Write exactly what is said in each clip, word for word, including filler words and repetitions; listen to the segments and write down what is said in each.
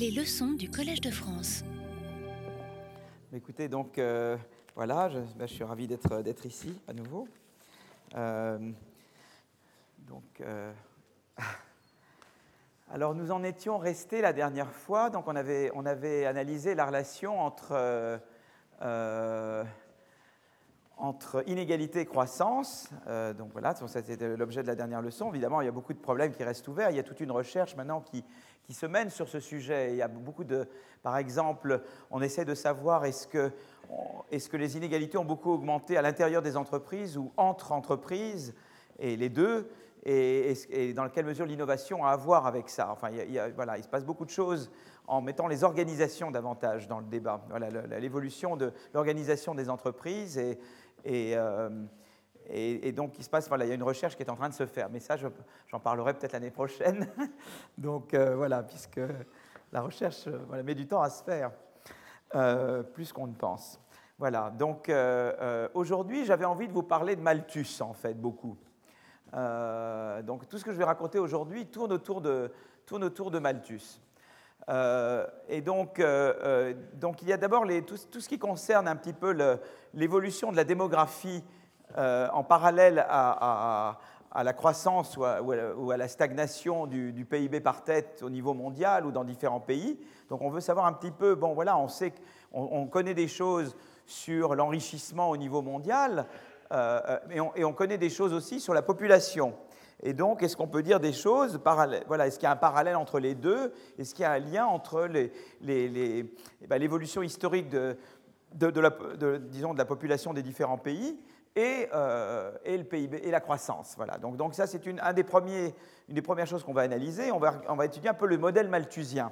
Les leçons du Collège de France. Écoutez, donc euh, voilà, je, ben, je suis ravi d'être, d'être ici à nouveau. Euh, donc, euh, alors, nous en étions restés la dernière fois. Donc, on avait, on avait analysé la relation entre, euh, euh, entre inégalité et croissance. Euh, donc, voilà, c'était l'objet de la dernière leçon. Évidemment, il y a beaucoup de problèmes qui restent ouverts. Il y a toute une recherche maintenant qui qui se mène sur ce sujet. Il y a beaucoup de, par exemple, on essaie de savoir est-ce que, est-ce que les inégalités ont beaucoup augmenté à l'intérieur des entreprises ou entre entreprises, et les deux, et, et dans quelle mesure l'innovation a à voir avec ça. Enfin, il, y a, il, y a, voilà, il se passe beaucoup de choses en mettant les organisations davantage dans le débat. Voilà, l'évolution de l'organisation des entreprises et, et euh, Et, et donc, il se passe, voilà, il y a une recherche qui est en train de se faire. Mais ça, je, j'en parlerai peut-être l'année prochaine. donc, euh, voilà, puisque la recherche voilà, met du temps à se faire, euh, plus qu'on ne pense. Voilà, donc euh, euh, aujourd'hui, j'avais envie de vous parler de Malthus, en fait, beaucoup. Euh, donc, tout ce que je vais raconter aujourd'hui tourne autour de, tourne autour de Malthus. Euh, et donc, euh, euh, donc, il y a d'abord les, tout, tout ce qui concerne un petit peu le, l'évolution de la démographie Euh, en parallèle à, à, à la croissance ou à, ou à la stagnation du, du P I B par tête au niveau mondial ou dans différents pays. Donc on veut savoir un petit peu, bon voilà, on sait qu'on on connaît des choses sur l'enrichissement au niveau mondial, euh, et, on, et on connaît des choses aussi sur la population. Et donc, est-ce qu'on peut dire des choses parallèles? Voilà, est-ce qu'il y a un parallèle entre les deux? Est-ce qu'il y a un lien entre les, les, les, eh ben, l'évolution historique de, de, de, la, de, disons, de la population des différents pays Et, euh, et le P I B et la croissance. Voilà. Donc, donc ça, c'est une, un des premiers, une des premières choses qu'on va analyser. On va, on va étudier un peu le modèle malthusien.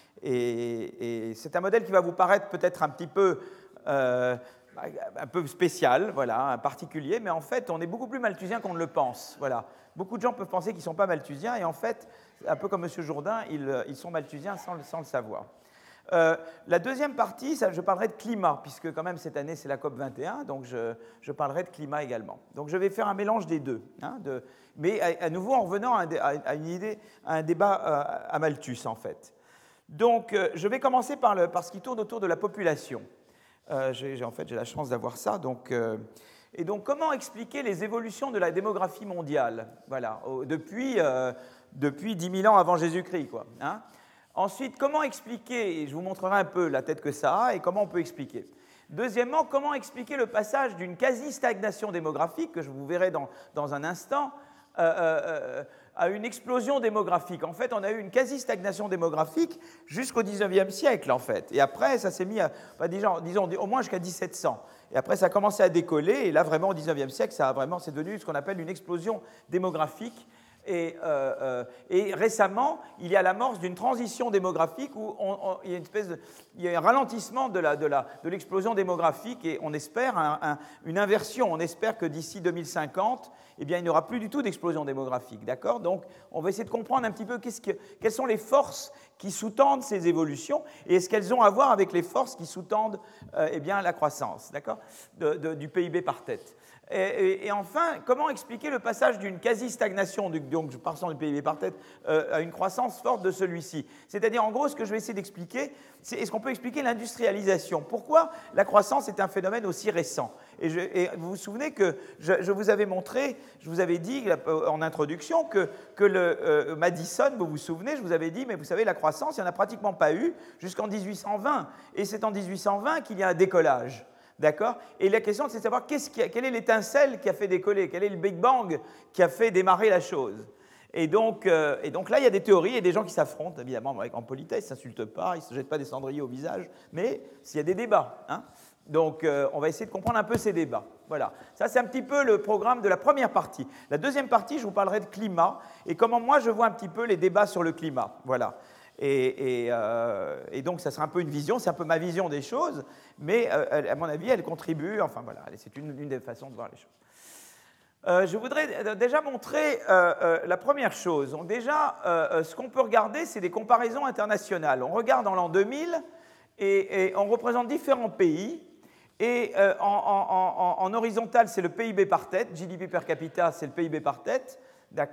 Et, et c'est un modèle qui va vous paraître peut-être un petit peu, euh, un peu spécial, voilà, particulier, mais en fait, on est beaucoup plus malthusien qu'on ne le pense. Voilà. Beaucoup de gens peuvent penser qu'ils ne sont pas malthusiens, et en fait, un peu comme M. Jourdain, ils, ils sont malthusiens sans, sans le savoir. Euh, la deuxième partie, ça, je parlerai de climat, puisque quand même cette année c'est la COP vingt et un, donc je, je parlerai de climat également. Donc je vais faire un mélange des deux, hein, de, mais à, à nouveau en revenant à, à une idée, à un débat à, à Malthus en fait. Donc euh, je vais commencer par, le, par ce qui tourne autour de la population. Euh, j'ai, en fait j'ai la chance d'avoir ça. Donc, euh, et donc comment expliquer les évolutions de la démographie mondiale, voilà, au, depuis, euh, depuis dix mille ans avant Jésus-Christ, quoi, hein. Ensuite, comment expliquer, et je vous montrerai un peu la tête que ça a, et comment on peut expliquer. Deuxièmement, comment expliquer le passage d'une quasi-stagnation démographique, que je vous verrai dans, dans un instant, euh, euh, à une explosion démographique. En fait, on a eu une quasi-stagnation démographique jusqu'au dix-neuvième siècle, en fait. Et après, ça s'est mis à, bah, disons, disons, au moins jusqu'à dix-sept cents. Et après, ça a commencé à décoller, et là, vraiment, au dix-neuvième siècle, ça a vraiment, c'est devenu ce qu'on appelle une explosion démographique. Et, euh, euh, et récemment, il y a l'amorce d'une transition démographique où on, on, il, y a une espèce de, il y a un ralentissement de, la, de, la, de l'explosion démographique et on espère un, un, une inversion. On espère que d'ici deux mille cinquante, eh bien, il n'y aura plus du tout d'explosion démographique. D'accord ? Donc, on va essayer de comprendre un petit peu qu'est-ce que, quelles sont les forces qui sous-tendent ces évolutions et est-ce qu'elles ont à voir avec les forces qui sous-tendent euh, eh bien, la croissance, d'accord, de, de, du P I B par tête. Et, et, et enfin, comment expliquer le passage d'une quasi-stagnation, donc je pars sans du P I B par tête, euh, à une croissance forte de celui-ci? C'est-à-dire, en gros, ce que je vais essayer d'expliquer, c'est est-ce qu'on peut expliquer l'industrialisation? Pourquoi la croissance est un phénomène aussi récent? Et, je, et vous vous souvenez que je, je vous avais montré, je vous avais dit en introduction que, que le euh, Madison, vous vous souvenez, je vous avais dit, mais vous savez, la croissance, il n'y en a pratiquement pas eu jusqu'en dix-huit cent vingt. Et c'est en dix-huit cent vingt qu'il y a un décollage. D'accord? Et la question, c'est de savoir qu'est-ce qui a, quelle est l'étincelle qui a fait décoller, quel est le Big Bang qui a fait démarrer la chose. Et donc, euh, et donc là, il y a des théories et des gens qui s'affrontent, évidemment, en politesse, ils ne s'insultent pas, ils ne se jettent pas des cendriers au visage, mais s'il y a des débats. Hein? Donc, euh, on va essayer de comprendre un peu ces débats. Voilà. Ça, c'est un petit peu le programme de la première partie. La deuxième partie, je vous parlerai de climat et comment moi, je vois un petit peu les débats sur le climat. Voilà. Et, et, euh, et donc, ça sera un peu une vision, c'est un peu ma vision des choses, mais euh, à mon avis, elle contribue, enfin voilà, c'est une, une des façons de voir les choses. Euh, je voudrais déjà montrer euh, euh, la première chose. Donc déjà, euh, ce qu'on peut regarder, c'est des comparaisons internationales. On regarde en l'an deux mille et, et on représente différents pays. Et euh, en, en, en, en horizontal, c'est le P I B par tête, G D P per capita, c'est le P I B par tête, d'accord ?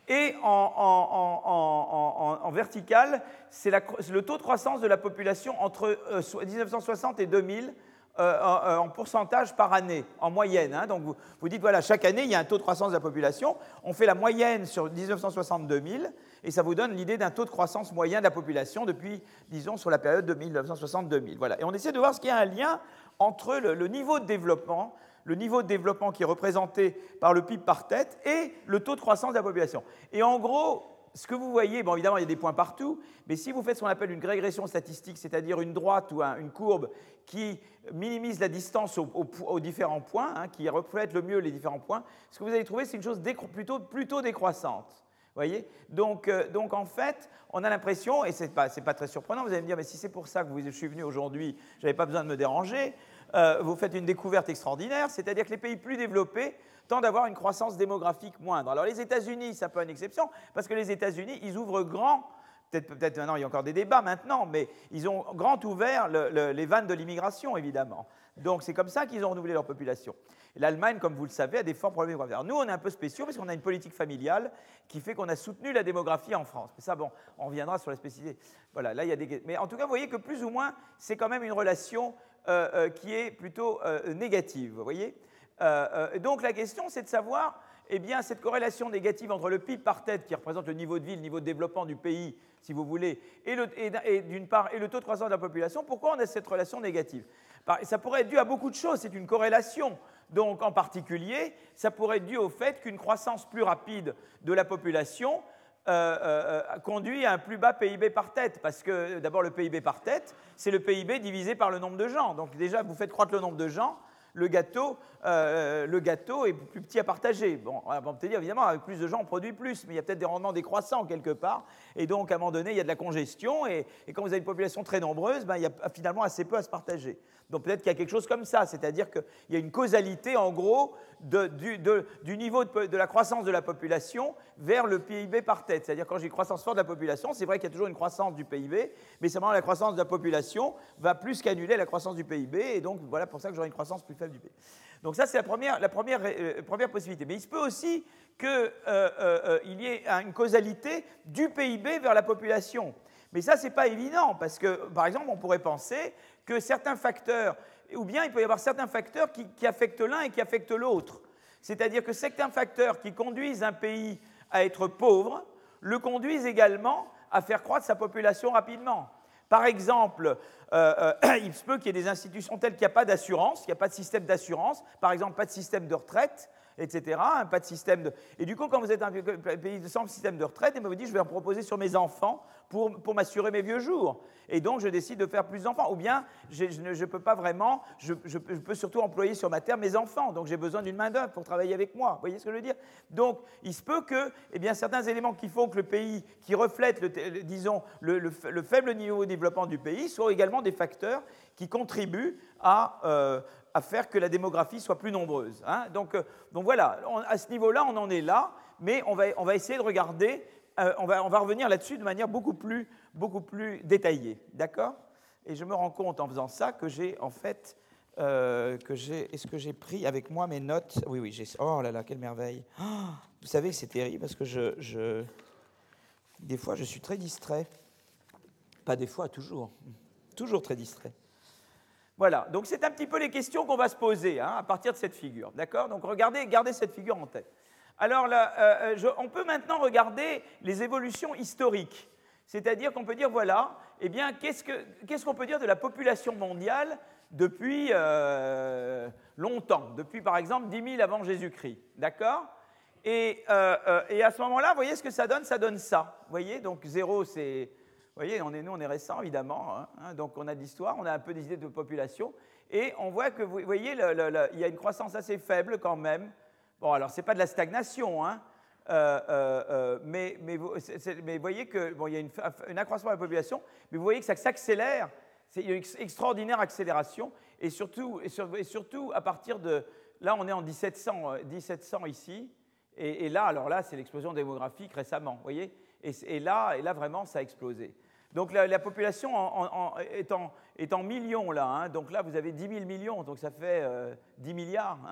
Et en, en, en, en, en vertical, c'est le taux de croissance de la population entre euh, mille neuf cent soixante et deux mille euh, en, en pourcentage par année, en moyenne. Hein. Donc vous, vous dites, voilà, chaque année, il y a un taux de croissance de la population. On fait la moyenne sur mille neuf cent soixante deux mille, et ça vous donne l'idée d'un taux de croissance moyen de la population depuis, disons, sur la période de mille neuf cent soixante deux mille. Voilà. Et on essaie de voir ce qu'il y a un lien entre le, le niveau de développement le niveau de développement qui est représenté par le P I B par tête et le taux de croissance de la population. Et en gros, ce que vous voyez, bon, évidemment, il y a des points partout, mais si vous faites ce qu'on appelle une régression statistique, c'est-à-dire une droite ou un, une courbe qui minimise la distance aux, aux, aux différents points, hein, qui reflète le mieux les différents points, ce que vous allez trouver, c'est une chose plutôt, plutôt décroissante. Voyez donc, euh, donc, en fait, on a l'impression, et ce n'est pas, pas très surprenant, vous allez me dire, mais si c'est pour ça que vous, je suis venu aujourd'hui, je n'avais pas besoin de me déranger, euh, vous faites une découverte extraordinaire, c'est-à-dire que les pays plus développés tendent à avoir une croissance démographique moindre. Alors les États-Unis, c'est un peu une exception, parce que les États-Unis, ils ouvrent grand, peut-être peut maintenant, il y a encore des débats maintenant, mais ils ont grand ouvert le, le, les vannes de l'immigration, évidemment. Donc c'est comme ça qu'ils ont renouvelé leur population. L'Allemagne, comme vous le savez, a des forts problèmes démographiques. Nous, on est un peu spéciaux parce qu'on a une politique familiale qui fait qu'on a soutenu la démographie en France. Mais ça, bon, on reviendra sur la spécificité. Voilà, là, il y a des... Mais en tout cas, vous voyez que plus ou moins, c'est quand même une relation euh, euh, qui est plutôt euh, négative, vous voyez. Euh, euh, donc la question, c'est de savoir, eh bien, cette corrélation négative entre le P I B par tête, qui représente le niveau de vie, le niveau de développement du pays, si vous voulez, et, le, et, et d'une part, et le taux de croissance de la population, pourquoi on a cette relation négative? Ça pourrait être dû à beaucoup de choses, c'est une corrélation. Donc, en particulier, ça pourrait être dû au fait qu'une croissance plus rapide de la population euh, euh, conduit à un plus bas P I B par tête, parce que d'abord, le P I B par tête, c'est le P I B divisé par le nombre de gens. Donc déjà, vous faites croître le nombre de gens, le gâteau, euh, le gâteau est plus petit à partager. Bon, on peut dire, évidemment, avec plus de gens, on produit plus, mais il y a peut-être des rendements décroissants quelque part, et donc, à un moment donné, il y a de la congestion, et, et quand vous avez une population très nombreuse, ben, il y a finalement assez peu à se partager. Donc peut-être qu'il y a quelque chose comme ça, c'est-à-dire qu'il y a une causalité, en gros, de, du, de, du niveau de, de la croissance de la population vers le P I B par tête. C'est-à-dire quand j'ai une croissance forte de la population, c'est vrai qu'il y a toujours une croissance du P I B, mais simplement la croissance de la population va plus qu'annuler la croissance du P I B, et donc voilà pour ça que j'aurai une croissance plus faible du P I B. Donc ça, c'est la première, la première, euh, première possibilité. Mais il se peut aussi qu'il euh, euh, y ait une causalité du P I B vers la population. Mais ça, ce n'est pas évident, parce que, par exemple, on pourrait penser que certains facteurs, ou bien il peut y avoir certains facteurs qui, qui affectent l'un et qui affectent l'autre. C'est-à-dire que certains facteurs qui conduisent un pays à être pauvre le conduisent également à faire croître sa population rapidement. Par exemple, euh, euh, il se peut qu'il y ait des institutions telles qu'il n'y a pas d'assurance, qu'il n'y a pas de système d'assurance, par exemple pas de système de retraite, et cetera, hein, pas de système de... Et du coup, quand vous êtes un pays sans système de retraite, vous vous dites, je vais en proposer sur mes enfants pour, pour m'assurer mes vieux jours. Et donc, je décide de faire plus d'enfants. Ou bien, je ne peux pas vraiment, je, je, je peux surtout employer sur ma terre mes enfants. Donc, j'ai besoin d'une main-d'œuvre pour travailler avec moi. Vous voyez ce que je veux dire? Donc, il se peut que, eh bien, certains éléments qui font que le pays, qui reflètent, le, le, disons, le, le, le faible niveau de développement du pays, soient également des facteurs qui contribuent à... Euh, à faire que la démographie soit plus nombreuse. Hein. Donc, euh, donc voilà, on, à ce niveau-là, on en est là, mais on va, on va essayer de regarder, euh, on, va, on va revenir là-dessus de manière beaucoup plus, beaucoup plus détaillée. D'accord? Et je me rends compte en faisant ça que j'ai en fait, euh, que j'ai, est-ce que j'ai pris avec moi mes notes? Oui, oui, j'ai. Oh là là, quelle merveille! Oh, vous savez que c'est terrible parce que je, je, des fois, je suis très distrait. Pas des fois, toujours. Toujours très distrait. Voilà, donc c'est un petit peu les questions qu'on va se poser hein, à partir de cette figure, d'accord? Donc regardez, gardez cette figure en tête. Alors là, euh, je, on peut maintenant regarder les évolutions historiques, c'est-à-dire qu'on peut dire, voilà, eh bien, qu'est-ce, que, qu'est-ce qu'on peut dire de la population mondiale depuis euh, longtemps, depuis par exemple dix mille avant Jésus-Christ, d'accord? Et, euh, euh, et à ce moment-là, vous voyez ce que ça donne? Ça donne ça, vous voyez? Donc zéro, c'est... Vous voyez, on est, nous, on est récent, évidemment, hein, hein, donc on a de l'histoire, on a un peu des idées de population, et on voit que, vous voyez, le, le, le, il y a une croissance assez faible quand même. Bon, alors, ce n'est pas de la stagnation, hein, euh, euh, euh, mais, mais, vous, c'est, c'est, mais vous voyez qu'il bon, y a une, une accroissement de la population, mais vous voyez que ça s'accélère, c'est une extraordinaire accélération, et surtout, et, sur, et surtout à partir de, là, on est en dix-sept cents, dix-sept cents ici, et, et là, alors là, c'est l'explosion démographique récemment, vous voyez, et, et, là, et là, vraiment, ça a explosé. Donc la, la population en, en, est, en, est en millions là, hein. Donc là vous avez dix mille millions, donc ça fait euh, dix milliards. Hein.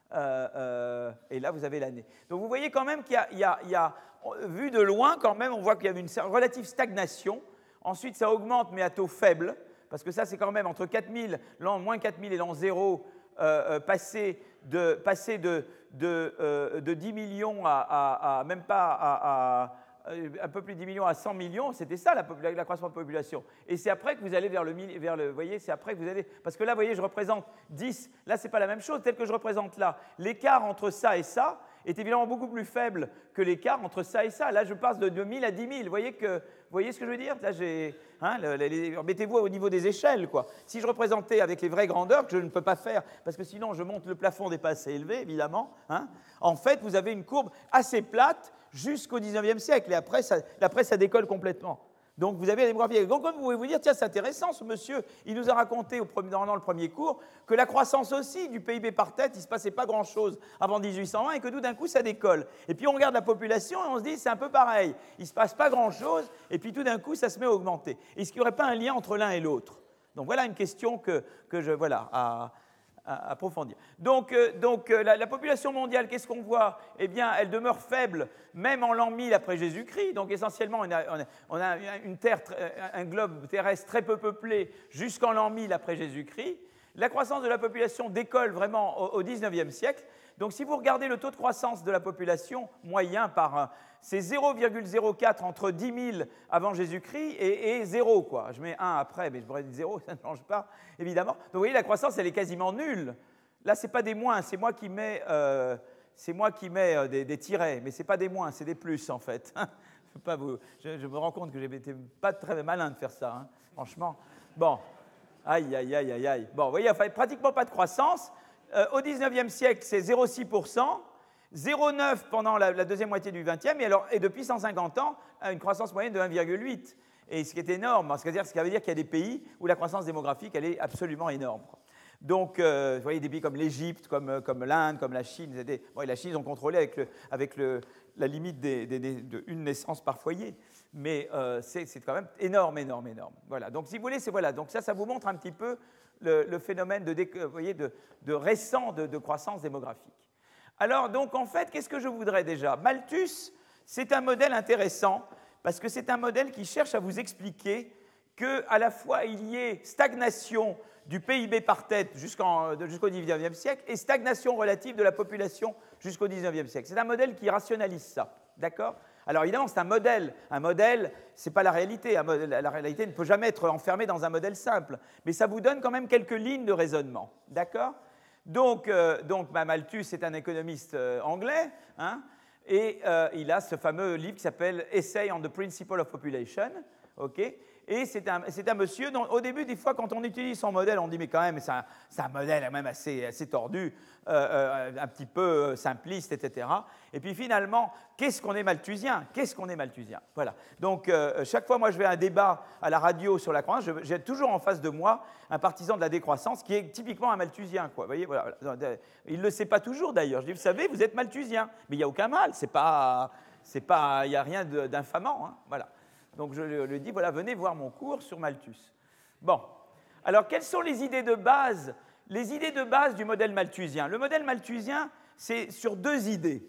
Euh, euh, et là, vous avez l'année. Donc, vous voyez quand même qu'il y a, il y a, il y a, vu de loin, quand même, on voit qu'il y avait une relative stagnation. Ensuite, ça augmente, mais à taux faible, parce que ça, c'est quand même entre quatre mille, l'an moins quatre mille et l'an zéro, euh, euh, passé de, passer de, de, euh, de dix millions à, à, à même pas à, à un peu plus de dix millions à cent millions, c'était ça la, la, la croissance de population. Et c'est après que vous allez vers le, vers le, vous voyez, c'est après que vous allez, parce que là, vous voyez, je représente dix, là, c'est pas la même chose, tel que je représente là. L'écart entre ça et ça est évidemment beaucoup plus faible que l'écart entre ça et ça. Là, je passe de deux mille à dix mille. Vous voyez, que, vous voyez ce que je veux dire? Là, j'ai, hein, mettez-vous au niveau des échelles, quoi. Si je représentais avec les vraies grandeurs, que je ne peux pas faire, parce que sinon, je monte le plafond n'est pas assez élevé, évidemment, hein, en fait, vous avez une courbe assez plate jusqu'au dix-neuvième siècle, et après ça, après, ça décolle complètement. Donc, vous avez la démographie. Donc, comme vous pouvez vous dire, tiens, c'est intéressant, ce monsieur, il nous a raconté au premier, dans le premier cours que la croissance aussi du P I B par tête, il ne se passait pas grand-chose avant dix-huit cent vingt, et que tout d'un coup, ça décolle. Et puis, on regarde la population et on se dit, c'est un peu pareil. Il ne se passe pas grand-chose, et puis tout d'un coup, ça se met à augmenter. Est-ce qu'il n'y aurait pas un lien entre l'un et l'autre? Donc, voilà une question que, que je... Voilà, à, à approfondir. Donc, euh, donc euh, la, la population mondiale, qu'est-ce qu'on voit? Eh bien, elle demeure faible, même en l'an mille après Jésus-Christ. Donc, essentiellement, on a, on a, on a une terre, un globe terrestre très peu peuplé jusqu'en l'an mille après Jésus-Christ. La croissance de la population décolle vraiment au, au dix-neuvième siècle. Donc, si vous regardez le taux de croissance de la population moyen par un, c'est zéro virgule zéro quatre entre dix mille avant Jésus-Christ et, et zéro, quoi. Je mets un après, mais je pourrais dire zéro, ça ne change pas, évidemment. Donc, vous voyez, la croissance, elle est quasiment nulle. Là, ce n'est pas des moins, c'est moi qui mets, euh, c'est moi qui mets euh, des, des tirets, mais ce n'est pas des moins, c'est des plus, en fait. je, pas vous, je, je me rends compte que je n'étais pas très malin de faire ça, hein, franchement. Bon, aïe, aïe, aïe, aïe, aïe. Bon, vous voyez, enfin, pratiquement pas de croissance. Euh, au dix-neuvième siècle, c'est zéro virgule six pour cent, zéro virgule neuf pour cent pendant la, la deuxième moitié du vingtième, et, alors, et depuis cent cinquante ans, une croissance moyenne de un virgule huit. Et ce qui est énorme, ce qui veut dire, ce qui veut dire qu'il y a des pays où la croissance démographique, elle est absolument énorme. Donc, euh, vous voyez, des pays comme l'Égypte, comme, comme l'Inde, comme la Chine, des, bon, la Chine, ils ont contrôlé avec, le, avec le, la limite des, des, des, de une naissance par foyer. Mais euh, c'est, c'est quand même énorme, énorme, énorme. Voilà. Donc, si vous voulez, c'est voilà. Donc, ça, ça vous montre un petit peu le, le phénomène de, vous voyez, de, de récent de, de croissance démographique. Alors, donc, en fait, qu'est-ce que je voudrais déjà? Malthus, c'est un modèle intéressant parce que c'est un modèle qui cherche à vous expliquer qu'à la fois il y ait stagnation du P I B par tête jusqu'en, jusqu'au dix-neuvième siècle et stagnation relative de la population jusqu'au dix-neuvième siècle. C'est un modèle qui rationalise ça, d'accord? Alors évidemment, c'est un modèle. Un modèle, ce n'est pas la réalité. Un modèle, la réalité ne peut jamais être enfermée dans un modèle simple. Mais ça vous donne quand même quelques lignes de raisonnement, d'accord? Donc, euh, donc bah, Malthus est un économiste euh, anglais, hein, et euh, il a ce fameux livre qui s'appelle « Essay on the Principle of Population ». Okay, et c'est un, c'est un monsieur dont, au début, des fois, quand on utilise son modèle, on dit, mais quand même, c'est un, c'est un modèle quand même assez, assez tordu, euh, euh, un petit peu simpliste, et cetera. Et puis finalement, qu'est-ce qu'on est malthusien? Qu'est-ce qu'on est malthusien? Voilà. Donc, euh, chaque fois, moi, je vais à un débat à la radio sur la croissance, je, j'ai toujours en face de moi un partisan de la décroissance qui est typiquement un malthusien, quoi. Vous voyez, voilà. Il ne le sait pas toujours, d'ailleurs. Je dis, vous savez, vous êtes malthusien. Mais il n'y a aucun mal. C'est pas, c'est pas, il n'y a rien de, d'infamant, hein. Voilà. Donc je lui dis, voilà, venez voir mon cours sur Malthus. Bon, alors quelles sont les idées de base? Les idées de base du modèle malthusien. Le modèle malthusien, c'est sur deux idées.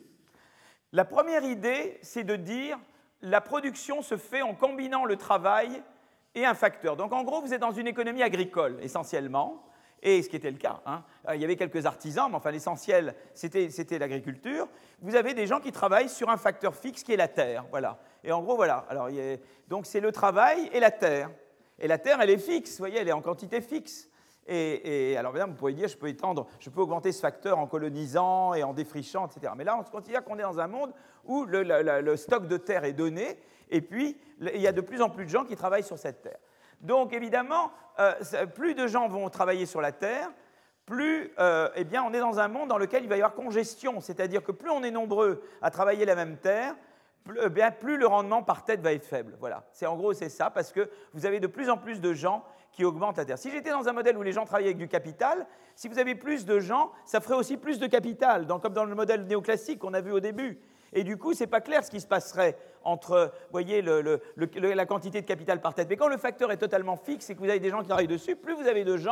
La première idée, c'est de dire, la production se fait en combinant le travail et un facteur. Donc en gros, vous êtes dans une économie agricole, essentiellement, et ce qui était le cas, hein. Il y avait quelques artisans, mais enfin l'essentiel, c'était, c'était l'agriculture. Vous avez des gens qui travaillent sur un facteur fixe qui est la terre, voilà. Et en gros, voilà. Alors, il y a, donc, c'est le travail et la terre. Et la terre, elle est fixe, vous voyez, elle est en quantité fixe. Et, et alors, bien, vous pourriez dire, je peux étendre, je peux augmenter ce facteur en colonisant et en défrichant, et cetera. Mais là, on se considère qu'on est dans un monde où le, le, le stock de terre est donné, et puis, il y a de plus en plus de gens qui travaillent sur cette terre. Donc, évidemment, euh, plus de gens vont travailler sur la terre, plus euh, eh bien, on est dans un monde dans lequel il va y avoir congestion. C'est-à-dire que plus on est nombreux à travailler la même terre, Plus, bien, plus le rendement par tête va être faible. Voilà. C'est, en gros, c'est ça, parce que vous avez de plus en plus de gens qui augmentent la terre. Si j'étais dans un modèle où les gens travaillaient avec du capital, si vous avez plus de gens, ça ferait aussi plus de capital, donc, comme dans le modèle néoclassique qu'on a vu au début. Et du coup, ce n'est pas clair ce qui se passerait entre, vous voyez, le, le, le, la quantité de capital par tête. Mais quand le facteur est totalement fixe et que vous avez des gens qui travaillent dessus, plus vous avez de gens,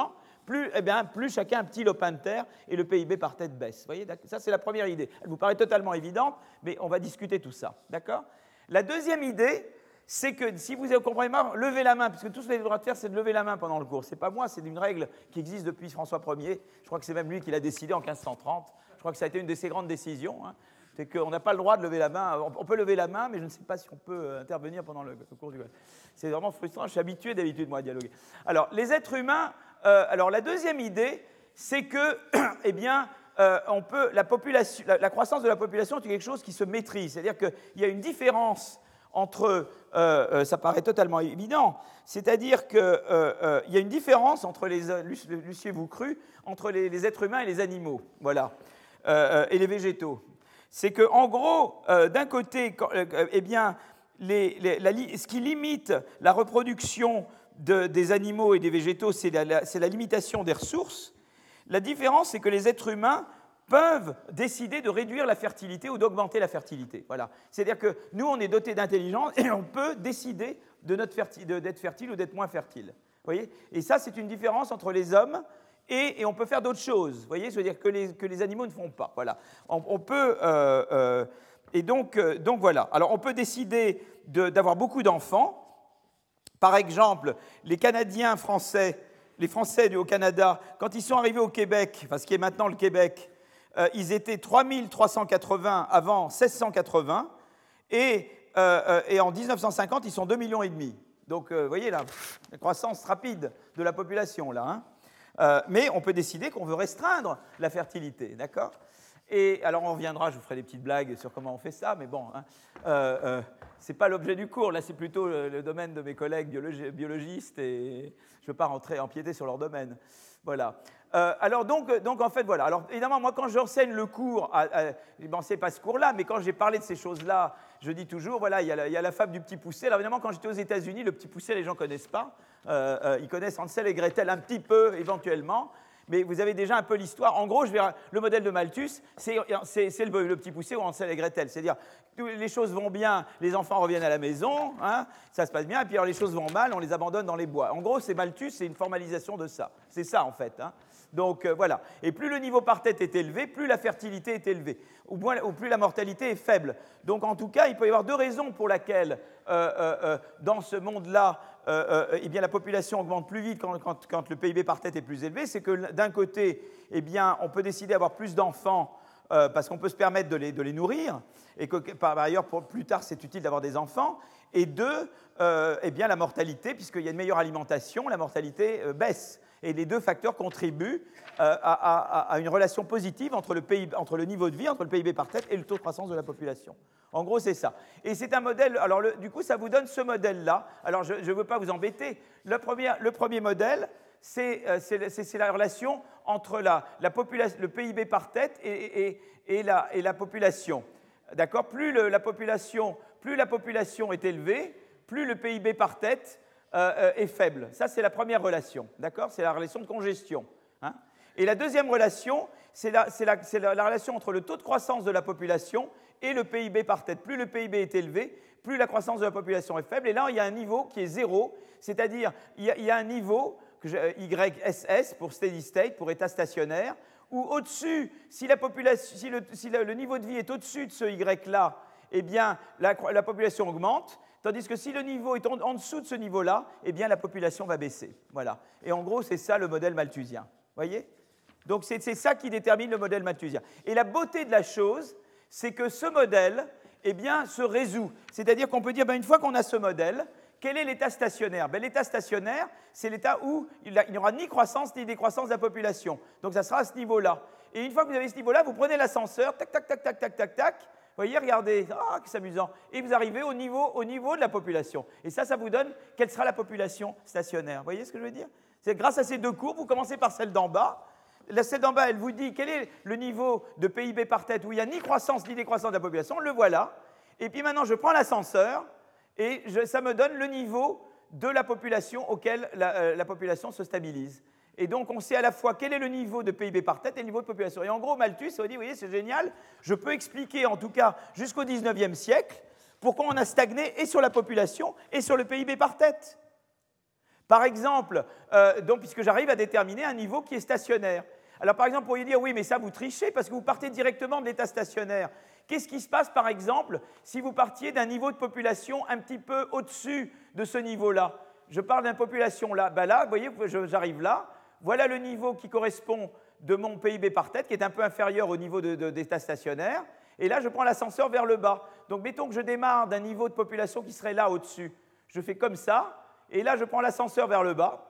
plus, eh bien, plus chacun a un petit lopin de terre et le P I B par tête baisse. Vous voyez, ça c'est la première idée. Elle vous paraît totalement évidente, mais on va discuter tout ça. D'accord ? La deuxième idée, c'est que si vous comprenez mal, levez la main, parce que tout ce que vous avez le droit de faire, c'est de lever la main pendant le cours. Ce n'est pas moi, c'est une règle qui existe depuis François Ier. Je crois que c'est même lui qui l'a décidé en quinze cent trente. Je crois que ça a été une de ses grandes décisions. Hein. C'est qu'on n'a pas le droit de lever la main. On peut lever la main, mais je ne sais pas si on peut intervenir pendant le, le cours du collège. C'est vraiment frustrant. Je suis habitué d'habitude, moi, à dialoguer. Alors, les êtres humains, euh, alors la deuxième idée, c'est que, eh bien, euh, on peut, la, population, la, la croissance de la population est quelque chose qui se maîtrise. C'est-à-dire qu'il y a une différence entre, euh, euh, ça paraît totalement évident, c'est-à-dire qu'il euh, euh, y a une différence entre les, l'eussiez-vous cru, entre les, les êtres humains et les animaux, voilà, euh, et les végétaux. C'est qu'en gros, euh, d'un côté, quand, euh, eh bien, les, les, la, ce qui limite la reproduction de, des animaux et des végétaux, c'est la, c'est la limitation des ressources. La différence, c'est que les êtres humains peuvent décider de réduire la fertilité ou d'augmenter la fertilité. Voilà. C'est-à-dire que nous, on est dotés d'intelligence et on peut décider de notre ferti- de, d'être fertile ou d'être moins fertile. Vous voyez ? Et ça, c'est une différence entre les hommes et, et on peut faire d'autres choses. Vous voyez ? Je veux dire que les, que les animaux ne font pas. Voilà. On, on peut... Euh, euh, et donc, euh, donc, voilà. Alors, on peut décider de, d'avoir beaucoup d'enfants. Par exemple, les Canadiens français, les Français au Canada, quand ils sont arrivés au Québec, enfin, ce qui est maintenant le Québec, Euh, ils étaient trois mille trois cent quatre-vingts avant seize cent quatre-vingts, et, euh, et en dix-neuf cent cinquante, ils sont deux virgule cinq millions. Donc, euh, vous voyez, là, la croissance rapide de la population, là. Hein. Euh, mais on peut décider qu'on veut restreindre la fertilité, d'accord ? Et alors, on reviendra, je vous ferai des petites blagues sur comment on fait ça, mais bon, hein, euh, euh, ce n'est pas l'objet du cours, là, c'est plutôt le, le domaine de mes collègues biologi- biologistes, et je ne veux pas rentrer, empiéter sur leur domaine. Voilà. Euh, alors donc, donc, en fait, voilà. Alors évidemment, moi, quand j'enseigne le cours, à, à, bon, c'est pas ce cours-là, mais quand j'ai parlé de ces choses-là, je dis toujours, voilà, il y a la, il y a la fable du petit poucet. Alors évidemment, quand j'étais aux États-Unis, le petit poucet, les gens connaissent pas. Euh, euh, ils connaissent Hansel et Gretel un petit peu, éventuellement. Mais vous avez déjà un peu l'histoire. En gros, je vais, le modèle de Malthus, c'est, c'est, c'est le, le petit poucet ou Hansel et Gretel. C'est-à-dire, les choses vont bien, les enfants reviennent à la maison, hein, ça se passe bien, et puis alors les choses vont mal, on les abandonne dans les bois. En gros, c'est Malthus, c'est une formalisation de ça. C'est ça, en fait. Hein. Donc, euh, voilà. Et plus le niveau par tête est élevé, plus la fertilité est élevée, ou, moins, ou plus la mortalité est faible. Donc, en tout cas, il peut y avoir deux raisons pour lesquelles, euh, euh, euh, dans ce monde-là, Euh, euh, eh bien, la population augmente plus vite quand, quand, quand le P I B par tête est plus élevé. C'est que d'un côté, eh bien, on peut décider d'avoir plus d'enfants euh, parce qu'on peut se permettre de les, de les nourrir, et que par ailleurs, pour plus tard, c'est utile d'avoir des enfants. Et deux, euh, eh bien, la mortalité, puisqu'il y a une meilleure alimentation, la mortalité euh, baisse. Et les deux facteurs contribuent euh, à, à, à une relation positive entre le, P I B, entre le niveau de vie, entre le P I B par tête et le taux de croissance de la population. En gros, c'est ça. Et c'est un modèle, alors le, du coup, ça vous donne ce modèle-là. Alors, je ne veux pas vous embêter. Le premier, le premier modèle, c'est, euh, c'est, c'est, c'est la relation entre la, la population, le P I B par tête et, et, et, la, et la population. D'accord ? Plus, le, la population, plus la population est élevée, plus le P I B par tête euh, est faible. Ça, c'est la première relation. D'accord ? C'est la relation de congestion. Hein ? Et la deuxième relation, c'est, la, c'est, la, c'est la, la relation entre le taux de croissance de la population et le P I B par tête. Plus le P I B est élevé, plus la croissance de la population est faible. Et là, il y a un niveau qui est zéro, c'est-à-dire il y a, il y a un niveau, Y S S pour steady state, pour état stationnaire, où au-dessus, si, la population, si, le, si le, le niveau de vie est au-dessus de ce Y-là, eh bien, la, la population augmente, tandis que si le niveau est en, en dessous de ce niveau-là, eh bien, la population va baisser. Voilà. Et en gros, c'est ça le modèle malthusien. Vous voyez ? Donc, c'est, c'est ça qui détermine le modèle malthusien. Et la beauté de la chose, c'est que ce modèle, eh bien, se résout. C'est-à-dire qu'on peut dire, ben, une fois qu'on a ce modèle, quel est l'état stationnaire ? Ben, l'état stationnaire, c'est l'état où il n'y aura ni croissance ni décroissance de la population. Donc, ça sera à ce niveau-là. Et une fois que vous avez ce niveau-là, vous prenez l'ascenseur, tac, tac, tac, tac, tac, tac, tac. Vous voyez, regardez, ah, que c'est amusant. Et vous arrivez au niveau, au niveau de la population. Et ça, ça vous donne quelle sera la population stationnaire. Vous voyez ce que je veux dire ? C'est grâce à ces deux courbes, vous commencez par celle d'en bas. La celle d'en bas, elle vous dit quel est le niveau de P I B par tête où il n'y a ni croissance ni décroissance de la population. Le voilà. Et puis maintenant, je prends l'ascenseur et je, ça me donne le niveau de la population auquel la, euh, la population se stabilise. Et donc, on sait à la fois quel est le niveau de P I B par tête et le niveau de population. Et en gros, Malthus, on dit, vous voyez, c'est génial, je peux expliquer, en tout cas, jusqu'au dix-neuvième siècle, pourquoi on a stagné et sur la population et sur le P I B par tête. Par exemple, euh, donc, puisque j'arrive à déterminer un niveau qui est stationnaire. Alors par exemple, vous pourriez dire, oui, mais ça vous trichez parce que vous partez directement de l'état stationnaire. Qu'est-ce qui se passe, par exemple, si vous partiez d'un niveau de population un petit peu au-dessus de ce niveau-là? Je parle d'une population là. Ben là, vous voyez, j'arrive là. Voilà le niveau qui correspond de mon P I B par tête, qui est un peu inférieur au niveau de, de, d'état stationnaire. Et là, je prends l'ascenseur vers le bas. Donc, mettons que je démarre d'un niveau de population qui serait là au-dessus. Je fais comme ça. Et là, je prends l'ascenseur vers le bas.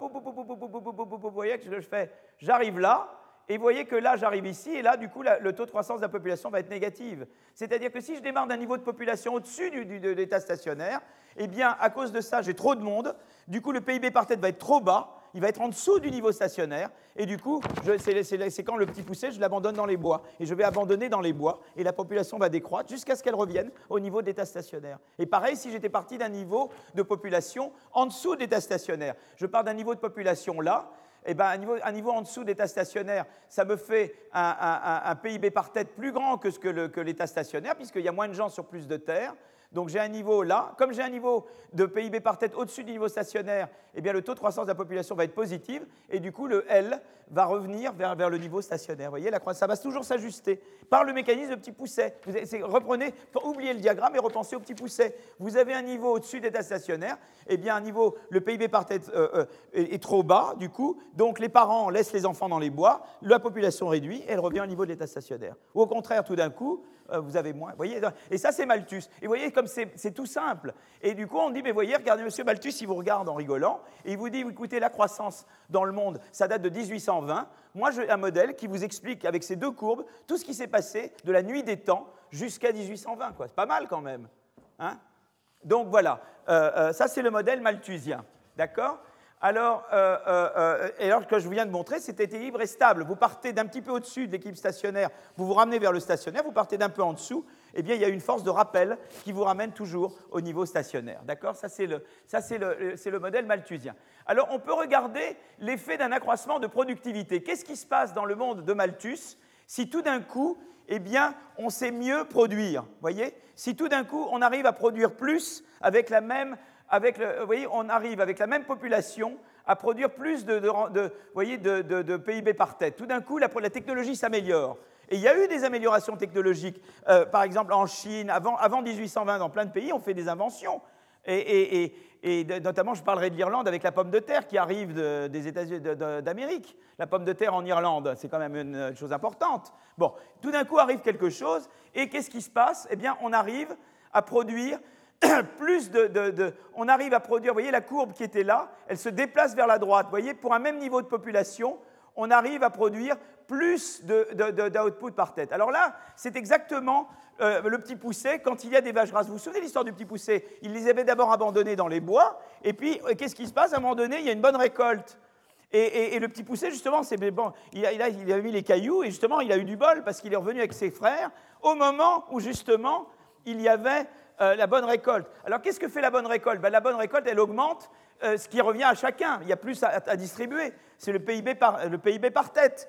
Vous voyez que je fais, j'arrive là. Et vous voyez que là, j'arrive ici, et là, du coup, la, le taux de croissance de la population va être négatif. C'est-à-dire que si je démarre d'un niveau de population au-dessus du, du, de l'état stationnaire, eh bien, à cause de ça, j'ai trop de monde. Du coup, le P I B par tête va être trop bas. Il va être en dessous du niveau stationnaire. Et du coup, c'est quand le petit poussé, je l'abandonne dans les bois. Et je vais abandonner dans les bois. Et la population va décroître jusqu'à ce qu'elle revienne au niveau de l'état stationnaire. Et pareil, si j'étais parti d'un niveau de population en dessous de l'état stationnaire. Je pars d'un niveau de population là. Eh ben, un, niveau, un niveau en dessous d'état stationnaire, ça me fait un, un, un P I B par tête plus grand que, ce que, le, que l'état stationnaire, puisqu'il y a moins de gens sur plus de terre. Donc j'ai un niveau là. Comme j'ai un niveau de P I B par tête au-dessus du niveau stationnaire, eh bien, le taux de croissance de la population va être positif, et du coup, le L va revenir vers, vers le niveau stationnaire. Vous voyez, la croissance, ça va toujours s'ajuster par le mécanisme de petit pousset. Vous avez, reprenez, oubliez le diagramme et repensez au petit pousset. Vous avez un niveau au-dessus d'état stationnaire, eh bien, un niveau, le P I B par tête euh, euh, est, est trop bas, du coup, donc les parents laissent les enfants dans les bois, la population réduit, et elle revient au niveau de l'état stationnaire. Ou au contraire, tout d'un coup, euh, vous avez moins. Vous voyez, et ça, c'est Malthus. Et vous voyez, comme c'est tout simple. Et du coup, on dit, mais voyez, regardez, monsieur Malthus, il vous regarde en rigolant, et il vous dit, écoutez, la croissance dans le monde, ça date de mille huit cent vingt. Moi, j'ai un modèle qui vous explique, avec ces deux courbes, tout ce qui s'est passé de la nuit des temps jusqu'à mille huit cent vingt. C'est pas mal quand même. Hein? Donc voilà, euh, euh, ça c'est le modèle malthusien. D'accord? Alors, euh, euh, et alors, ce que je viens de montrer, cet équilibre est stable. Vous partez d'un petit peu au-dessus de l'équilibre stationnaire, vous vous ramenez vers le stationnaire, vous partez d'un peu en dessous, eh bien, il y a une force de rappel qui vous ramène toujours au niveau stationnaire. D'accord? Ça, c'est le, ça, c'est le, c'est le modèle malthusien. Alors, on peut regarder l'effet d'un accroissement de productivité. Qu'est-ce qui se passe dans le monde de Malthus si tout d'un coup, eh bien, on sait mieux produire? Vous voyez? Si tout d'un coup, on arrive à produire plus avec la même... Avec le, vous voyez, on arrive avec la même population à produire plus de, de, de, vous voyez, de, de, de P I B par tête. Tout d'un coup, la, la technologie s'améliore. Et il y a eu des améliorations technologiques. Euh, par exemple, en Chine, avant, avant mille huit cent vingt, dans plein de pays, on fait des inventions. Et, et, et, et de, notamment, je parlerai de l'Irlande avec la pomme de terre qui arrive de, des États-Unis d'Amérique. La pomme de terre en Irlande, c'est quand même une chose importante. Bon, tout d'un coup arrive quelque chose. Et qu'est-ce qui se passe? Eh bien, on arrive à produire... plus de, de, de, on arrive à produire, vous voyez la courbe qui était là, elle se déplace vers la droite. Vous voyez, pour un même niveau de population, on arrive à produire plus d'output par tête. Alors là, c'est exactement euh, le petit poussé quand il y a des vaches grasses. Vous vous souvenez de l'histoire du petit poussé? Il les avait d'abord abandonnées dans les bois, et puis qu'est-ce qui se passe? À un moment donné, il y a une bonne récolte. Et, et, et le petit poussé, justement, c'est bon, il, a, il, a, il a mis les cailloux, et justement, il a eu du bol parce qu'il est revenu avec ses frères au moment où, justement, il y avait... Euh, la bonne récolte. Alors, qu'est-ce que fait la bonne récolte? Ben, la bonne récolte, elle augmente euh, ce qui revient à chacun. Il y a plus à, à distribuer. C'est le P I B par, le P I B par tête.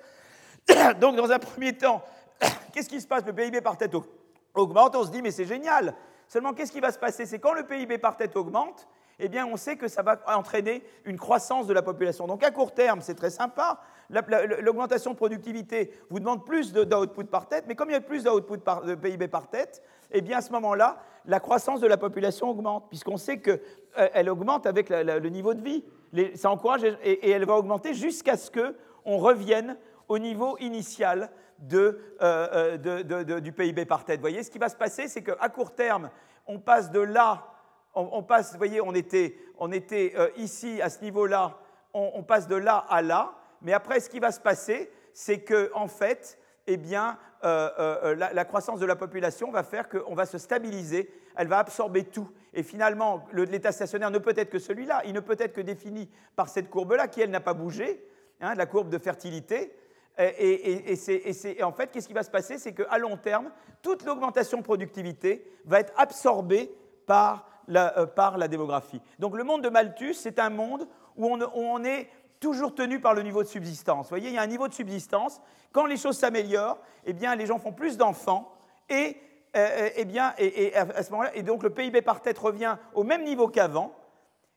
Donc, dans un premier temps, qu'est-ce qui se passe? Le P I B par tête augmente. On se dit, mais c'est génial. Seulement, qu'est-ce qui va se passer? C'est quand le P I B par tête augmente, eh bien, on sait que ça va entraîner une croissance de la population. Donc, à court terme, c'est très sympa. L'augmentation de productivité vous demande plus d'output par tête, mais comme il y a plus d'output de P I B par tête, eh bien, à ce moment-là, la croissance de la population augmente, puisqu'on sait qu'elle euh, augmente avec la, la, le niveau de vie. Les, ça encourage, et, et elle va augmenter jusqu'à ce qu'on revienne au niveau initial de, euh, de, de, de, du P I B par tête. Vous voyez, ce qui va se passer, c'est qu'à court terme, on passe de là, on, on passe, vous voyez, on était, on était euh, ici, à ce niveau-là, on, on passe de là à là, mais après, ce qui va se passer, c'est qu'en en fait, eh bien, euh, euh, la, la croissance de la population va faire qu'on va se stabiliser, elle va absorber tout. Et finalement, l'état stationnaire ne peut être que celui-là, il ne peut être que défini par cette courbe-là, qui, elle, n'a pas bougé, hein, la courbe de fertilité. Et, et, et, c'est, et, c'est, et en fait, qu'est-ce qui va se passer? C'est qu'à long terme, toute l'augmentation de productivité va être absorbée par la, euh, par la démographie. Donc le monde de Malthus, c'est un monde où on, où on est toujours tenu par le niveau de subsistance. Vous voyez, il y a un niveau de subsistance. Quand les choses s'améliorent, eh bien, les gens font plus d'enfants et, euh, eh bien, et, et à ce moment-là, et donc le P I B par tête revient au même niveau qu'avant.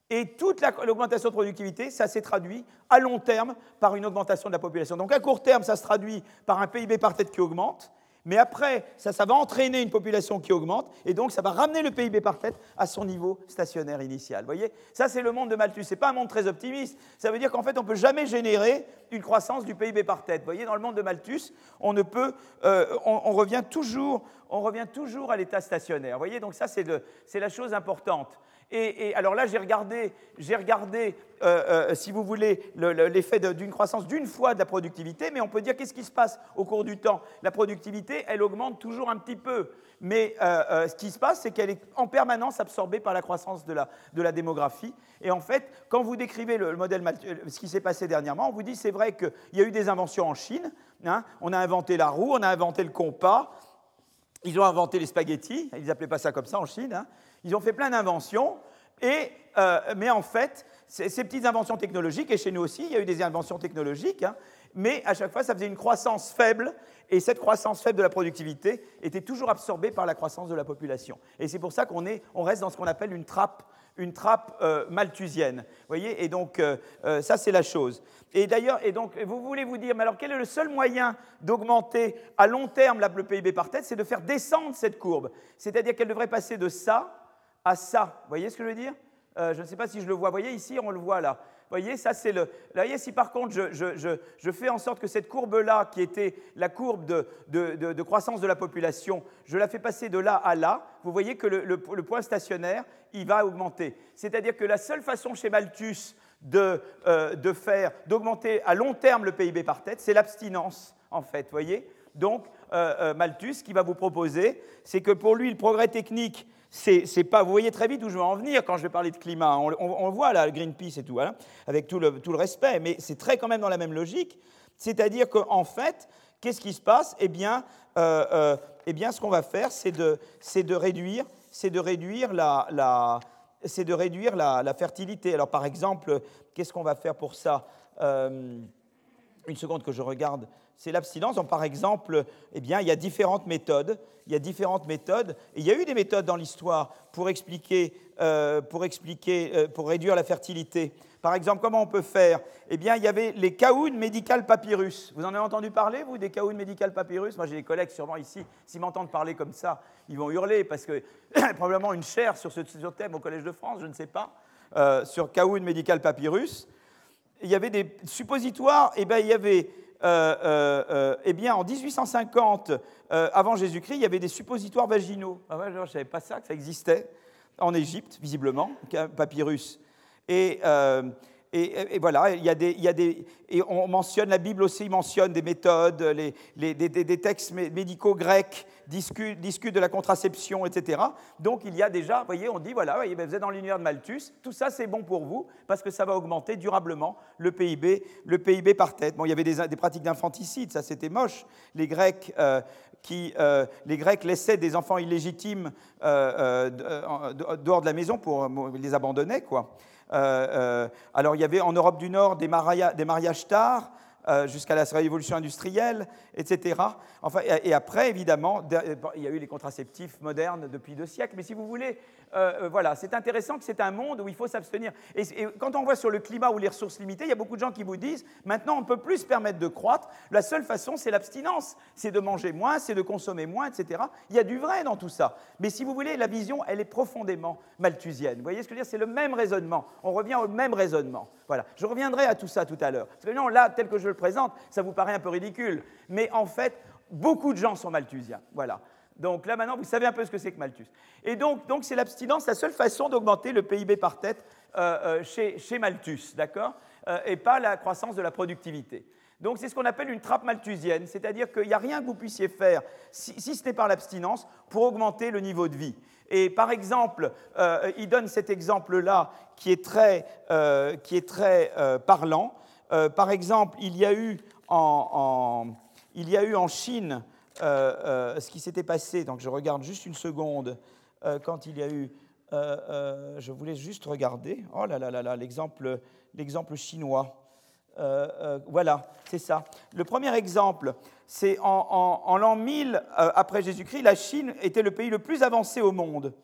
Et toute la, l'augmentation de productivité, ça s'est traduit à long terme par une augmentation de la population. Donc à court terme, ça se traduit par un P I B par tête qui augmente, mais après, ça, ça va entraîner une population qui augmente, et donc ça va ramener le P I B par tête à son niveau stationnaire initial. Vous voyez, ça c'est le monde de Malthus. Ce n'est pas un monde très optimiste. Ça veut dire qu'en fait, on ne peut jamais générer une croissance du P I B par tête. Vous voyez, dans le monde de Malthus, on ne peut, euh, on, on revient toujours, on revient toujours à l'état stationnaire. Vous voyez, donc ça c'est, le, c'est la chose importante. Et, et alors là, j'ai regardé, j'ai regardé euh, euh, si vous voulez, le, le, l'effet de, d'une croissance d'une fois de la productivité, mais on peut dire qu'est-ce qui se passe au cours du temps. La productivité, elle augmente toujours un petit peu, mais euh, euh, ce qui se passe, c'est qu'elle est en permanence absorbée par la croissance de la, de la démographie. Et en fait, quand vous décrivez le, le modèle Malthus, ce qui s'est passé dernièrement, on vous dit c'est vrai qu'il y a eu des inventions en Chine. Hein, on a inventé la roue, on a inventé le compas, ils ont inventé les spaghettis, ils n'appelaient pas ça comme ça en Chine. Hein. Ils ont fait plein d'inventions, et, euh, mais en fait, ces, ces petites inventions technologiques, et chez nous aussi, il y a eu des inventions technologiques, hein, mais à chaque fois, ça faisait une croissance faible, et cette croissance faible de la productivité était toujours absorbée par la croissance de la population. Et c'est pour ça qu'on est, on reste dans ce qu'on appelle une trappe, une trappe euh, malthusienne. Vous voyez, et donc, euh, euh, ça, c'est la chose. Et d'ailleurs, et donc, vous voulez vous dire, mais alors quel est le seul moyen d'augmenter à long terme le P I B par tête? C'est de faire descendre cette courbe. C'est-à-dire qu'elle devrait passer de ça à ça. Vous voyez ce que je veux dire? euh, Je ne sais pas si je le vois. Vous voyez, ici, on le voit là. Vous voyez, ça c'est le... Là, vous voyez, si par contre, je, je, je, je fais en sorte que cette courbe-là, qui était la courbe de, de, de, de croissance de la population, je la fais passer de là à là, vous voyez que le, le, le point stationnaire, il va augmenter. C'est-à-dire que la seule façon chez Malthus de, euh, de faire, d'augmenter à long terme le P I B par tête, c'est l'abstinence, en fait, vous voyez. Donc, euh, euh, Malthus, ce qu'il va vous proposer, c'est que pour lui, le progrès technique, c'est, c'est pas... Vous voyez très vite où je veux en venir quand je vais parler de climat. On, on, on voit là, le Greenpeace et tout, hein, avec tout le, tout le respect, mais c'est très quand même dans la même logique. C'est-à-dire qu'en fait, qu'est-ce qui se passe? Eh bien, euh, euh, eh bien, ce qu'on va faire, c'est de, c'est de réduire, c'est de réduire la... la c'est de réduire la, la fertilité. Alors, par exemple, qu'est-ce qu'on va faire pour ça? euh, Une seconde que je regarde. C'est l'abstinence. Donc, par exemple, eh bien, il y a différentes méthodes. Il y a différentes méthodes. Et il y a eu des méthodes dans l'histoire pour expliquer, euh, pour, expliquer euh, pour réduire la fertilité. Par exemple, comment on peut faire? Eh bien, il y avait les Cahun Medical Papyrus. Vous en avez entendu parler, vous, des Cahun Medical Papyrus? Moi, j'ai des collègues sûrement ici, s'ils m'entendent parler comme ça, ils vont hurler parce que probablement une chaire sur ce, sur ce thème au Collège de France, je ne sais pas, euh, sur Cahun Medical Papyrus. Il y avait des suppositoires, et bien il y avait, euh, euh, euh, eh bien en dix-huit cent cinquante, euh, avant Jésus-Christ, il y avait des suppositoires vaginaux. Ah ouais, je ne savais pas ça, que ça existait en Égypte, visiblement, papyrus. Et, euh, et, et voilà, il y a des, il y a des, et on mentionne, la Bible aussi mentionne des méthodes, les, les, des, des textes médicaux grecs discutent, discutent de la contraception, et cetera. Donc il y a déjà, vous voyez, on dit, voilà, voyez, vous êtes dans l'univers de Malthus, tout ça c'est bon pour vous, parce que ça va augmenter durablement le P I B, le P I B par tête. Bon, il y avait des, des pratiques d'infanticide, ça c'était moche. Les Grecs, euh, qui, euh, les Grecs laissaient des enfants illégitimes euh, euh, dehors de la maison pour les abandonner, quoi. Euh, euh, alors, il y avait en Europe du Nord des, maria, des mariages tard, euh, jusqu'à la révolution industrielle, et cetera. Enfin, et, et après, évidemment, il y a eu les contraceptifs modernes depuis deux siècles. Mais si vous voulez, euh, voilà, c'est intéressant que c'est un monde où il faut s'abstenir. Et, et quand on voit sur le climat ou les ressources limitées, il y a beaucoup de gens qui vous disent maintenant, on ne peut plus se permettre de croître. La seule façon, c'est l'abstinence. C'est de manger moins, c'est de consommer moins, et cetera. Il y a du vrai dans tout ça. Mais si vous voulez, la vision, elle est profondément malthusienne. Vous voyez ce que je veux dire? C'est le même raisonnement. On revient au même raisonnement. Voilà. Je reviendrai à tout ça tout à l'heure. Parce que non, là, tel que je le présente, ça vous paraît un peu ridicule. Mais en fait, beaucoup de gens sont malthusiens. Voilà. Donc là, maintenant, vous savez un peu ce que c'est que Malthus. Et donc, donc c'est l'abstinence, la seule façon d'augmenter le P I B par tête euh, euh, chez, chez Malthus, d'accord, euh, et pas la croissance de la productivité. Donc, c'est ce qu'on appelle une trappe malthusienne, c'est-à-dire qu'il n'y a rien que vous puissiez faire, si, si ce n'est par l'abstinence, pour augmenter le niveau de vie. Et par exemple, euh, il donne cet exemple-là qui est très, euh, qui est très euh, parlant. Euh, par exemple, il y a eu en, en, il y a eu en Chine euh, euh, ce qui s'était passé, donc je regarde juste une seconde, euh, quand il y a eu, euh, euh, je voulais juste regarder, oh là là là là, l'exemple, l'exemple chinois. Euh, euh, voilà, c'est ça. Le premier exemple, c'est en, en, en l'an mille euh, après Jésus-Christ, la Chine était le pays le plus avancé au monde.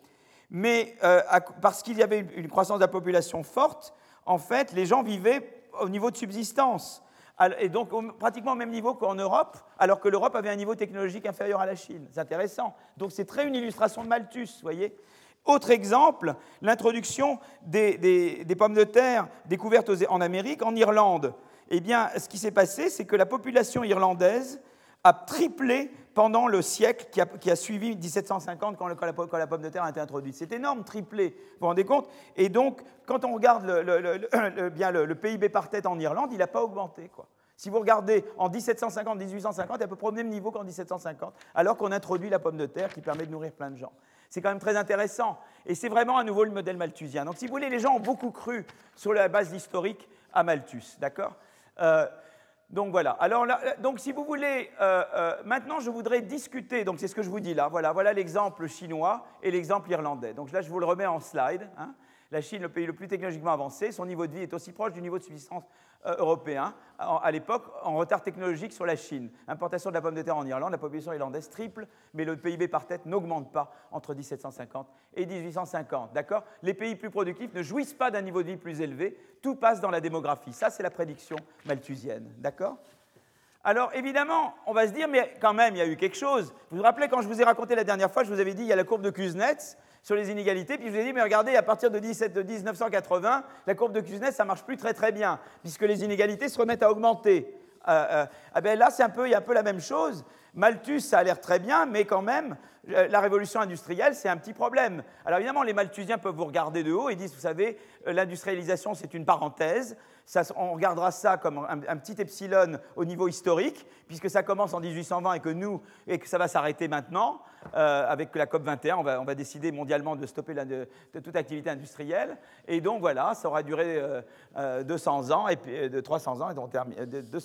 Mais euh, à, parce qu'il y avait une, une croissance de la population forte, en fait, les gens vivaient au niveau de subsistance. Et donc au, pratiquement au même niveau qu'en Europe, alors que l'Europe avait un niveau technologique inférieur à la Chine. C'est intéressant. Donc c'est très une illustration de Malthus, vous voyez. Autre exemple, l'introduction des, des, des pommes de terre découvertes aux, en Amérique, en Irlande. Eh bien, ce qui s'est passé, c'est que la population irlandaise a triplé pendant le siècle qui a, qui a suivi dix-sept cent cinquante, quand, le, quand, la, quand la pomme de terre a été introduite. C'est énorme, triplé, vous vous rendez compte? Et donc, quand on regarde le, le, le, le, bien le, le P I B par tête en Irlande, il n'a pas augmenté, quoi. Si vous regardez en dix-sept cent cinquante, dix-huit cent cinquante, il est à peu près au même niveau qu'en dix-sept cent cinquante, alors qu'on introduit la pomme de terre qui permet de nourrir plein de gens. C'est quand même très intéressant. Et c'est vraiment à nouveau le modèle malthusien. Donc, si vous voulez, les gens ont beaucoup cru sur la base historique à Malthus, d'accord? euh, Donc voilà. Alors, là, donc, si vous voulez, euh, euh, maintenant, je voudrais discuter. Donc, c'est ce que je vous dis là. Voilà, voilà l'exemple chinois et l'exemple irlandais. Donc là, je vous le remets en slide. Hein. La Chine, le pays le plus technologiquement avancé, son niveau de vie est aussi proche du niveau de subsistance euh, européen. En, à l'époque, en retard technologique sur la Chine. Importation de la pomme de terre en Irlande, la population irlandaise triple, mais le P I B par tête n'augmente pas entre dix-sept cent cinquante et dix-huit cent cinquante. D'accord? Les pays plus productifs ne jouissent pas d'un niveau de vie plus élevé. Tout passe dans la démographie. Ça, c'est la prédiction malthusienne. D'accord? Alors, évidemment, on va se dire, mais quand même, il y a eu quelque chose. Vous vous rappelez, quand je vous ai raconté la dernière fois, je vous avais dit, il y a la courbe de Kuznets sur les inégalités, puis je vous ai dit, mais regardez, à partir de dix-neuf cent quatre-vingts, la courbe de Kuznets, ça ne marche plus très très bien, puisque les inégalités se remettent à augmenter. Euh, euh, ah ben là, c'est un peu, il y a un peu la même chose. Malthus, ça a l'air très bien, mais quand même, euh, la révolution industrielle, c'est un petit problème. Alors évidemment, les malthusiens peuvent vous regarder de haut et disent, vous savez, euh, l'industrialisation, c'est une parenthèse. Ça, on regardera ça comme un, un petit epsilon au niveau historique, puisque ça commence en dix-huit cent vingt et que nous, et que ça va s'arrêter maintenant, euh, avec la COP vingt et un, on va, on va décider mondialement de stopper la, de, de toute activité industrielle. Et donc voilà, ça aura duré euh, euh, deux cents ans, et puis, de trois cents ans, et donc on termine. De, de,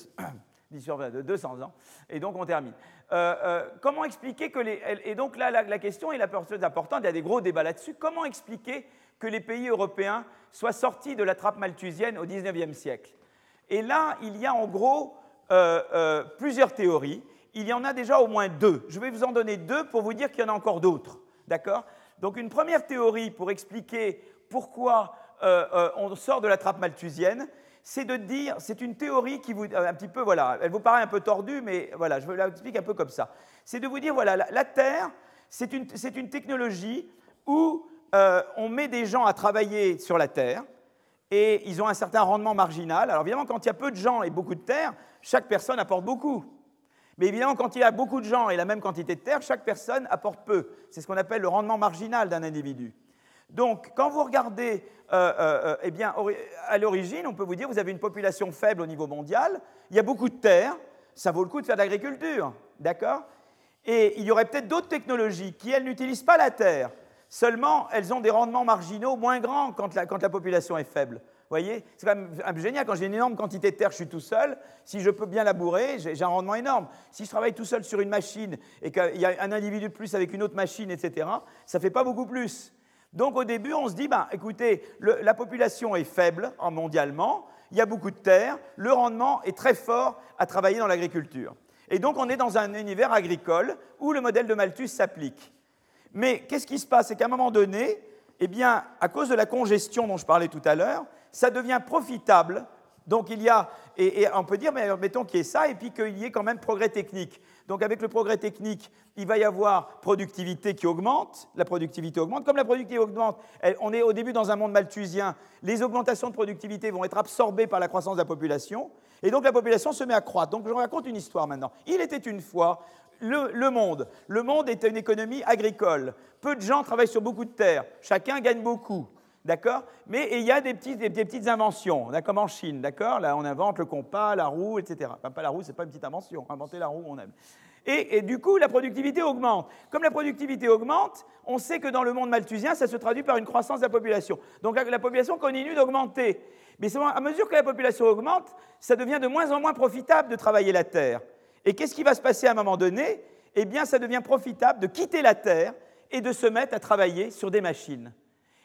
de deux cents ans, et donc on termine. Euh, euh, comment expliquer que les... Et donc là, la, la question est la plus importante, il y a des gros débats là-dessus. Comment expliquer que les pays européens soient sortis de la trappe malthusienne au dix-neuvième siècle? Et là, il y a en gros euh, euh, plusieurs théories. Il y en a déjà au moins deux. Je vais vous en donner deux pour vous dire qu'il y en a encore d'autres. D'accord? Donc une première théorie pour expliquer pourquoi euh, euh, on sort de la trappe malthusienne, c'est de dire, c'est une théorie qui vous, un petit peu, voilà, elle vous paraît un peu tordue, mais voilà, je vous l'explique un peu comme ça. C'est de vous dire, voilà, la, la Terre, c'est une, c'est une technologie où euh, on met des gens à travailler sur la Terre et ils ont un certain rendement marginal. Alors évidemment, quand il y a peu de gens et beaucoup de terre, chaque personne apporte beaucoup. Mais évidemment, quand il y a beaucoup de gens et la même quantité de terre, chaque personne apporte peu. C'est ce qu'on appelle le rendement marginal d'un individu. Donc, quand vous regardez, euh, euh, eh bien, à l'origine, on peut vous dire, vous avez une population faible au niveau mondial, il y a beaucoup de terre, ça vaut le coup de faire de l'agriculture, d'accord? Et il y aurait peut-être d'autres technologies qui, elles, n'utilisent pas la terre, seulement elles ont des rendements marginaux moins grands quand la, quand la population est faible. Vous voyez? C'est quand même génial, quand j'ai une énorme quantité de terre, je suis tout seul, si je peux bien labourer, j'ai, j'ai un rendement énorme. Si je travaille tout seul sur une machine et qu'il y a un individu de plus avec une autre machine, et cetera, ça ne fait pas beaucoup plus. Donc au début, on se dit, ben, écoutez, le, la population est faible hein, mondialement, il y a beaucoup de terre, le rendement est très fort à travailler dans l'agriculture. Et donc on est dans un univers agricole où le modèle de Malthus s'applique. Mais qu'est-ce qui se passe? C'est qu'à un moment donné, eh bien, à cause de la congestion dont je parlais tout à l'heure, ça devient profitable. Donc il y a, et, et on peut dire, mais mettons qu'il y ait ça, et puis qu'il y ait quand même progrès technique. Donc avec le progrès technique, il va y avoir productivité qui augmente, la productivité augmente. Comme la productivité augmente, elle, on est au début dans un monde malthusien, les augmentations de productivité vont être absorbées par la croissance de la population, et donc la population se met à croître. Donc je vous raconte une histoire maintenant. Il était une fois le, le monde. Le monde était une économie agricole. Peu de gens travaillent sur beaucoup de terres. Chacun gagne beaucoup. D'accord? Mais il y a des, petits, des, des petites inventions, comme en Chine, d'accord? Là, on invente le compas, la roue, et cetera. Enfin, pas la roue, c'est pas une petite invention. Inventer la roue, on aime. Et, et du coup, la productivité augmente. Comme la productivité augmente, on sait que dans le monde malthusien, ça se traduit par une croissance de la population. Donc la, la population continue d'augmenter. Mais à mesure que la population augmente, ça devient de moins en moins profitable de travailler la terre. Et qu'est-ce qui va se passer à un moment donné? Eh bien, ça devient profitable de quitter la terre et de se mettre à travailler sur des machines.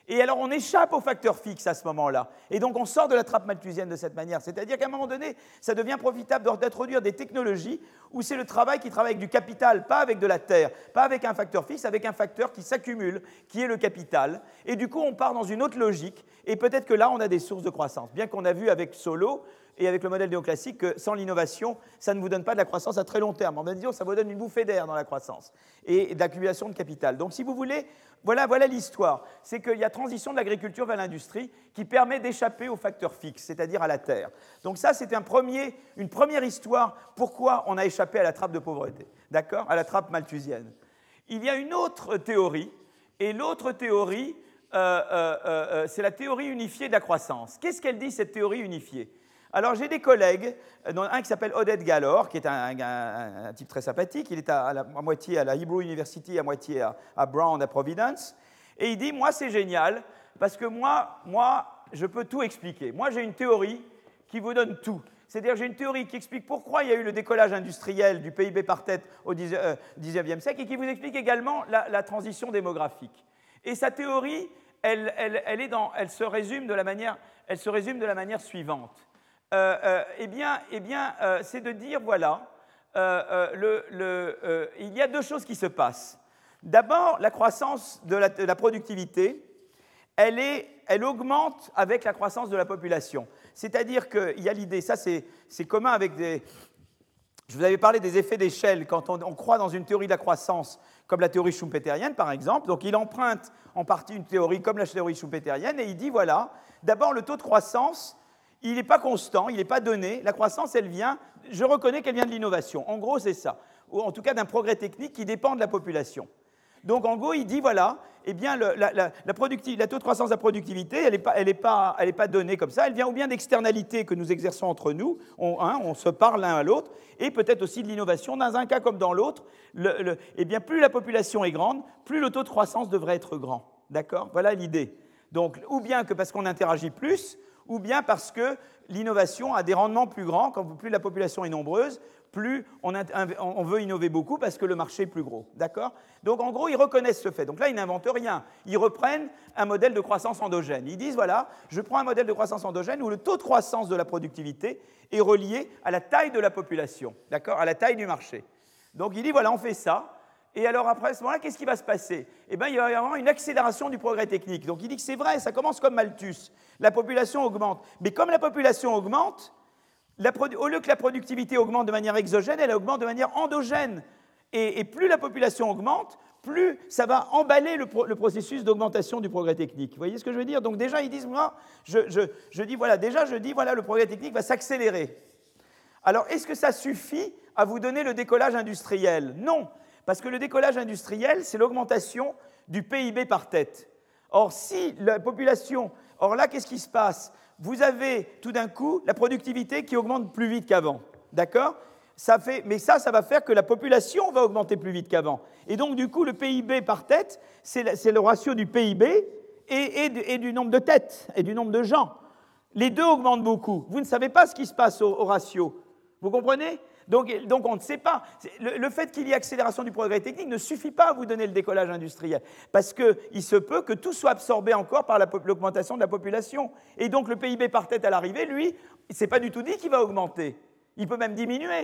Et alors on échappe au facteur fixe à ce moment-là. Et donc on sort de la trappe malthusienne de cette manière. C'est-à-dire qu'à un moment donné, ça devient profitable d'introduire des technologies où c'est le travail qui travaille avec du capital, pas avec de la terre, pas avec un facteur fixe, avec un facteur qui s'accumule, qui est le capital. Et du coup on part dans une autre logique. Et peut-être que là on a des sources de croissance. Bien qu'on a vu avec Solow et avec le modèle néoclassique que sans l'innovation, ça ne vous donne pas de la croissance à très long terme. En même temps, ça vous donne une bouffée d'air dans la croissance et de l'accumulation de capital. Donc si vous voulez, voilà, voilà l'histoire. C'est qu'il y a transition de l'agriculture vers l'industrie qui permet d'échapper au facteur fixe, c'est-à-dire à la terre. Donc ça, c'est un premier, une première histoire pourquoi on a échappé à la trappe de pauvreté, d'accord, à la trappe malthusienne. Il y a une autre théorie, et l'autre théorie, euh, euh, euh, c'est la théorie unifiée de la croissance. Qu'est-ce qu'elle dit, cette théorie unifiée ? Alors j'ai des collègues, dont un qui s'appelle Oded Galor, qui est un, un, un type très sympathique, il est à, à, la, à moitié à la Hebrew University, à moitié à, à Brown, à Providence, et il dit, moi c'est génial, parce que moi, moi, je peux tout expliquer. Moi j'ai une théorie qui vous donne tout. C'est-à-dire j'ai une théorie qui explique pourquoi il y a eu le décollage industriel du P I B par tête au dix-neuvième siècle, et qui vous explique également la, la transition démographique. Et sa théorie, elle, elle, elle, est dans, elle, se résume de la manière, elle se résume de la manière suivante. Euh, euh, eh bien, eh bien euh, c'est de dire, voilà, euh, euh, le, le, euh, il y a deux choses qui se passent. D'abord, la croissance de la, de la productivité, elle, est, elle augmente avec la croissance de la population. C'est-à-dire qu'il y a l'idée, ça c'est, c'est commun avec des... Je vous avais parlé des effets d'échelle quand on, on croit dans une théorie de la croissance, comme la théorie schumpeterienne par exemple. Donc il emprunte en partie une théorie comme la théorie schumpeterienne et il dit, voilà, d'abord le taux de croissance, il n'est pas constant, il n'est pas donné. La croissance, elle vient, je reconnais qu'elle vient de l'innovation. En gros, c'est ça. Ou en tout cas d'un progrès technique qui dépend de la population. Donc, en gros, il dit, voilà, eh bien, le, la, la, la, la taux de croissance de la productivité, elle n'est pas, elle est pas, elle est pas donnée comme ça. Elle vient ou bien d'externalités que nous exerçons entre nous, on, hein, on se parle l'un à l'autre, et peut-être aussi de l'innovation. Dans un cas comme dans l'autre, le, le, eh bien, plus la population est grande, plus le taux de croissance devrait être grand. D'accord ? Voilà l'idée. Donc, ou bien que parce qu'on interagit plus, ou bien parce que l'innovation a des rendements plus grands. Quand plus la population est nombreuse, plus on, on veut innover beaucoup parce que le marché est plus gros. D'accord ? Donc, en gros, ils reconnaissent ce fait. Donc là, ils n'inventent rien. Ils reprennent un modèle de croissance endogène. Ils disent, voilà, je prends un modèle de croissance endogène où le taux de croissance de la productivité est relié à la taille de la population, d'accord ? À la taille du marché. Donc, il dit, voilà, on fait ça. Et alors, après, à ce moment-là, qu'est-ce qui va se passer ? Eh bien, il va y avoir une accélération du progrès technique. Donc, il dit que c'est vrai, ça commence comme Malthus. La population augmente. Mais comme la population augmente, la produ- au lieu que la productivité augmente de manière exogène, elle augmente de manière endogène. Et, et plus la population augmente, plus ça va emballer le, pro- le processus d'augmentation du progrès technique. Vous voyez ce que je veux dire ? Donc, déjà, ils disent, moi, je, je, je dis, voilà, déjà, je dis, voilà, le progrès technique va s'accélérer. Alors, est-ce que ça suffit à vous donner le décollage industriel ? Non. Parce que le décollage industriel, c'est l'augmentation du P I B par tête. Or, si la population... Or là, qu'est-ce qui se passe ? Vous avez tout d'un coup la productivité qui augmente plus vite qu'avant. D'accord ? Ça fait, mais ça, ça va faire que la population va augmenter plus vite qu'avant. Et donc, du coup, le P I B par tête, c'est, la, c'est le ratio du P I B et, et, et du nombre de têtes et du nombre de gens. Les deux augmentent beaucoup. Vous ne savez pas ce qui se passe au, au ratio. Vous comprenez ? Donc, donc, on ne sait pas. Le, le fait qu'il y ait accélération du progrès technique ne suffit pas à vous donner le décollage industriel, parce qu'il se peut que tout soit absorbé encore par la, l'augmentation de la population. Et donc, le P I B par tête à l'arrivée, lui, ce n'est pas du tout dit qu'il va augmenter. Il peut même diminuer.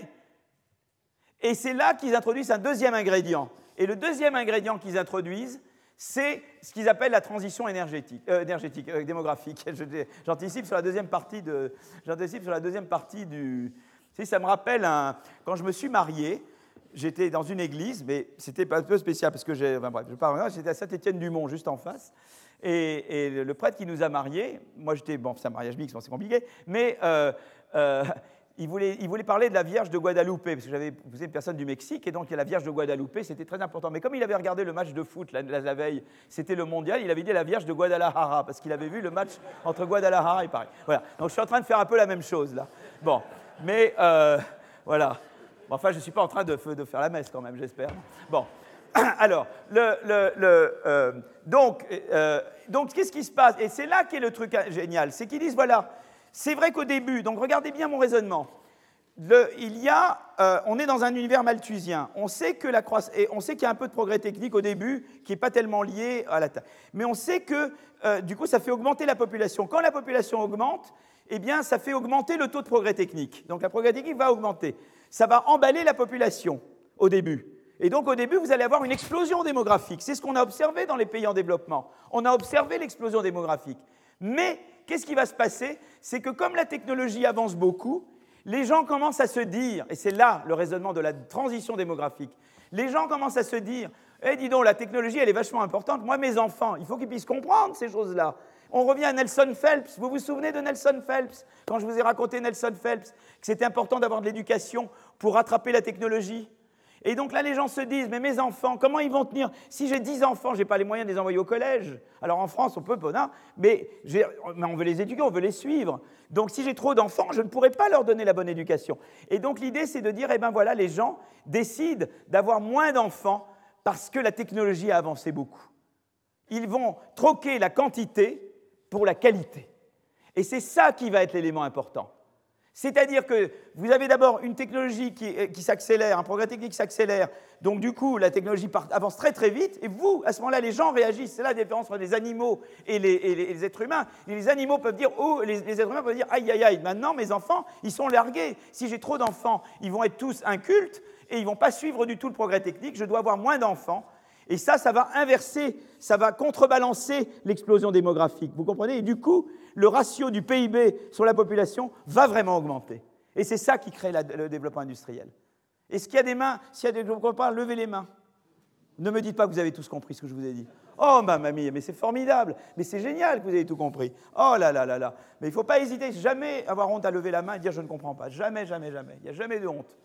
Et c'est là qu'ils introduisent un deuxième ingrédient. Et le deuxième ingrédient qu'ils introduisent, c'est ce qu'ils appellent la transition énergétique, euh, énergétique euh, démographique. Je, j'anticipe sur la deuxième partie, de, j'anticipe sur la deuxième partie du... Ça me rappelle, un, quand je me suis marié, j'étais dans une église, mais c'était un peu spécial, parce que j'ai, enfin bref, je parle, j'étais à Saint-Étienne-du-Mont, juste en face, et, et le prêtre qui nous a mariés, moi j'étais, bon, c'est un mariage mixte, bon, c'est compliqué, mais euh, euh, il, voulait, il voulait parler de la Vierge de Guadalupe, parce que j'avais épousé une personne du Mexique, et donc la Vierge de Guadalupe, c'était très important. Mais comme il avait regardé le match de foot la, la, la veille, c'était le mondial, il avait dit la Vierge de Guadalajara, parce qu'il avait vu le match entre Guadalajara et Paris. Voilà, donc je suis en train de faire un peu la même chose, là. Bon. Mais euh, voilà. Bon, enfin, je ne suis pas en train de, de faire la messe quand même, j'espère. Bon. Alors, le, le, le, euh, donc, euh, donc, qu'est-ce qui se passe ? Et c'est là qu'est le truc génial. C'est qu'ils disent, voilà, c'est vrai qu'au début, donc regardez bien mon raisonnement, le, il y a, euh, on est dans un univers malthusien. On sait que la croissance, et on sait qu'il y a un peu de progrès technique au début qui n'est pas tellement lié à la taille. Mais on sait que, euh, du coup, ça fait augmenter la population. Quand la population augmente, eh bien, ça fait augmenter le taux de progrès technique. Donc, la progrès technique va augmenter. Ça va emballer la population au début. Et donc, au début, vous allez avoir une explosion démographique. C'est ce qu'on a observé dans les pays en développement. On a observé l'explosion démographique. Mais, qu'est-ce qui va se passer? C'est que comme la technologie avance beaucoup, les gens commencent à se dire, et c'est là le raisonnement de la transition démographique, les gens commencent à se dire, eh, dis donc, la technologie, elle est vachement importante. Moi, mes enfants, il faut qu'ils puissent comprendre ces choses-là. On revient à Nelson Phelps. Vous vous souvenez de Nelson Phelps? Quand je vous ai raconté Nelson Phelps, que c'était important d'avoir de l'éducation pour rattraper la technologie. Et donc là, les gens se disent, mais mes enfants, comment ils vont tenir? Si j'ai dix enfants, je n'ai pas les moyens de les envoyer au collège. Alors en France, on peut, non, mais, mais on veut les éduquer, on veut les suivre. Donc si j'ai trop d'enfants, je ne pourrai pas leur donner la bonne éducation. Et donc l'idée, c'est de dire, eh bien voilà, les gens décident d'avoir moins d'enfants parce que la technologie a avancé beaucoup. Ils vont troquer la quantité pour la qualité. Et c'est ça qui va être l'élément important. C'est-à-dire que vous avez d'abord une technologie qui, qui s'accélère, un progrès technique qui s'accélère, donc du coup la technologie part, avance très très vite, et vous, à ce moment-là, les gens réagissent. C'est là la différence entre les animaux et les, et les, et les êtres humains. Et les animaux peuvent dire, oh, les, les êtres humains peuvent dire, aïe aïe aïe, maintenant mes enfants, ils sont largués. Si j'ai trop d'enfants, ils vont être tous incultes, et ils ne vont pas suivre du tout le progrès technique, je dois avoir moins d'enfants. Et ça, ça va inverser, ça va contrebalancer l'explosion démographique. Vous comprenez? Et du coup, le ratio du P I B sur la population va vraiment augmenter. Et c'est ça qui crée la, le développement industriel. Est-ce qu'il y a des mains? S'il y a des gens qui ne comprennent pas, levez les mains. Ne me dites pas que vous avez tous compris ce que je vous ai dit. Oh, ma mamie, mais c'est formidable. Mais c'est génial que vous ayez tout compris. Oh là là là là. Mais il ne faut pas hésiter, jamais avoir honte à lever la main et dire je ne comprends pas. Jamais, jamais, jamais. Il n'y a jamais de honte.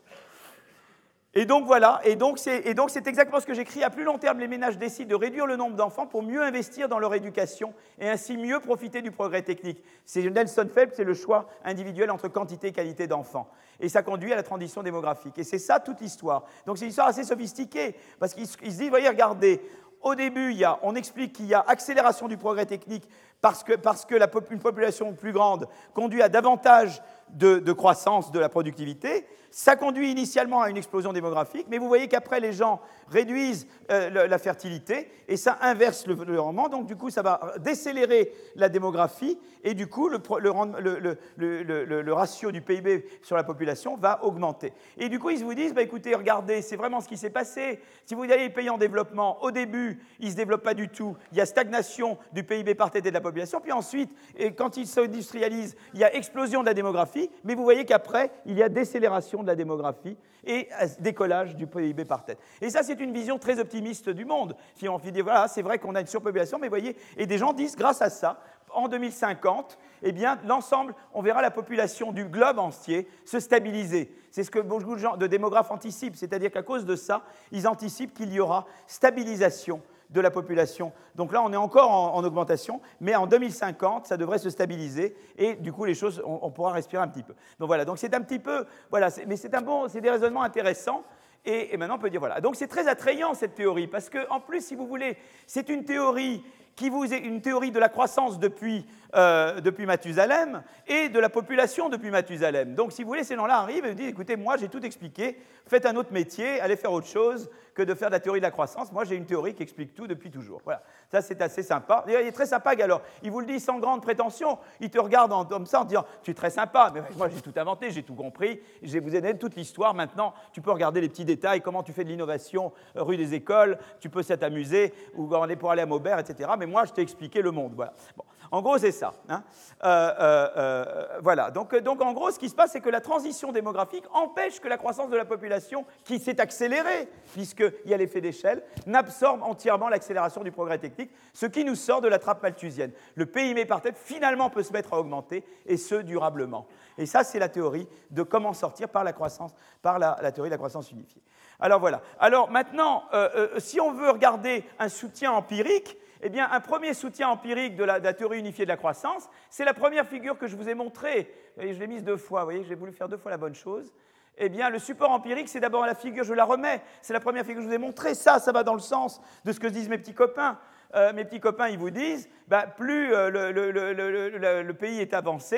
Et donc voilà, et donc, c'est, et donc c'est exactement ce que j'écris. À plus long terme, les ménages décident de réduire le nombre d'enfants pour mieux investir dans leur éducation et ainsi mieux profiter du progrès technique. C'est Nelson Phelps, c'est le choix individuel entre quantité et qualité d'enfants. Et ça conduit à la transition démographique. Et c'est ça toute l'histoire. Donc c'est une histoire assez sophistiquée, parce qu'ils se disent, voyez, regardez, au début, il y a, on explique qu'il y a accélération du progrès technique parce que, parce que la, une population plus grande conduit à davantage de, de croissance de la productivité. Ça conduit initialement à une explosion démographique, mais vous voyez qu'après, les gens réduisent euh, le, la fertilité et ça inverse le, le rendement. Donc, du coup, ça va décélérer la démographie et du coup, le, le, le, le, le ratio du P I B sur la population va augmenter. Et du coup, ils vous disent, bah, écoutez, regardez, c'est vraiment ce qui s'est passé. Si vous allez les pays en développement, au début, ils ne se développent pas du tout. Il y a stagnation du P I B par tête et de la population. Puis ensuite, et quand ils s'industrialisent, il y a explosion de la démographie. Mais vous voyez qu'après, il y a décélération de la démographie et décollage du P I B par tête. Et ça, c'est une vision très optimiste du monde. Si on dit, voilà, c'est vrai qu'on a une surpopulation, mais vous voyez, et des gens disent, grâce à ça, en deux mille cinquante, eh bien, l'ensemble, on verra la population du globe entier se stabiliser. C'est ce que beaucoup de, gens, de démographes anticipent, c'est-à-dire qu'à cause de ça, ils anticipent qu'il y aura stabilisation de la population. Donc là, on est encore en, en augmentation, mais en deux mille cinquante, ça devrait se stabiliser et du coup, les choses, on, on pourra respirer un petit peu. Donc voilà, donc c'est un petit peu, voilà, c'est, mais c'est un bon, c'est des raisonnements intéressants. Et, et maintenant, on peut dire voilà. Donc c'est très attrayant cette théorie parce que, en plus, si vous voulez, c'est une théorie qui vous est une théorie de la croissance depuis, euh, depuis Mathusalem et de la population depuis Mathusalem. Donc, si vous voulez, ces gens-là arrivent et vous disent, écoutez, moi, j'ai tout expliqué, faites un autre métier, allez faire autre chose que de faire de la théorie de la croissance. Moi, j'ai une théorie qui explique tout depuis toujours. Voilà. Ça, c'est assez sympa. Il est très sympa, alors, il vous le dit sans grande prétention. Il te regarde en, comme ça en disant, tu es très sympa, mais moi, j'ai tout inventé, j'ai tout compris, je vais vous aider toute l'histoire. Maintenant, tu peux regarder les petits détails, comment tu fais de l'innovation rue des écoles, tu peux t'amuser, ou pour aller à Maubert, et cetera. Mais moi, je t'ai expliqué le monde. Voilà. Bon. En gros, c'est ça. Hein. Euh, euh, euh, voilà. Donc, donc, en gros, ce qui se passe, c'est que la transition démographique empêche que la croissance de la population, qui s'est accélérée, puisqu'il y a l'effet d'échelle, n'absorbe entièrement l'accélération du progrès technique, ce qui nous sort de la trappe malthusienne. Le P I B par tête, finalement, peut se mettre à augmenter, et ce, durablement. Et ça, c'est la théorie de comment sortir par la croissance, par la, la théorie de la croissance unifiée. Alors, voilà. Alors, maintenant, euh, euh, si on veut regarder un soutien empirique, eh bien, un premier soutien empirique de la, de la théorie unifiée de la croissance, c'est la première figure que je vous ai montrée. Et je l'ai mise deux fois, vous voyez, j'ai voulu faire deux fois la bonne chose. Eh bien, le support empirique, c'est d'abord la figure, je la remets, c'est la première figure que je vous ai montrée. Ça, ça va dans le sens de ce que disent mes petits copains. Euh, mes petits copains, ils vous disent, bah, plus euh, le, le, le, le, le pays est avancé,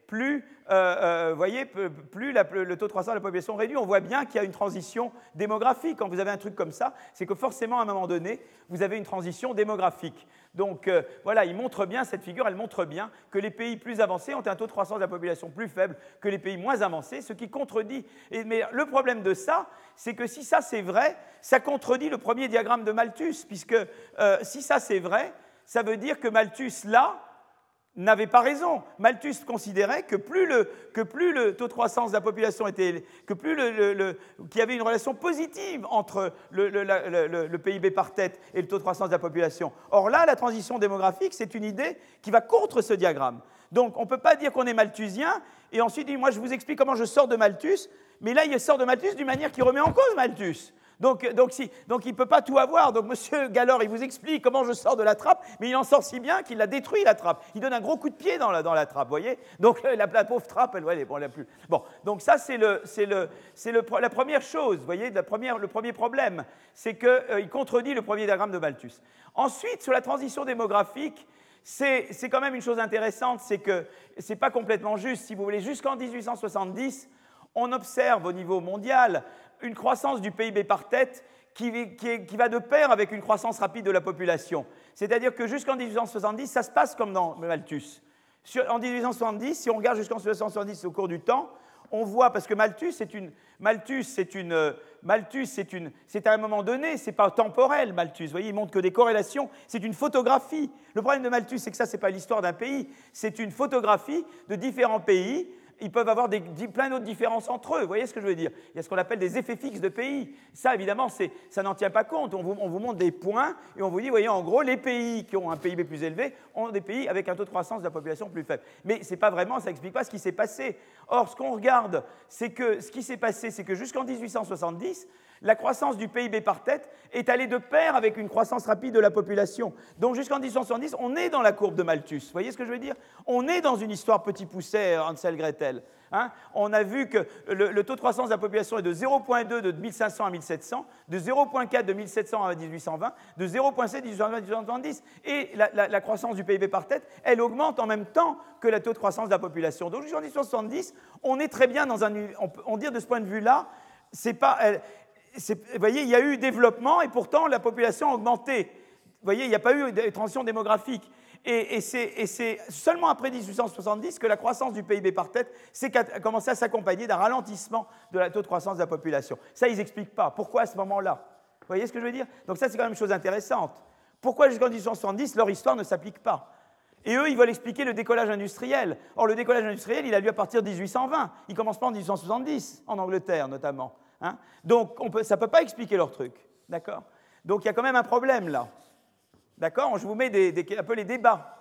plus, euh, euh, voyez, plus la, le taux de croissance de la population réduit. On voit bien qu'il y a une transition démographique. Quand vous avez un truc comme ça, c'est que forcément, à un moment donné, vous avez une transition démographique. Donc euh, voilà, il montre bien, cette figure, elle montre bien que les pays plus avancés ont un taux de croissance de la population plus faible que les pays moins avancés, ce qui contredit. Et, mais le problème de ça, c'est que si ça c'est vrai, ça contredit le premier diagramme de Malthus, puisque euh, si ça c'est vrai, ça veut dire que Malthus, là, n'avait pas raison. Malthus considérait que plus le, que plus le taux de croissance de la population était, que plus le, le, le, qu'il y avait une relation positive entre le, le, le, le P I B par tête et le taux de croissance de la population. Or là, la transition démographique, c'est une idée qui va contre ce diagramme. Donc, on ne peut pas dire qu'on est malthusien et ensuite dire, moi, je vous explique comment je sors de Malthus, mais là, il sort de Malthus d'une manière qui remet en cause Malthus. Donc, donc, si, donc il ne peut pas tout avoir. Donc M. Gallor, il vous explique comment je sors de la trappe, mais il en sort si bien qu'il a détruit la trappe. Il donne un gros coup de pied dans la, dans la trappe, vous voyez. Donc la, la pauvre trappe, elle, elle est bon, elle a plus. Bon, donc ça c'est le, c'est le, c'est le, la première chose, vous voyez, la première, le premier problème, c'est qu'il euh, contredit le premier diagramme de Malthus. Ensuite, sur la transition démographique, c'est, c'est quand même une chose intéressante, c'est que ce n'est pas complètement juste. Si vous voulez, jusqu'en dix-huit cent soixante-dix, on observe au niveau mondial une croissance du P I B par tête qui, qui, qui va de pair avec une croissance rapide de la population. C'est-à-dire que jusqu'en dix-huit cent soixante-dix, ça se passe comme dans Malthus. Sur, en dix-huit cent soixante-dix, si on regarde jusqu'en dix-huit cent soixante-dix au cours du temps, on voit, parce que Malthus, c'est une, Malthus, c'est une, Malthus, c'est une, c'est à un moment donné, c'est pas temporel, Malthus. Vous voyez, il montre que des corrélations, c'est une photographie. Le problème de Malthus, c'est que ça, c'est pas l'histoire d'un pays, c'est une photographie de différents pays. Ils peuvent avoir des, plein d'autres différences entre eux. Vous voyez ce que je veux dire? Il y a ce qu'on appelle des effets fixes de pays. Ça, évidemment, ça n'en tient pas compte. On vous, on vous montre des points et on vous dit, vous voyez, en gros, les pays qui ont un P I B plus élevé ont des pays avec un taux de croissance de la population plus faible. Mais ce n'est pas vraiment, ça n'explique pas ce qui s'est passé. Or, ce qu'on regarde, c'est que ce qui s'est passé, c'est que jusqu'en dix-huit cent soixante-dix, la croissance du P I B par tête est allée de pair avec une croissance rapide de la population. Donc jusqu'en dix-huit cent soixante-dix, on est dans la courbe de Malthus. Vous voyez ce que je veux dire? On est dans une histoire petit pousset, Hansel Gretel. Hein? On a vu que le, le taux de croissance de la population est de zéro virgule deux de mille cinq cents à mille sept cents, de zéro virgule quatre de mille sept cents à dix-huit cent vingt, de zéro virgule sept de dix-huit cent vingt à dix-huit cent soixante-dix. Et la, la, la croissance du P I B par tête, elle augmente en même temps que le taux de croissance de la population. Donc jusqu'en dix-huit cent soixante-dix, on est très bien dans un... On peut on dire de ce point de vue-là, c'est pas... Elle, vous voyez, il y a eu développement et pourtant la population a augmenté. Vous voyez, il n'y a pas eu de transition démographique. Et, et, c'est, et c'est seulement après dix-huit cent soixante-dix que la croissance du P I B par tête a commencé à s'accompagner d'un ralentissement de la taux de croissance de la population. Ça, ils n'expliquent pas. Pourquoi à ce moment-là? Vous voyez ce que je veux dire? Donc ça, c'est quand même une chose intéressante. Pourquoi jusqu'en dix-huit cent soixante-dix, leur histoire ne s'applique pas? Et eux, ils veulent expliquer le décollage industriel. Or, le décollage industriel, il a lieu à partir de dix-huit cent vingt. Il ne commence pas en dix-huit cent soixante-dix, en Angleterre notamment. Hein? Donc, on peut, ça ne peut pas expliquer leur truc. D'accord? Donc, il y a quand même un problème là. D'accord? Je vous mets des, des, un peu les débats.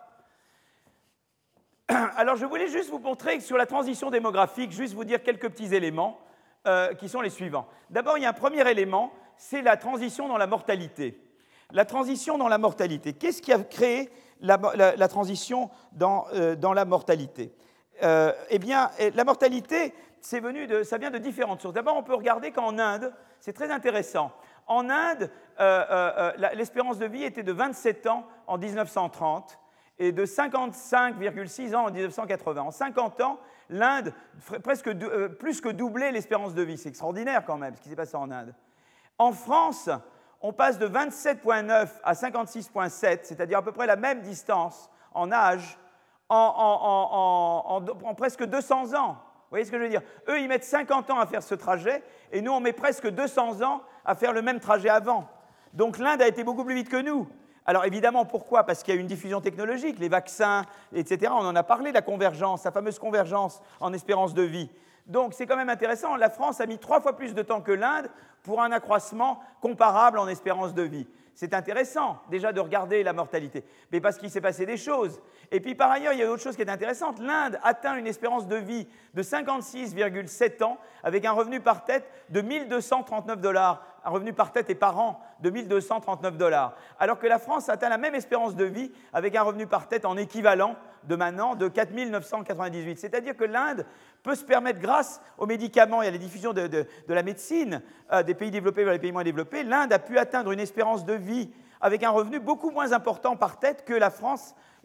Alors, je voulais juste vous montrer que sur la transition démographique, juste vous dire quelques petits éléments euh, qui sont les suivants. D'abord, il y a un premier élément, c'est la transition dans la mortalité. La transition dans la mortalité. Qu'est-ce qui a créé la, la, la transition dans, euh, dans la mortalité? euh, Eh bien, la mortalité, c'est venu de, ça vient de différentes sources. D'abord, on peut regarder qu'en Inde, c'est très intéressant. En Inde, euh, euh, la, l'espérance de vie était de vingt-sept ans en dix-neuf cent trente et de cinquante-cinq virgule six ans en dix-neuf cent quatre-vingts. En cinquante ans, l'Inde presque euh, plus que doublé l'espérance de vie. C'est extraordinaire quand même ce qui s'est passé en Inde. En France, on passe de vingt-sept virgule neuf à cinquante-six virgule sept, c'est-à-dire à peu près la même distance en âge, en, en, en, en, en presque deux cents ans. Vous voyez ce que je veux dire? Eux, ils mettent cinquante ans à faire ce trajet, et nous, on met presque deux cents ans à faire le même trajet avant. Donc l'Inde a été beaucoup plus vite que nous. Alors évidemment, pourquoi? Parce qu'il y a eu une diffusion technologique, les vaccins, et cetera. On en a parlé, la convergence, la fameuse convergence en espérance de vie. Donc c'est quand même intéressant. La France a mis trois fois plus de temps que l'Inde pour un accroissement comparable en espérance de vie. C'est intéressant déjà de regarder la mortalité, mais parce qu'il s'est passé des choses. Et puis par ailleurs, il y a autre chose qui est intéressante. L'Inde atteint une espérance de vie de cinquante-six virgule sept ans avec un revenu par tête de mille deux cent trente-neuf dollars, un revenu par tête et par an de mille deux cent trente-neuf dollars, alors que la France atteint la même espérance de vie avec un revenu par tête en équivalent de maintenant de quatre mille neuf cent quatre-vingt-dix-huit. C'est-à-dire que l'Inde peut se permettre, grâce aux médicaments et à la diffusion de, de, de la médecine euh, des pays développés vers les pays moins développés, l'Inde a pu atteindre une espérance de vie avec un revenu beaucoup moins important par tête que la France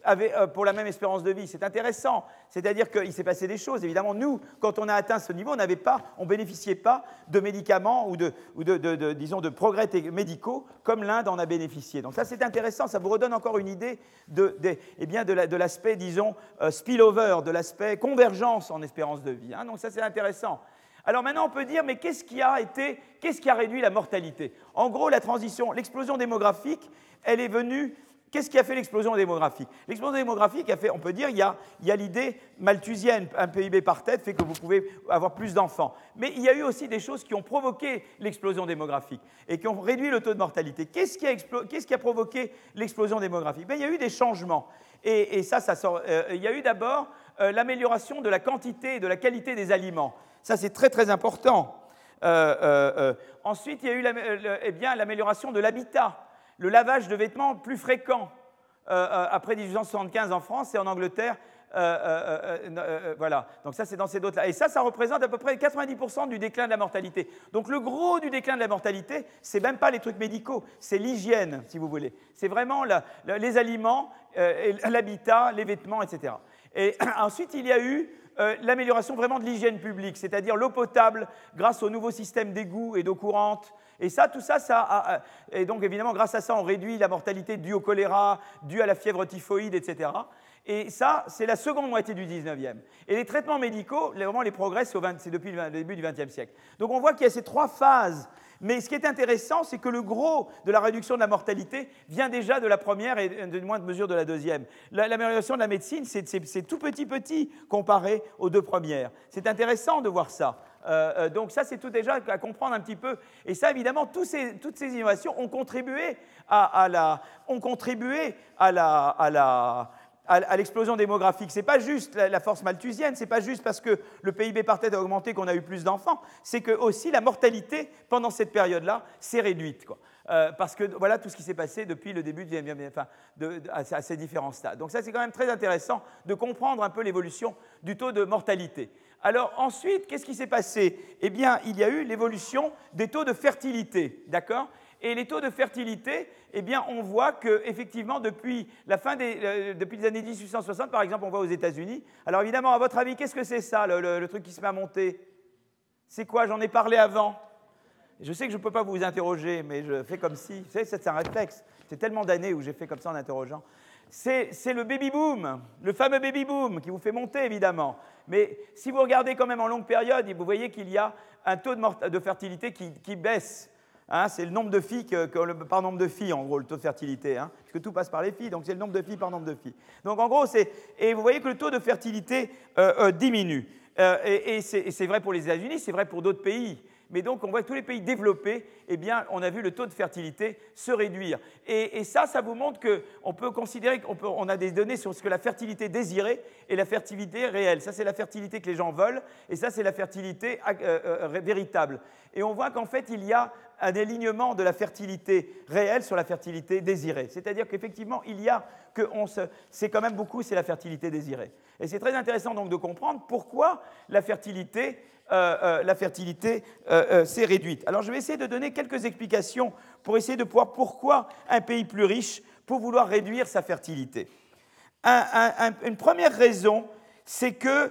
avec, euh, pour la même espérance de vie. C'est intéressant. C'est-à-dire qu'il s'est passé des choses. Évidemment, nous, quand on a atteint ce niveau, on n'avait pas, on ne bénéficiait pas de médicaments ou de, ou de, de, de, disons, de progrès médicaux comme l'Inde en a bénéficié. Donc ça, c'est intéressant. Ça vous redonne encore une idée de, de, eh bien, de, la, de l'aspect, disons, euh, spillover, de l'aspect convergence en espérance de vie. Hein. Donc ça, c'est intéressant. Alors maintenant, on peut dire, mais qu'est-ce qui a été, qu'est-ce qui a réduit la mortalité? En gros, la transition, l'explosion démographique, elle est venue. Qu'est-ce qui a fait l'explosion démographique? L'explosion démographique a fait, on peut dire, il y a, il y a l'idée malthusienne, un P I B par tête fait que vous pouvez avoir plus d'enfants. Mais il y a eu aussi des choses qui ont provoqué l'explosion démographique et qui ont réduit le taux de mortalité. Qu'est-ce qui a, explo- qu'est-ce qui a provoqué l'explosion démographique? Bien, il y a eu des changements. Et, et ça, ça sort, euh, il y a eu d'abord euh, l'amélioration de la quantité et de la qualité des aliments. Ça, c'est très, très important. Euh, euh, euh. Ensuite, il y a eu la, euh, eh bien, l'amélioration de l'habitat. Le lavage de vêtements plus fréquent euh, euh, après dix-huit cent soixante-quinze en France et en Angleterre. Euh, euh, euh, euh, voilà. Donc ça, c'est dans ces d'autres-là. Et ça, ça représente à peu près quatre-vingt-dix pour cent du déclin de la mortalité. Donc le gros du déclin de la mortalité, c'est même pas les trucs médicaux, c'est l'hygiène, si vous voulez. C'est vraiment la, la, les aliments, euh, l'habitat, les vêtements, et cetera. Et ensuite, il y a eu Euh, l'amélioration vraiment de l'hygiène publique, c'est-à-dire l'eau potable grâce au nouveau système d'égouts et d'eau courante. Et ça, tout ça, ça a, a, et donc évidemment, grâce à ça, on réduit la mortalité due au choléra, due à la fièvre typhoïde, et cetera. Et ça, c'est la seconde moitié du dix-neuvième. Et les traitements médicaux, vraiment, les progrès, c'est depuis le début du vingtième siècle. Donc on voit qu'il y a ces trois phases. Mais ce qui est intéressant, c'est que le gros de la réduction de la mortalité vient déjà de la première et de moins de mesure de la deuxième. L'amélioration de la médecine, c'est, c'est, c'est tout petit petit comparé aux deux premières. C'est intéressant de voir ça. Euh, donc ça, c'est tout déjà à comprendre un petit peu. Et ça, évidemment, tous ces, toutes ces innovations ont contribué à, à la, ont contribué à la, à la à l'explosion démographique. Ce n'est pas juste la force malthusienne, ce n'est pas juste parce que le P I B par tête a augmenté qu'on a eu plus d'enfants, c'est que aussi la mortalité pendant cette période-là s'est réduite, quoi. Euh, parce que voilà tout ce qui s'est passé depuis le début du enfin, de, de, à, à ces différents stades. Donc ça, c'est quand même très intéressant de comprendre un peu l'évolution du taux de mortalité. Alors ensuite, qu'est-ce qui s'est passé? Eh bien, il y a eu l'évolution des taux de fertilité, d'accord? Et les taux de fertilité, eh bien, on voit qu'effectivement, depuis, la fin des, euh, depuis les années dix-huit cent soixante, par exemple, on voit aux États-Unis. Alors évidemment, à votre avis, qu'est-ce que c'est ça, le, le, le truc qui se met à monter? C'est quoi? J'en ai parlé avant. Je sais que je ne peux pas vous interroger, mais je fais comme si. Vous savez, c'est un réflexe. C'est tellement d'années où j'ai fait comme ça en interrogeant. C'est, c'est le baby-boom, le fameux baby-boom qui vous fait monter, évidemment. Mais si vous regardez quand même en longue période, vous voyez qu'il y a un taux de, mort- de fertilité qui, qui baisse. Hein, c'est le nombre de filles que, que, par nombre de filles, en gros, le taux de fertilité, hein, puisque tout passe par les filles, donc c'est le nombre de filles par nombre de filles. Donc en gros, c'est, et vous voyez que le taux de fertilité euh, euh, diminue. Euh, et, et, c'est, et c'est vrai pour les États-Unis, c'est vrai pour d'autres pays. Mais donc, on voit que tous les pays développés, eh bien, on a vu le taux de fertilité se réduire. Et, et ça, ça vous montre qu'on peut considérer qu'on peut, on a des données sur ce que la fertilité désirée et la fertilité réelle. Ça, c'est la fertilité que les gens veulent, et ça, c'est la fertilité euh, euh, véritable. Et on voit qu'en fait, il y a un alignement de la fertilité réelle sur la fertilité désirée. C'est-à-dire qu'effectivement, il y a que on se, c'est quand même beaucoup, c'est la fertilité désirée. Et c'est très intéressant donc de comprendre pourquoi la fertilité Euh, euh, la fertilité euh, euh, s'est réduite. Alors je vais essayer de donner quelques explications pour essayer de pouvoir pourquoi un pays plus riche peut vouloir réduire sa fertilité. Un, un, un, une première raison, c'est que, euh,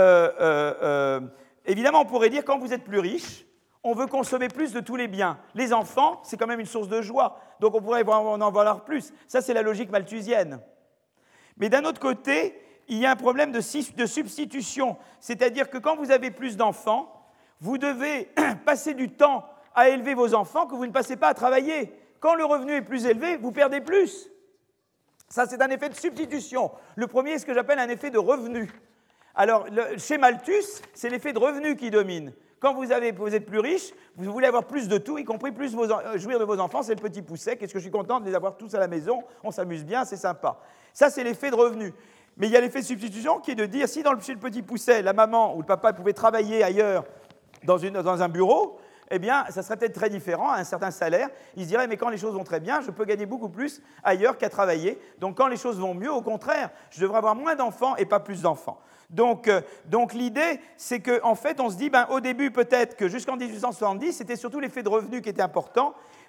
euh, euh, évidemment, on pourrait dire quand vous êtes plus riche, on veut consommer plus de tous les biens. Les enfants, c'est quand même une source de joie, donc on pourrait en avoir plus. Ça, c'est la logique malthusienne. Mais d'un autre côté, il y a un problème de, de substitution, c'est-à-dire que quand vous avez plus d'enfants, vous devez passer du temps à élever vos enfants que vous ne passez pas à travailler. Quand le revenu est plus élevé, vous perdez plus. Ça, c'est un effet de substitution. Le premier est ce que j'appelle un effet de revenu. Alors, le, chez Malthus, c'est l'effet de revenu qui domine. Quand vous, avez, vous êtes plus riche, vous voulez avoir plus de tout, y compris plus vos, euh, jouir de vos enfants, c'est le petit pousset. Qu'est-ce que je suis content de les avoir tous à la maison, on s'amuse bien, c'est sympa. Ça, c'est l'effet de revenu. Mais il y a l'effet de substitution qui est de dire, si dans le, chez le petit pousset, la maman ou le papa pouvait travailler ailleurs dans, une, dans un bureau, eh bien, ça serait peut-être très différent, à un certain salaire. Ils se diraient, mais quand les choses vont très bien, je peux gagner beaucoup plus ailleurs qu'à travailler. Donc quand les choses vont mieux, au contraire, je devrais avoir moins d'enfants et pas plus d'enfants. Donc, euh, donc l'idée, c'est qu'en fait, on se dit, ben, au début, peut-être que jusqu'en dix-huit cent soixante-dix, c'était surtout l'effet de revenu qui était important,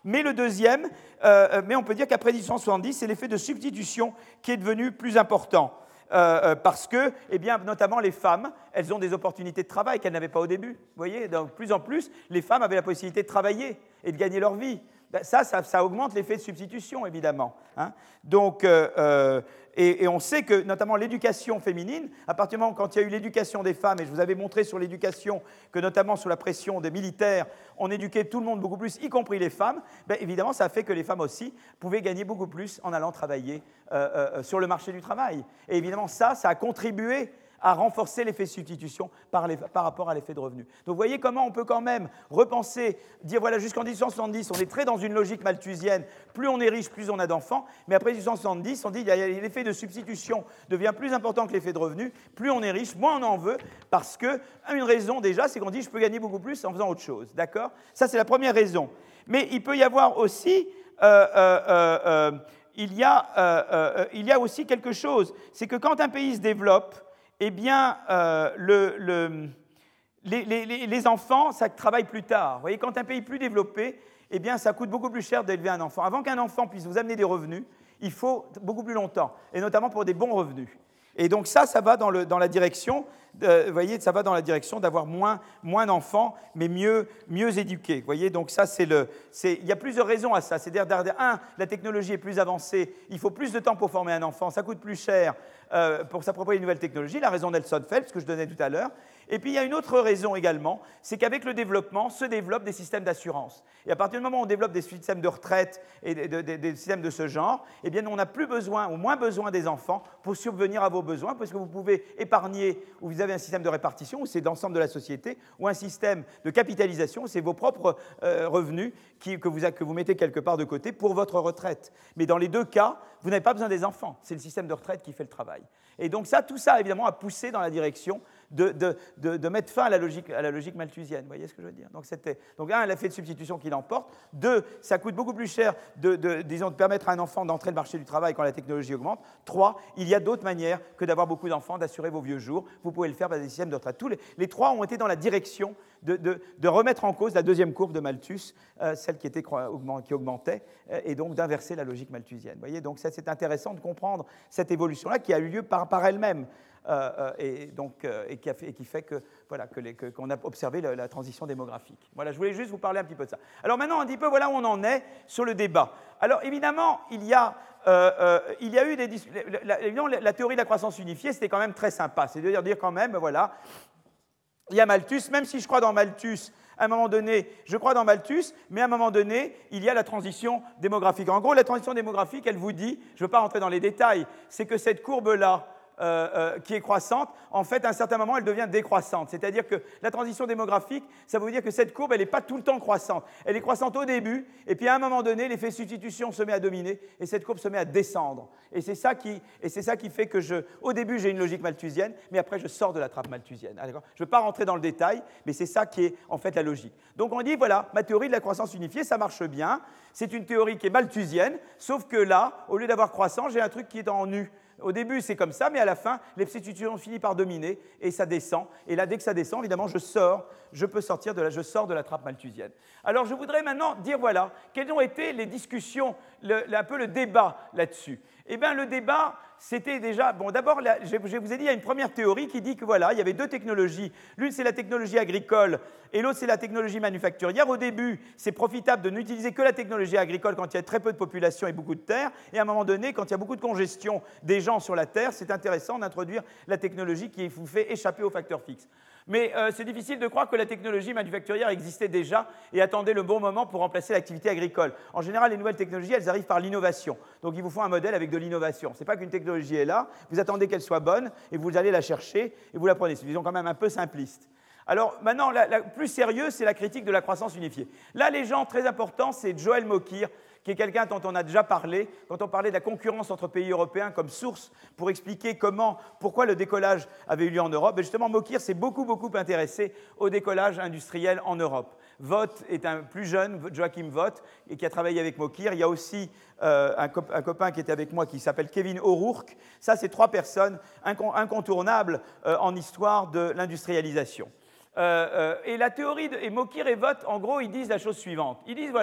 Mais le deuxième, euh, mais on peut dire qu'après mille huit cent soixante-dix, c'est l'effet de substitution qui est devenu plus important. Euh, parce que, eh bien, notamment les femmes, elles ont des opportunités de travail qu'elles n'avaient pas au début. Vous voyez, donc, de plus en plus, les femmes avaient la possibilité de travailler et de gagner leur vie. Ben, ça, ça, ça augmente l'effet de substitution, évidemment. Hein. Donc, euh, euh, et, et on sait que, notamment l'éducation féminine, à partir du moment quand il y a eu l'éducation des femmes, et je vous avais montré sur l'éducation que, notamment sous la pression des militaires, on éduquait tout le monde beaucoup plus, y compris les femmes, ben, évidemment, ça a fait que les femmes aussi pouvaient gagner beaucoup plus en allant travailler euh, euh, sur le marché du travail. Et évidemment, ça, ça a contribué à renforcer l'effet de substitution par, les, par rapport à l'effet de revenu. Donc vous voyez comment on peut quand même repenser, dire voilà, jusqu'en mille huit cent soixante-dix, on est très dans une logique malthusienne, plus on est riche, plus on a d'enfants, mais après mille huit cent soixante-dix, on dit que l'effet de substitution devient plus important que l'effet de revenu, plus on est riche, moins on en veut, parce que, une raison déjà, c'est qu'on dit je peux gagner beaucoup plus en faisant autre chose, d'accord? Ça c'est la première raison. Mais il peut y avoir aussi... Euh, euh, euh, euh, il, y a, euh, euh, il y a aussi quelque chose, c'est que quand un pays se développe, eh bien, euh, le, le, les, les, les enfants, ça travaille plus tard. Vous voyez, quand un pays est plus développé, eh bien, ça coûte beaucoup plus cher d'élever un enfant. Avant qu'un enfant puisse vous amener des revenus, il faut beaucoup plus longtemps, et notamment pour des bons revenus. Et donc ça, ça va dans, le, dans la direction, de, vous voyez, ça va dans la direction d'avoir moins, moins d'enfants, mais mieux, mieux éduqués. Vous voyez, donc ça, c'est le, c'est, il y a plusieurs raisons à ça. C'est-à-dire, un, la technologie est plus avancée, il faut plus de temps pour former un enfant, ça coûte plus cher euh, pour s'approprier une nouvelle technologie, la raison Nelson Phelps, que je donnais tout à l'heure. Et puis il y a une autre raison également, c'est qu'avec le développement se développent des systèmes d'assurance. Et à partir du moment où on développe des systèmes de retraite et des, des, des systèmes de ce genre, eh bien on n'a plus besoin ou moins besoin des enfants pour subvenir à vos besoins, parce que vous pouvez épargner, ou vous avez un système de répartition, où c'est l'ensemble de la société, ou un système de capitalisation, où c'est vos propres euh, revenus qui, que, vous, que vous mettez quelque part de côté pour votre retraite. Mais dans les deux cas, vous n'avez pas besoin des enfants, c'est le système de retraite qui fait le travail. Et donc ça, tout ça, évidemment, a poussé dans la direction de, de, de, de mettre fin à la logique, à la logique malthusienne. Vous voyez ce que je veux dire? Donc, c'était, donc un, l'effet de substitution qui l'emporte. Deux, ça coûte beaucoup plus cher de, de, disons, de permettre à un enfant d'entrer le marché du travail quand la technologie augmente. Trois, il y a d'autres manières que d'avoir beaucoup d'enfants, d'assurer vos vieux jours. Vous pouvez le faire par des systèmes de retraite. Tous les, les trois ont été dans la direction de, de, de remettre en cause la deuxième courbe de Malthus, euh, celle qui, était, qui augmentait, euh, et donc d'inverser la logique malthusienne. Vous voyez, donc ça, c'est intéressant de comprendre cette évolution-là qui a eu lieu par, par elle-même. Euh, euh, et, donc, euh, et, qui a fait, et qui fait que, voilà, que les, que, qu'on a observé la, la transition démographique. Voilà, je voulais juste vous parler un petit peu de ça. Alors maintenant, un petit peu, voilà où on en est sur le débat. Alors évidemment, il y a, euh, euh, il y a eu des... La, la, la, la théorie de la croissance unifiée, c'était quand même très sympa. C'est-à-dire dire quand même, voilà, il y a Malthus, même si je crois dans Malthus, à un moment donné, je crois dans Malthus, mais à un moment donné, il y a la transition démographique. En gros, la transition démographique, elle vous dit, je ne veux pas rentrer dans les détails, c'est que cette courbe-là, Euh, euh, qui est croissante, en fait, à un certain moment, elle devient décroissante. C'est-à-dire que la transition démographique, ça veut dire que cette courbe, elle n'est pas tout le temps croissante. Elle est croissante au début, et puis à un moment donné, l'effet substitution se met à dominer, et cette courbe se met à descendre. Et c'est ça qui, et c'est ça qui fait que, je, au début, j'ai une logique malthusienne, mais après, je sors de la trappe malthusienne. Ah, je ne veux pas rentrer dans le détail, mais c'est ça qui est, en fait, la logique. Donc, on dit, voilà, ma théorie de la croissance unifiée, ça marche bien. C'est une théorie qui est malthusienne, sauf que là, au lieu d'avoir croissant, j'ai un truc qui est en nu. Au début, c'est comme ça, mais à la fin, les substitutions finissent par dominer et ça descend. Et là, dès que ça descend, évidemment, je sors, je peux sortir de la, je sors de la trappe malthusienne. Alors, je voudrais maintenant dire, voilà, quelles ont été les discussions, le, un peu le débat là-dessus. Eh bien, le débat, c'était déjà... Bon, d'abord, je, je vous ai dit, il y a une première théorie qui dit que, voilà, il y avait deux technologies. L'une, c'est la technologie agricole et l'autre, c'est la technologie manufacturière. Au début, c'est profitable de n'utiliser que la technologie agricole quand il y a très peu de population et beaucoup de terre. Et à un moment donné, quand il y a beaucoup de congestion des gens sur la terre, c'est intéressant d'introduire la technologie qui vous fait échapper aux facteurs fixes. Mais euh, c'est difficile de croire que la technologie manufacturière existait déjà et attendait le bon moment pour remplacer l'activité agricole. En général, les nouvelles technologies, elles arrivent par l'innovation. Donc, il vous faut un modèle avec de l'innovation. Ce n'est pas qu'une technologie est là, vous attendez qu'elle soit bonne et vous allez la chercher et vous la prenez. C'est disons quand même un peu simpliste. Alors, maintenant, la, la plus sérieux, c'est la critique de la croissance unifiée. Là, les gens très importants, c'est Joël Mokyr, qui est quelqu'un dont on a déjà parlé, quand on parlait de la concurrence entre pays européens comme source pour expliquer comment, pourquoi le décollage avait eu lieu en Europe. Et justement, Mokyr s'est beaucoup, beaucoup intéressé au décollage industriel en Europe. Vogt est un plus jeune, Joachim Vogt, et qui a travaillé avec Mokyr. Il y a aussi euh, un, cop un copain qui était avec moi qui s'appelle Kevin O'Rourke. Ça, c'est trois personnes incon incontournables euh, en histoire de l'industrialisation. Euh, euh, et la théorie, de, et Mokyr et Vogt, en gros, ils disent la chose suivante. Ils disent, voilà,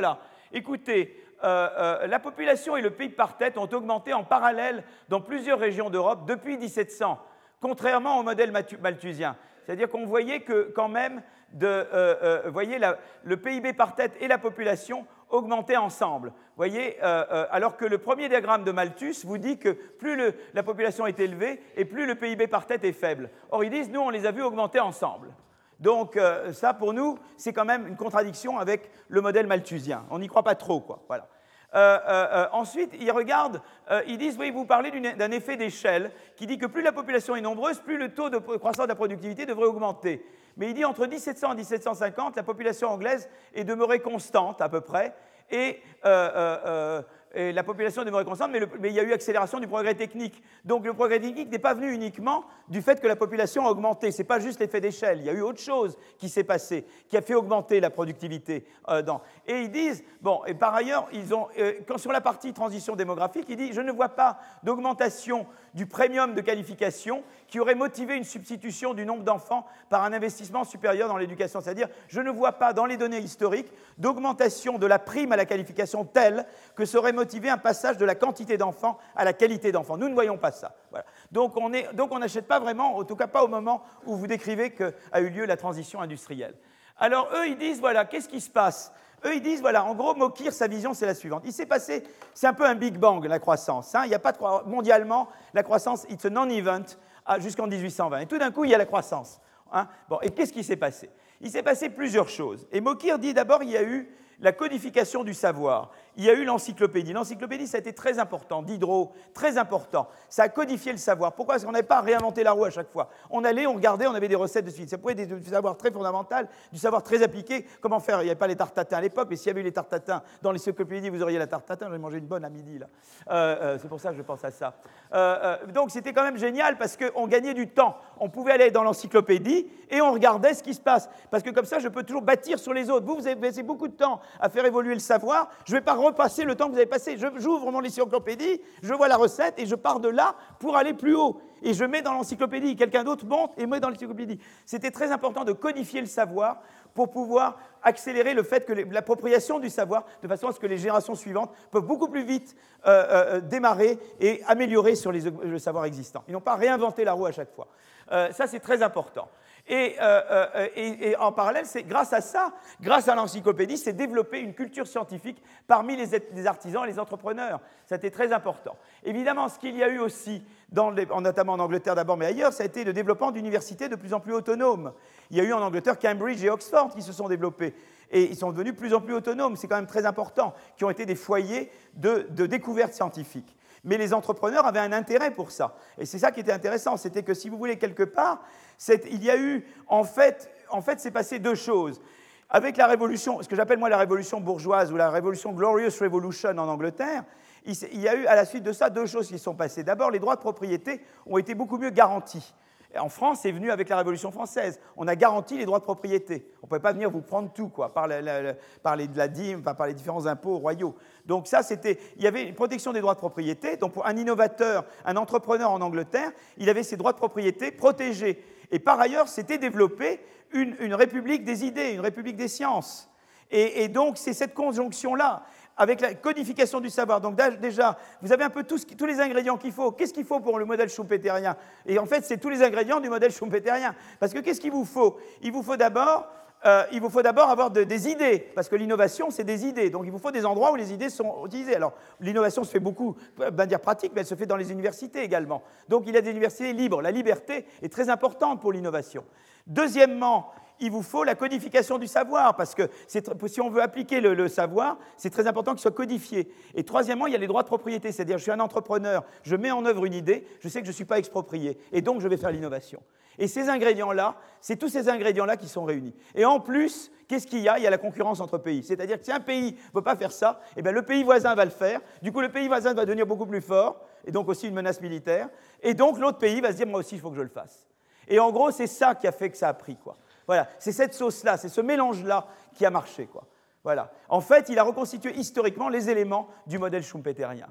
Écoutez, euh, euh, la population et le P I B par tête ont augmenté en parallèle dans plusieurs régions d'Europe depuis mille sept cents, contrairement au modèle malthusien. C'est-à-dire qu'on voyait que quand même, de, euh, euh, voyez, la, le P I B par tête et la population augmentaient ensemble. Voyez, euh, euh, alors que le premier diagramme de Malthus vous dit que plus le, la population est élevée et plus le P I B par tête est faible. Or, ils disent, nous, on les a vus augmenter ensemble. Donc, euh, ça, pour nous, c'est quand même une contradiction avec le modèle malthusien. On n'y croit pas trop, quoi. Voilà. Euh, euh, ensuite, ils regardent, euh, ils disent, oui, vous parlez d'un effet d'échelle qui dit que plus la population est nombreuse, plus le taux de croissance de la productivité devrait augmenter. Mais il dit entre mille sept cents et mille sept cent cinquante, la population anglaise est demeurée constante à peu près, et, euh, euh, et la population est demeurée constante, mais, le, mais il y a eu accélération du progrès technique. Donc le progrès technique n'est pas venu uniquement du fait que la population a augmenté. Ce n'est pas juste l'effet d'échelle. Il y a eu autre chose qui s'est passé, qui a fait augmenter la productivité. Euh, dans. Et ils disent, bon, et par ailleurs, ils ont, euh, quand sur la partie transition démographique, ils disent, je ne vois pas d'augmentation du premium de qualification qui aurait motivé une substitution du nombre d'enfants par un investissement supérieur dans l'éducation. C'est-à-dire, je ne vois pas dans les données historiques d'augmentation de la prime à la qualification telle que ça aurait motivé un passage de la quantité d'enfants à la qualité d'enfants. Nous ne voyons pas ça. Voilà. Donc on n'achète pas vraiment, en tout cas pas au moment où vous décrivez qu'a eu lieu la transition industrielle. Alors eux, ils disent, voilà, qu'est-ce qui se passe ? Eux, ils disent, voilà, en gros, Mokyr, sa vision, c'est la suivante. Il s'est passé, c'est un peu un Big Bang, la croissance. Hein. Il n'y a pas de, mondialement, la croissance, it's a non-event jusqu'en mille huit cent vingt. Et tout d'un coup, il y a la croissance. Hein. Bon, et qu'est-ce qui s'est passé ? Il s'est passé plusieurs choses. Et Mokyr dit d'abord, il y a eu la codification du savoir. Il y a eu l'encyclopédie. L'encyclopédie, ça a été très important. Diderot, très important. Ça a codifié le savoir. Pourquoi ? Parce qu'on n'avait pas réinventé la roue à chaque fois. On allait, on regardait, on avait des recettes de suite. Ça pouvait être du savoir très fondamental, du savoir très appliqué. Comment faire ? Il n'y avait pas les tartes tatin à l'époque, mais s'il y avait eu les tartes tatin dans l'encyclopédie, vous auriez la tarte tatin. J'en ai mangé une bonne à midi, là. Euh, euh, c'est pour ça que je pense à ça. Euh, euh, donc, c'était quand même génial parce qu'on gagnait du temps. On pouvait aller dans l'encyclopédie et on regardait ce qui se passe. Parce que comme ça, je peux toujours bâtir sur les autres. Vous, vous avez passé beaucoup de temps à faire évoluer le savoir. Je ne vais pas repasser le temps que vous avez passé. J'ouvre mon encyclopédie, je vois la recette et je pars de là pour aller plus haut. Et je mets dans l'encyclopédie. Quelqu'un d'autre monte et met dans l'encyclopédie. C'était très important de codifier le savoir pour pouvoir accélérer le fait que l'appropriation du savoir, de façon à ce que les générations suivantes peuvent beaucoup plus vite euh, euh, démarrer et améliorer sur les, le savoir existant. Ils n'ont pas réinventé la roue à chaque fois. Euh, ça, c'est très important. Et, euh, euh, et, et en parallèle, c'est grâce à ça, grâce à l'encyclopédie, c'est développé une culture scientifique parmi les, les artisans et les entrepreneurs. C'était très important. Évidemment, ce qu'il y a eu aussi, dans les, notamment en Angleterre d'abord, mais ailleurs, ça a été le développement d'universités de plus en plus autonomes. Il y a eu en Angleterre Cambridge et Oxford qui se sont développés. Et ils sont devenus de plus en plus autonomes, c'est quand même très important, qui ont été des foyers de, de découverte scientifique. Mais les entrepreneurs avaient un intérêt pour ça. Et c'est ça qui était intéressant, c'était que si vous voulez quelque part, il y a eu, en fait, en fait, c'est passé deux choses. Avec la révolution, ce que j'appelle moi la révolution bourgeoise ou la révolution Glorious Revolution en Angleterre, il y a eu à la suite de ça deux choses qui sont passées. D'abord, les droits de propriété ont été beaucoup mieux garantis. En France, c'est venu avec la Révolution française. On a garanti les droits de propriété. On ne pouvait pas venir vous prendre tout, quoi, par, la, la, par les, la dîme, par les différents impôts royaux. Donc ça, c'était... Il y avait une protection des droits de propriété. Donc pour un innovateur, un entrepreneur en Angleterre, il avait ses droits de propriété protégés. Et par ailleurs, s'était développée une, une république des idées, une république des sciences. Et, et donc, c'est cette conjonction-là, avec la codification du savoir. Donc déjà, vous avez un peu tous, tous les ingrédients qu'il faut. Qu'est-ce qu'il faut pour le modèle schumpeterien ? Et en fait, c'est tous les ingrédients du modèle schumpeterien. Parce que qu'est-ce qu'il vous faut ? Il vous faut d'abord euh, il vous faut d'abord avoir de, des idées, parce que l'innovation, c'est des idées. Donc il vous faut des endroits où les idées sont utilisées. Alors l'innovation se fait beaucoup, de manière pratique, mais elle se fait dans les universités également. Donc il y a des universités libres. La liberté est très importante pour l'innovation. Deuxièmement, il vous faut la codification du savoir, parce que si on veut appliquer le, le savoir, c'est très important qu'il soit codifié. Et troisièmement, il y a les droits de propriété, c'est-à-dire je suis un entrepreneur, je mets en œuvre une idée, je sais que je ne suis pas exproprié, et donc je vais faire l'innovation. Et ces ingrédients-là, c'est tous ces ingrédients-là qui sont réunis. Et en plus, qu'est-ce qu'il y a ? Il y a la concurrence entre pays. C'est-à-dire que si un pays ne veut pas faire ça, eh bien le pays voisin va le faire. Du coup, le pays voisin va devenir beaucoup plus fort, et donc aussi une menace militaire. Et donc l'autre pays va se dire, moi aussi, il faut que je le fasse. Et en gros, c'est ça qui a fait que ça a pris, quoi. Voilà, c'est cette sauce-là, c'est ce mélange-là qui a marché, quoi. Voilà. En fait, il a reconstitué historiquement les éléments du modèle schumpeterien.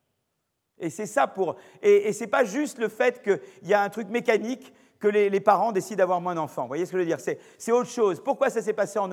Et c'est ça pour... Et, et c'est pas juste le fait qu'il y a un truc mécanique que les, les parents décident d'avoir moins d'enfants. Vous voyez ce que je veux dire ? C'est, c'est autre chose. Pourquoi ça s'est passé en Europe ?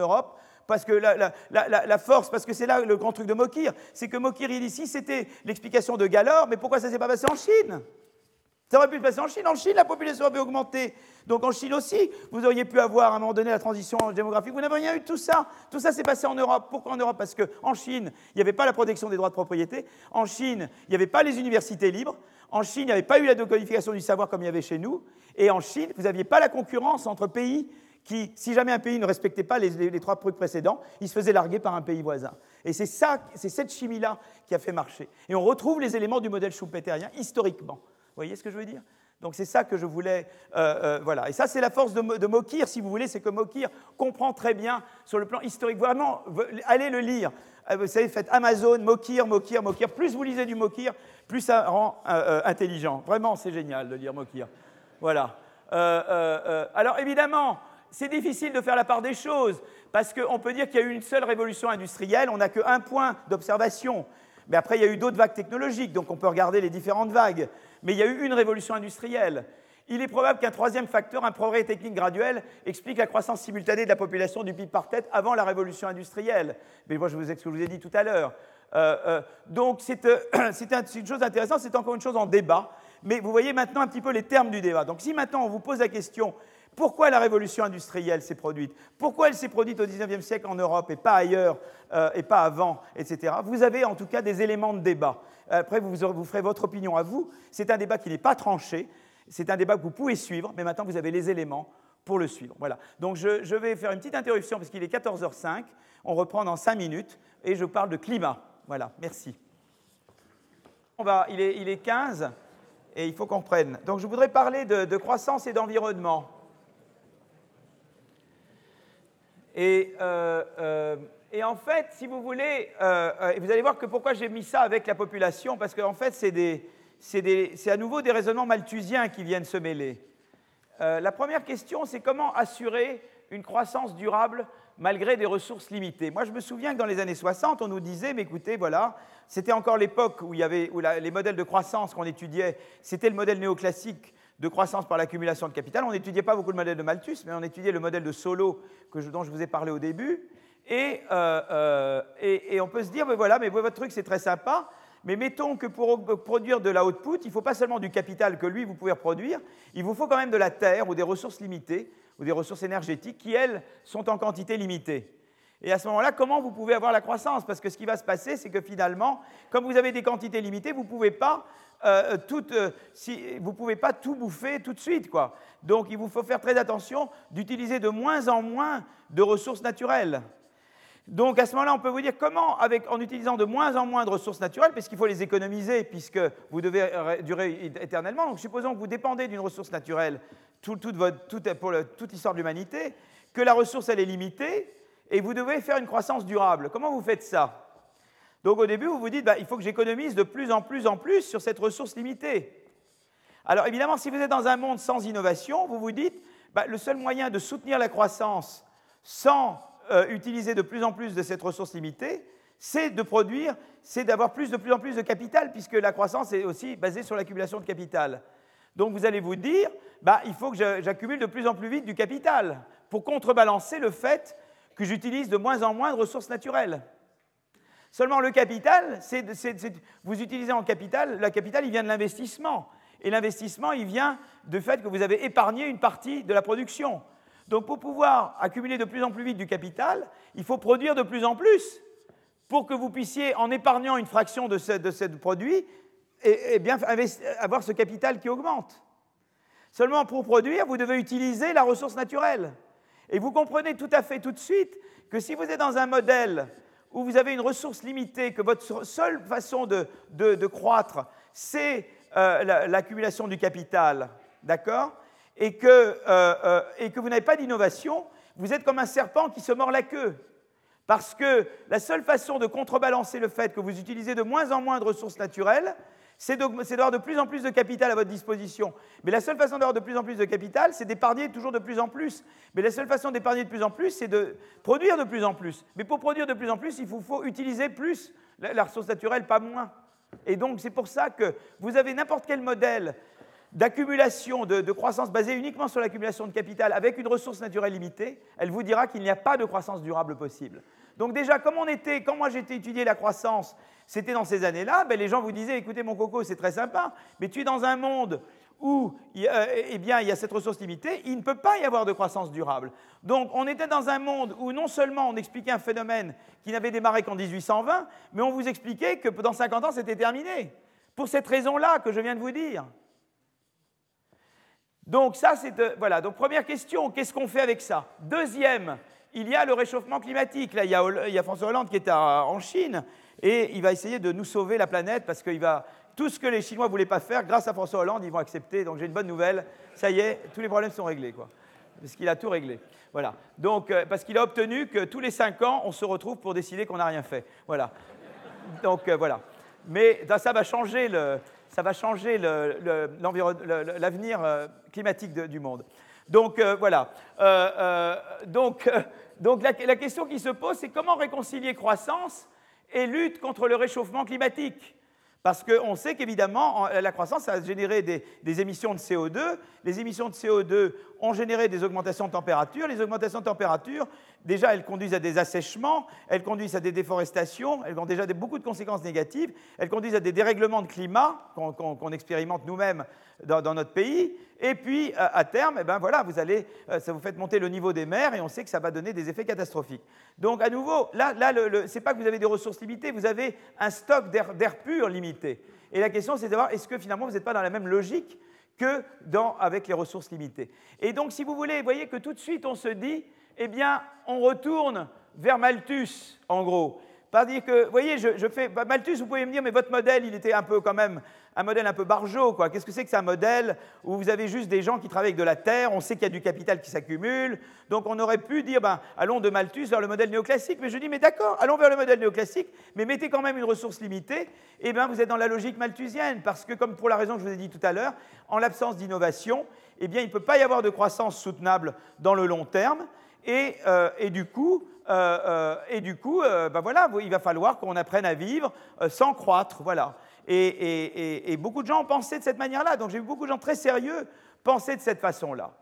Parce que la, la, la, la force, parce que c'est là le grand truc de Mokir, c'est que Mokir, il ici, c'était l'explication de Gaylor, mais pourquoi ça ne s'est pas passé en Chine? Ça aurait pu se passer en Chine. En Chine, la population avait augmenté. Donc en Chine aussi, vous auriez pu avoir à un moment donné la transition démographique. Vous n'avez rien eu de tout ça. Tout ça s'est passé en Europe. Pourquoi en Europe? Parce qu'en Chine, il n'y avait pas la protection des droits de propriété. En Chine, il n'y avait pas les universités libres. En Chine, il n'y avait pas eu la décodification du savoir comme il y avait chez nous. Et en Chine, vous n'aviez pas la concurrence entre pays qui, si jamais un pays ne respectait pas les, les, les trois trucs précédents, il se faisait larguer par un pays voisin. Et c'est ça, c'est cette chimie-là qui a fait marcher. Et on retrouve les éléments du modèle schumpeterien historiquement. Vous voyez ce que je veux dire? Donc c'est ça que je voulais... Euh, euh, voilà. Et ça, c'est la force de, de Mokir, si vous voulez, c'est que Mokir comprend très bien sur le plan historique. Vraiment, allez le lire. Vous savez, faites Amazon, Mokir, Mokir, Mokir. Plus vous lisez du Mokir, plus ça rend euh, euh, intelligent. Vraiment, c'est génial de lire Mokir. Voilà. Euh, euh, euh, alors évidemment, c'est difficile de faire la part des choses, parce qu'on peut dire qu'il y a eu une seule révolution industrielle, on n'a qu'un point d'observation. Mais après, il y a eu d'autres vagues technologiques, donc on peut regarder les différentes vagues. Mais il y a eu une révolution industrielle. Il est probable qu'un troisième facteur, un progrès technique graduel, explique la croissance simultanée de la population du P I B par tête avant la révolution industrielle. Mais moi, je vous ai ce que je vous ai dit tout à l'heure. Euh, euh, donc, c'est euh, une chose intéressante, c'est encore une chose en débat. Mais vous voyez maintenant un petit peu les termes du débat. Donc, si maintenant on vous pose la question, pourquoi la révolution industrielle s'est produite? Pourquoi elle s'est produite au dix-neuvième siècle en Europe et pas ailleurs, euh, et pas avant, et cetera. Vous avez en tout cas des éléments de débat. Après, vous, vous ferez votre opinion à vous. C'est un débat qui n'est pas tranché. C'est un débat que vous pouvez suivre, mais maintenant vous avez les éléments pour le suivre. Voilà. Donc je, je vais faire une petite interruption parce qu'il est quatorze heures cinq. On reprend dans cinq minutes et je parle de climat. Voilà, merci. On va, il est, il est quinze et il faut qu'on reprenne. Donc je voudrais parler de, de croissance et d'environnement. Et, euh, euh, et en fait, si vous voulez, euh, euh, vous allez voir que pourquoi j'ai mis ça avec la population, parce qu'en fait, c'est des... c'est à nouveau des raisonnements malthusiens qui viennent se mêler. Euh, la première question, c'est comment assurer une croissance durable malgré des ressources limitées. Moi, je me souviens que dans les années soixante, on nous disait, mais écoutez, voilà, c'était encore l'époque où, il y avait, où la, les modèles de croissance qu'on étudiait, c'était le modèle néoclassique de croissance par l'accumulation de capital. On n'étudiait pas beaucoup le modèle de Malthus, mais on étudiait le modèle de Solow que je, dont je vous ai parlé au début. Et, euh, euh, et, et on peut se dire, mais voilà, mais votre truc, c'est très sympa, mais mettons que pour produire de la output, il ne faut pas seulement du capital que lui, vous pouvez reproduire, il vous faut quand même de la terre ou des ressources limitées, ou des ressources énergétiques qui, elles, sont en quantité limitée. Et à ce moment-là, comment vous pouvez avoir la croissance? Parce que ce qui va se passer, c'est que finalement, comme vous avez des quantités limitées, vous ne pouvez pas, euh, tout, euh, si, vous pouvez pas tout bouffer tout de suite, quoi. Donc, il vous faut faire très attention d'utiliser de moins en moins de ressources naturelles. Donc, à ce moment-là, on peut vous dire comment, avec, en utilisant de moins en moins de ressources naturelles, parce qu'il faut les économiser, puisque vous devez durer éternellement. Donc, supposons que vous dépendez d'une ressource naturelle tout, toute, votre, toute, pour le, toute l'histoire de l'humanité, que la ressource, elle est limitée, et vous devez faire une croissance durable. Comment vous faites ça? Donc, au début, vous vous dites, bah, il faut que j'économise de plus en plus en plus sur cette ressource limitée. Alors, évidemment, si vous êtes dans un monde sans innovation, vous vous dites, bah, le seul moyen de soutenir la croissance sans Euh, utiliser de plus en plus de cette ressource limitée, c'est de produire, c'est d'avoir plus de plus en plus de capital, puisque la croissance est aussi basée sur l'accumulation de capital. Donc vous allez vous dire, bah, il faut que j'accumule de plus en plus vite du capital pour contrebalancer le fait que j'utilise de moins en moins de ressources naturelles. Seulement le capital, c'est, c'est, c'est, vous utilisez en capital, le capital il vient de l'investissement, et l'investissement il vient du fait que vous avez épargné une partie de la production. Donc, pour pouvoir accumuler de plus en plus vite du capital, il faut produire de plus en plus pour que vous puissiez, en épargnant une fraction de ce, de ce produit, et, et bien avoir ce capital qui augmente. Seulement, pour produire, vous devez utiliser la ressource naturelle. Et vous comprenez tout à fait tout de suite que si vous êtes dans un modèle où vous avez une ressource limitée, que votre seule façon de, de, de croître, c'est euh, l'accumulation du capital, d'accord ? Et que, euh, euh, et que vous n'avez pas d'innovation, vous êtes comme un serpent qui se mord la queue. Parce que la seule façon de contrebalancer le fait que vous utilisez de moins en moins de ressources naturelles, c'est d'avoir de plus en plus de capital à votre disposition. Mais la seule façon d'avoir de plus en plus de capital, c'est d'épargner toujours de plus en plus. Mais la seule façon d'épargner de plus en plus, c'est de produire de plus en plus. Mais pour produire de plus en plus, il vous faut utiliser plus la, la ressource naturelle, pas moins. Et donc, c'est pour ça que vous avez n'importe quel modèle d'accumulation, de, de croissance basée uniquement sur l'accumulation de capital avec une ressource naturelle limitée, elle vous dira qu'il n'y a pas de croissance durable possible. Donc déjà, comme on était, quand moi j'étais étudié la croissance, c'était dans ces années-là, ben les gens vous disaient, écoutez mon coco, c'est très sympa, mais tu es dans un monde où euh, eh bien, il y a cette ressource limitée, il ne peut pas y avoir de croissance durable. Donc on était dans un monde où non seulement on expliquait un phénomène qui n'avait démarré qu'en dix-huit cent vingt, mais on vous expliquait que dans cinquante ans, c'était terminé. Pour cette raison-là que je viens de vous dire. Donc ça, c'est... Euh, voilà, donc première question, qu'est-ce qu'on fait avec ça? Deuxième, il y a le réchauffement climatique. Là, il y a, il y a François Hollande qui est à, en Chine, et il va essayer de nous sauver la planète, parce qu'il va... Tout ce que les Chinois ne voulaient pas faire, grâce à François Hollande, ils vont accepter. Donc j'ai une bonne nouvelle, ça y est, tous les problèmes sont réglés, quoi. Parce qu'il a tout réglé. Voilà. Donc, euh, parce qu'il a obtenu que tous les cinq ans, on se retrouve pour décider qu'on n'a rien fait. Voilà. Donc, euh, voilà. Mais ça va changer, le, ça va changer le, le, l'avenir euh, climatique de, du monde. Donc, euh, voilà. Euh, euh, donc, euh, donc la, la question qui se pose, c'est comment réconcilier croissance et lutte contre le réchauffement climatique? Parce qu'on sait qu'évidemment, la croissance a généré des, des émissions de C O deux. Les émissions de C O deux ont généré des augmentations de température. Les augmentations de température, déjà, elles conduisent à des assèchements, elles conduisent à des déforestations, elles ont déjà des, beaucoup de conséquences négatives, elles conduisent à des dérèglements de climat qu'on, qu'on, qu'on expérimente nous-mêmes dans, dans notre pays. Et puis, à, à terme, eh ben voilà, vous allez, ça vous fait monter le niveau des mers et on sait que ça va donner des effets catastrophiques. Donc, à nouveau, là, là le, le, ce n'est pas que vous avez des ressources limitées, vous avez un stock d'air, d'air pur limité. Et la question, c'est de savoir, est-ce que finalement, vous n'êtes pas dans la même logique que dans, avec les ressources limitées? Et donc, si vous voulez, vous voyez que tout de suite, on se dit, eh bien, on retourne vers Malthus, en gros. Par-dire que, vous voyez, je, je fais... Malthus, vous pouvez me dire, mais votre modèle, il était un peu quand même un modèle un peu barjot, quoi. Qu'est-ce que c'est que c'est un modèle où vous avez juste des gens qui travaillent avec de la terre, on sait qu'il y a du capital qui s'accumule, donc on aurait pu dire, ben, allons de Malthus vers le modèle néoclassique. Mais je dis, mais d'accord, allons vers le modèle néoclassique, mais mettez quand même une ressource limitée, et bien vous êtes dans la logique malthusienne, parce que, comme pour la raison que je vous ai dit tout à l'heure, en l'absence d'innovation, eh bien, il ne peut pas y avoir de croissance soutenable dans le long terme, et, euh, et du coup... Euh, euh, et du coup, euh, ben voilà, il va falloir qu'on apprenne à vivre euh, sans croître, voilà. Et, et, et, et beaucoup de gens ont pensé de cette manière-là. Donc j'ai vu beaucoup de gens très sérieux penser de cette façon-là.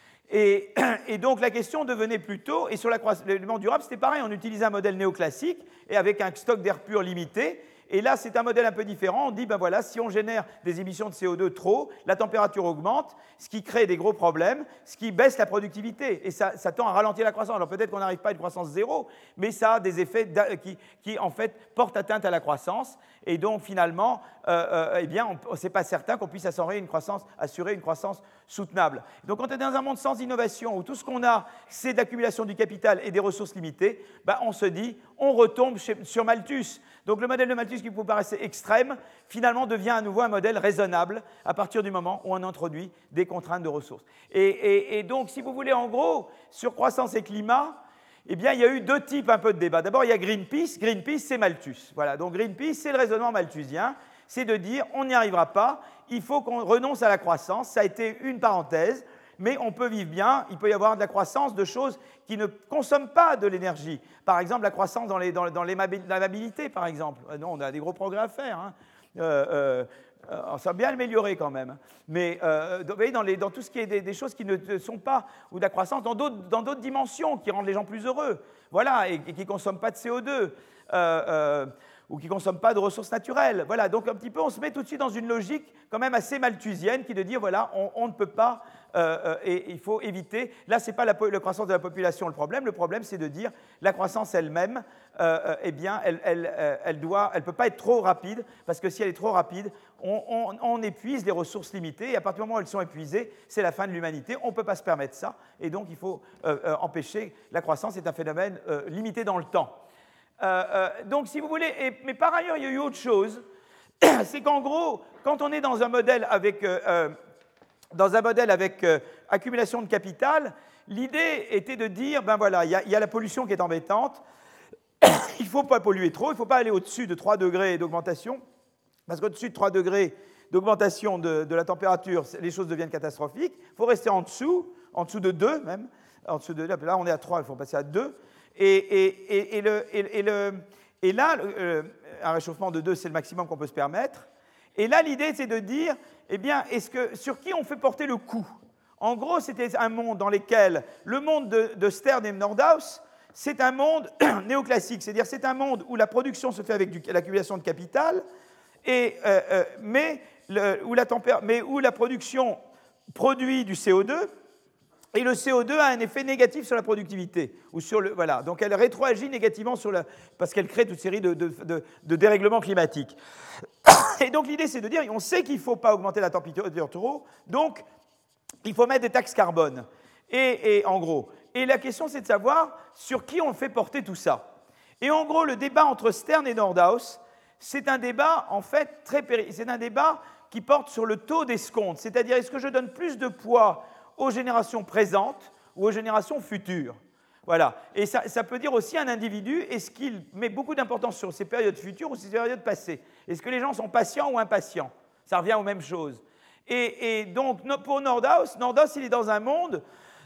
Et, et donc la question devenait plutôt, et sur le développement durable, c'était pareil, on utilisait un modèle néoclassique et avec un stock d'air pur limité. Et là, c'est un modèle un peu différent. On dit, ben voilà, si on génère des émissions de C O deux trop, la température augmente, ce qui crée des gros problèmes, ce qui baisse la productivité. Et ça, ça tend à ralentir la croissance. Alors peut-être qu'on n'arrive pas à une croissance zéro, mais ça a des effets qui, qui, en fait, portent atteinte à la croissance. Et donc, finalement, euh, euh, eh bien, ce n'est pas certain qu'on puisse assurer une croissance, assurer une croissance soutenable. Donc, quand on est dans un monde sans innovation, où tout ce qu'on a, c'est de l'accumulation du capital et des ressources limitées, ben, on se dit, on retombe chez, sur Malthus. Donc, le modèle de Malthus, qui vous paraissait extrême, finalement devient à nouveau un modèle raisonnable à partir du moment où on introduit des contraintes de ressources. Et, et, et donc, si vous voulez, en gros, sur croissance et climat, eh bien, il y a eu deux types un peu de débats. D'abord, il y a Greenpeace. Greenpeace, c'est Malthus. Voilà, donc Greenpeace, c'est le raisonnement malthusien. C'est de dire, on n'y arrivera pas, il faut qu'on renonce à la croissance. Ça a été une parenthèse, mais on peut vivre bien. Il peut y avoir de la croissance de choses qui ne consomment pas de l'énergie. Par exemple, la croissance dans, les, dans, dans l'aimabilité, par exemple. Non, on a des gros progrès à faire. Hein. Euh, euh, Euh, ça va bien améliorer quand même. Mais euh, vous voyez, dans, les, dans tout ce qui est des, des choses qui ne sont pas, ou de la croissance, dans d'autres, dans d'autres dimensions qui rendent les gens plus heureux, voilà, et, et qui ne consomment pas de C O deux, euh, euh, ou qui ne consomment pas de ressources naturelles. Voilà, donc un petit peu, on se met tout de suite dans une logique quand même assez malthusienne qui est de dire, voilà, on, on ne peut pas, euh, euh, et il faut éviter. Là, ce n'est pas la, la croissance de la population le problème, le problème, c'est de dire, la croissance elle-même, euh, euh, eh bien, elle ne elle, euh, elle doit, elle peut pas être trop rapide, parce que si elle est trop rapide, On, on, on épuise les ressources limitées, et à partir du moment où elles sont épuisées, c'est la fin de l'humanité. On ne peut pas se permettre ça, et donc il faut euh, euh, empêcher. La croissance est un phénomène euh, limité dans le temps. Euh, euh, donc, si vous voulez, et, mais par ailleurs, il y a eu autre chose, c'est qu'en gros, quand on est dans un modèle avec, euh, euh, dans un modèle avec euh, accumulation de capital, l'idée était de dire, ben voilà, il y, y a la pollution qui est embêtante, il ne faut pas polluer trop, il ne faut pas aller au-dessus de trois degrés d'augmentation, parce qu'au-dessus de trois degrés d'augmentation de, de la température, les choses deviennent catastrophiques. Il faut rester en dessous, en dessous de deux même. En dessous de, là, on est à trois, il faut passer à deux. Et, et, et, et, le, et, et, le, et là, le, un réchauffement de deux, c'est le maximum qu'on peut se permettre. Et là, l'idée, c'est de dire, eh bien, est-ce que, sur qui on fait porter le coup? En gros, c'était un monde dans lequel le monde de, de Stern et Nordhaus, c'est un monde néoclassique, c'est-à-dire c'est un monde où la production se fait avec l'accumulation de capital, et, euh, euh, mais, le, où la mais où la production produit du C O deux, et le C O deux a un effet négatif sur la productivité. Ou sur le, voilà. Donc elle rétroagit négativement sur la, parce qu'elle crée toute série de, de, de, de dérèglements climatiques. Et donc l'idée, c'est de dire, on sait qu'il ne faut pas augmenter la température trop, donc il faut mettre des taxes carbone. Et, et en gros, et la question, c'est de savoir sur qui on fait porter tout ça. Et en gros, le débat entre Stern et Nordhaus, c'est un débat, en fait, très péri... c'est un débat qui porte sur le taux d'escompte. C'est-à-dire, est-ce que je donne plus de poids aux générations présentes ou aux générations futures? Voilà. Et ça, ça peut dire aussi un individu, est-ce qu'il met beaucoup d'importance sur ces périodes futures ou ces périodes passées? Est-ce que les gens sont patients ou impatients? Ça revient aux mêmes choses. Et, et donc, pour Nordhaus, Nordhaus, il est dans un monde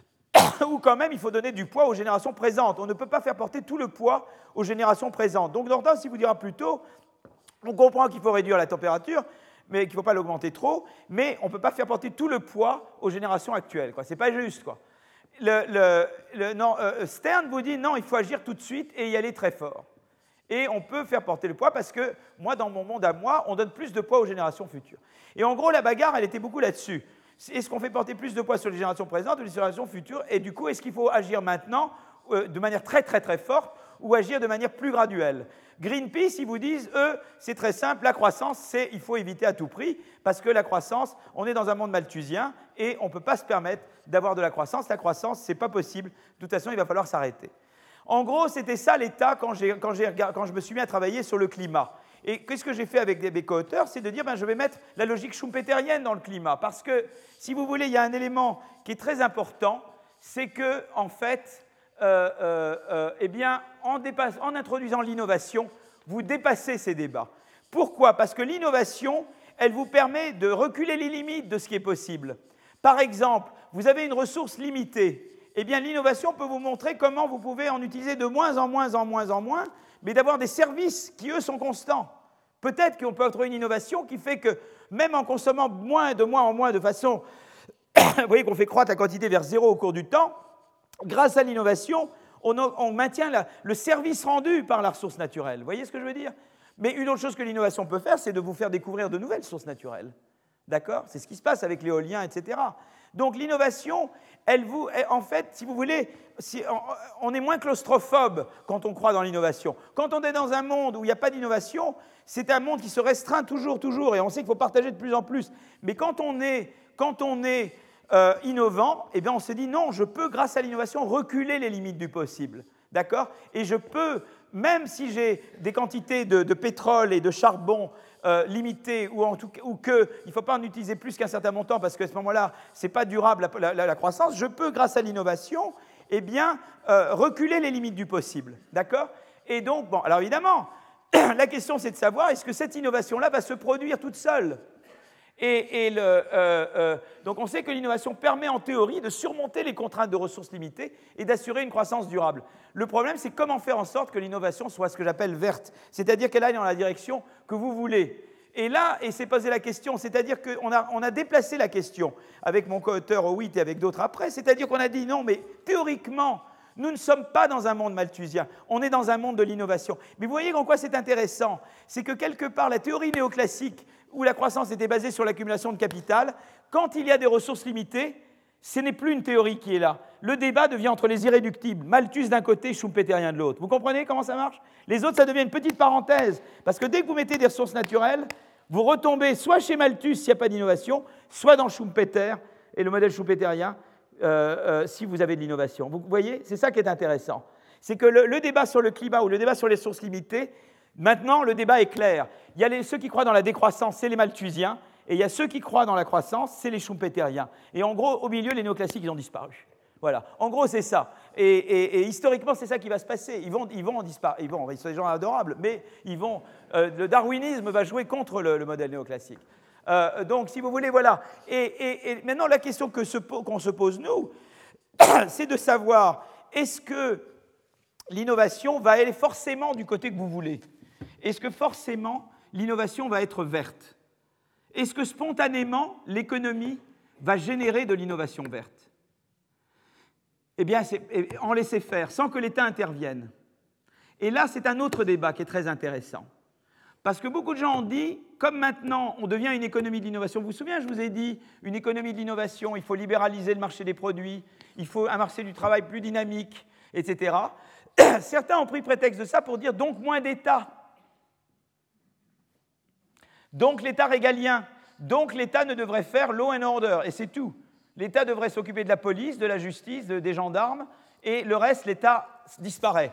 où quand même il faut donner du poids aux générations présentes. On ne peut pas faire porter tout le poids aux générations présentes. Donc Nordhaus, il vous dira plutôt, on comprend qu'il faut réduire la température, mais qu'il ne faut pas l'augmenter trop, mais on ne peut pas faire porter tout le poids aux générations actuelles. Ce n'est pas juste, quoi. Le, le, le, non, euh, Stern vous dit non, il faut agir tout de suite et y aller très fort. Et on peut faire porter le poids parce que, moi, dans mon monde à moi, on donne plus de poids aux générations futures. Et en gros, la bagarre, elle était beaucoup là-dessus. Est-ce qu'on fait porter plus de poids sur les générations présentes ou les générations futures? Et du coup, est-ce qu'il faut agir maintenant euh, de manière très, très, très forte ou agir de manière plus graduelle? Greenpeace, ils vous disent, eux, c'est très simple, la croissance, c'est il faut éviter à tout prix, parce que la croissance, on est dans un monde malthusien et on ne peut pas se permettre d'avoir de la croissance. La croissance, ce n'est pas possible. De toute façon, il va falloir s'arrêter. En gros, c'était ça l'état quand, j'ai, quand, j'ai, quand je me suis mis à travailler sur le climat. Et qu'est-ce que j'ai fait avec mes co-auteurs? C'est de dire, ben, je vais mettre la logique schumpeterienne dans le climat. Parce que, si vous voulez, il y a un élément qui est très important, c'est que, en fait, euh, euh, euh, eh bien, en, dépasse, en introduisant l'innovation, vous dépassez ces débats. Pourquoi? Parce que l'innovation, elle vous permet de reculer les limites de ce qui est possible. Par exemple, vous avez une ressource limitée. Eh bien, l'innovation peut vous montrer comment vous pouvez en utiliser de moins en moins, en moins, en moins, mais d'avoir des services qui, eux, sont constants. Peut-être qu'on peut trouver une innovation qui fait que, même en consommant moins de moins en moins de façon, vous voyez qu'on fait croître la quantité vers zéro au cours du temps, grâce à l'innovation, on, on maintient la, le service rendu par la ressource naturelle. Vous voyez ce que je veux dire? Mais une autre chose que l'innovation peut faire, c'est de vous faire découvrir de nouvelles sources naturelles. D'accord? C'est ce qui se passe avec l'éolien, et cetera. Donc l'innovation, elle vous, elle, en fait, si vous voulez, si, on, on est moins claustrophobe quand on croit dans l'innovation. Quand on est dans un monde où il n'y a pas d'innovation, c'est un monde qui se restreint toujours, toujours, et on sait qu'il faut partager de plus en plus. Mais quand on est, quand on est euh, innovant, eh bien on se dit non, je peux, grâce à l'innovation, reculer les limites du possible. D'accord? Et je peux, même si j'ai des quantités de, de pétrole et de charbon euh, limitées, ou, en tout, ou qu'il ne faut pas en utiliser plus qu'un certain montant, parce qu'à ce moment-là, ce n'est pas durable la, la, la croissance, je peux, grâce à l'innovation, eh bien, euh, reculer les limites du possible. D'accord? Et donc, bon, alors évidemment, la question c'est de savoir, est-ce que cette innovation-là va se produire toute seule? Et, et le, euh, euh, donc on sait que l'innovation permet en théorie de surmonter les contraintes de ressources limitées et d'assurer une croissance durable. Le problème, c'est comment faire en sorte que l'innovation soit ce que j'appelle verte, c'est-à-dire qu'elle aille dans la direction que vous voulez. Et là, et c'est posé la question, c'est-à-dire qu'on a, on a déplacé la question avec mon co-auteur Howitt et avec d'autres après, c'est-à-dire qu'on a dit non, mais théoriquement, nous ne sommes pas dans un monde malthusien, on est dans un monde de l'innovation. Mais vous voyez en quoi c'est intéressant, c'est que quelque part, la théorie néoclassique, où la croissance était basée sur l'accumulation de capital, quand il y a des ressources limitées, ce n'est plus une théorie qui est là. Le débat devient entre les irréductibles, Malthus d'un côté, schumpeterien de l'autre. Vous comprenez comment ça marche? Les autres, ça devient une petite parenthèse, parce que dès que vous mettez des ressources naturelles, vous retombez soit chez Malthus s'il n'y a pas d'innovation, soit dans Schumpeter et le modèle schumpeterien, euh, euh, si vous avez de l'innovation. Vous voyez? C'est ça qui est intéressant. C'est que le, le débat sur le climat ou le débat sur les ressources limitées, maintenant, le débat est clair. Il y a les, ceux qui croient dans la décroissance, c'est les malthusiens, et il y a ceux qui croient dans la croissance, c'est les schumpeteriens. Et en gros, au milieu, les néoclassiques, ils ont disparu. Voilà. En gros, c'est ça. Et, et, et historiquement, c'est ça qui va se passer. Ils vont, ils vont en disparaître. Ils vont, ils sont des gens adorables, mais ils vont, euh, le darwinisme va jouer contre le, le modèle néoclassique. Euh, donc, si vous voulez, voilà. Et, et, et maintenant, la question que se, qu'on se pose, nous, c'est de savoir, est-ce que l'innovation va aller forcément du côté que vous voulez? Est-ce que forcément l'innovation va être verte? est-ce que spontanément, l'économie va générer de l'innovation verte? Eh bien, c'est en laisser faire, sans que l'État intervienne. Et là, c'est un autre débat qui est très intéressant. Parce que beaucoup de gens ont dit, comme maintenant, on devient une économie de l'innovation. Vous vous souvenez, je vous ai dit, une économie de l'innovation, il faut libéraliser le marché des produits, il faut un marché du travail plus dynamique, et cetera. Certains ont pris prétexte de ça pour dire, donc, moins d'État. Donc l'État régalien, donc l'État ne devrait faire law and order, et c'est tout. L'État devrait s'occuper de la police, de la justice, de, des gendarmes, et le reste, l'État disparaît.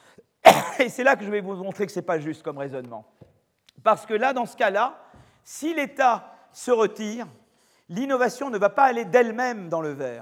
Et c'est là que je vais vous montrer que ce n'est pas juste comme raisonnement. Parce que là, dans ce cas-là, si l'État se retire, l'innovation ne va pas aller d'elle-même dans le vert.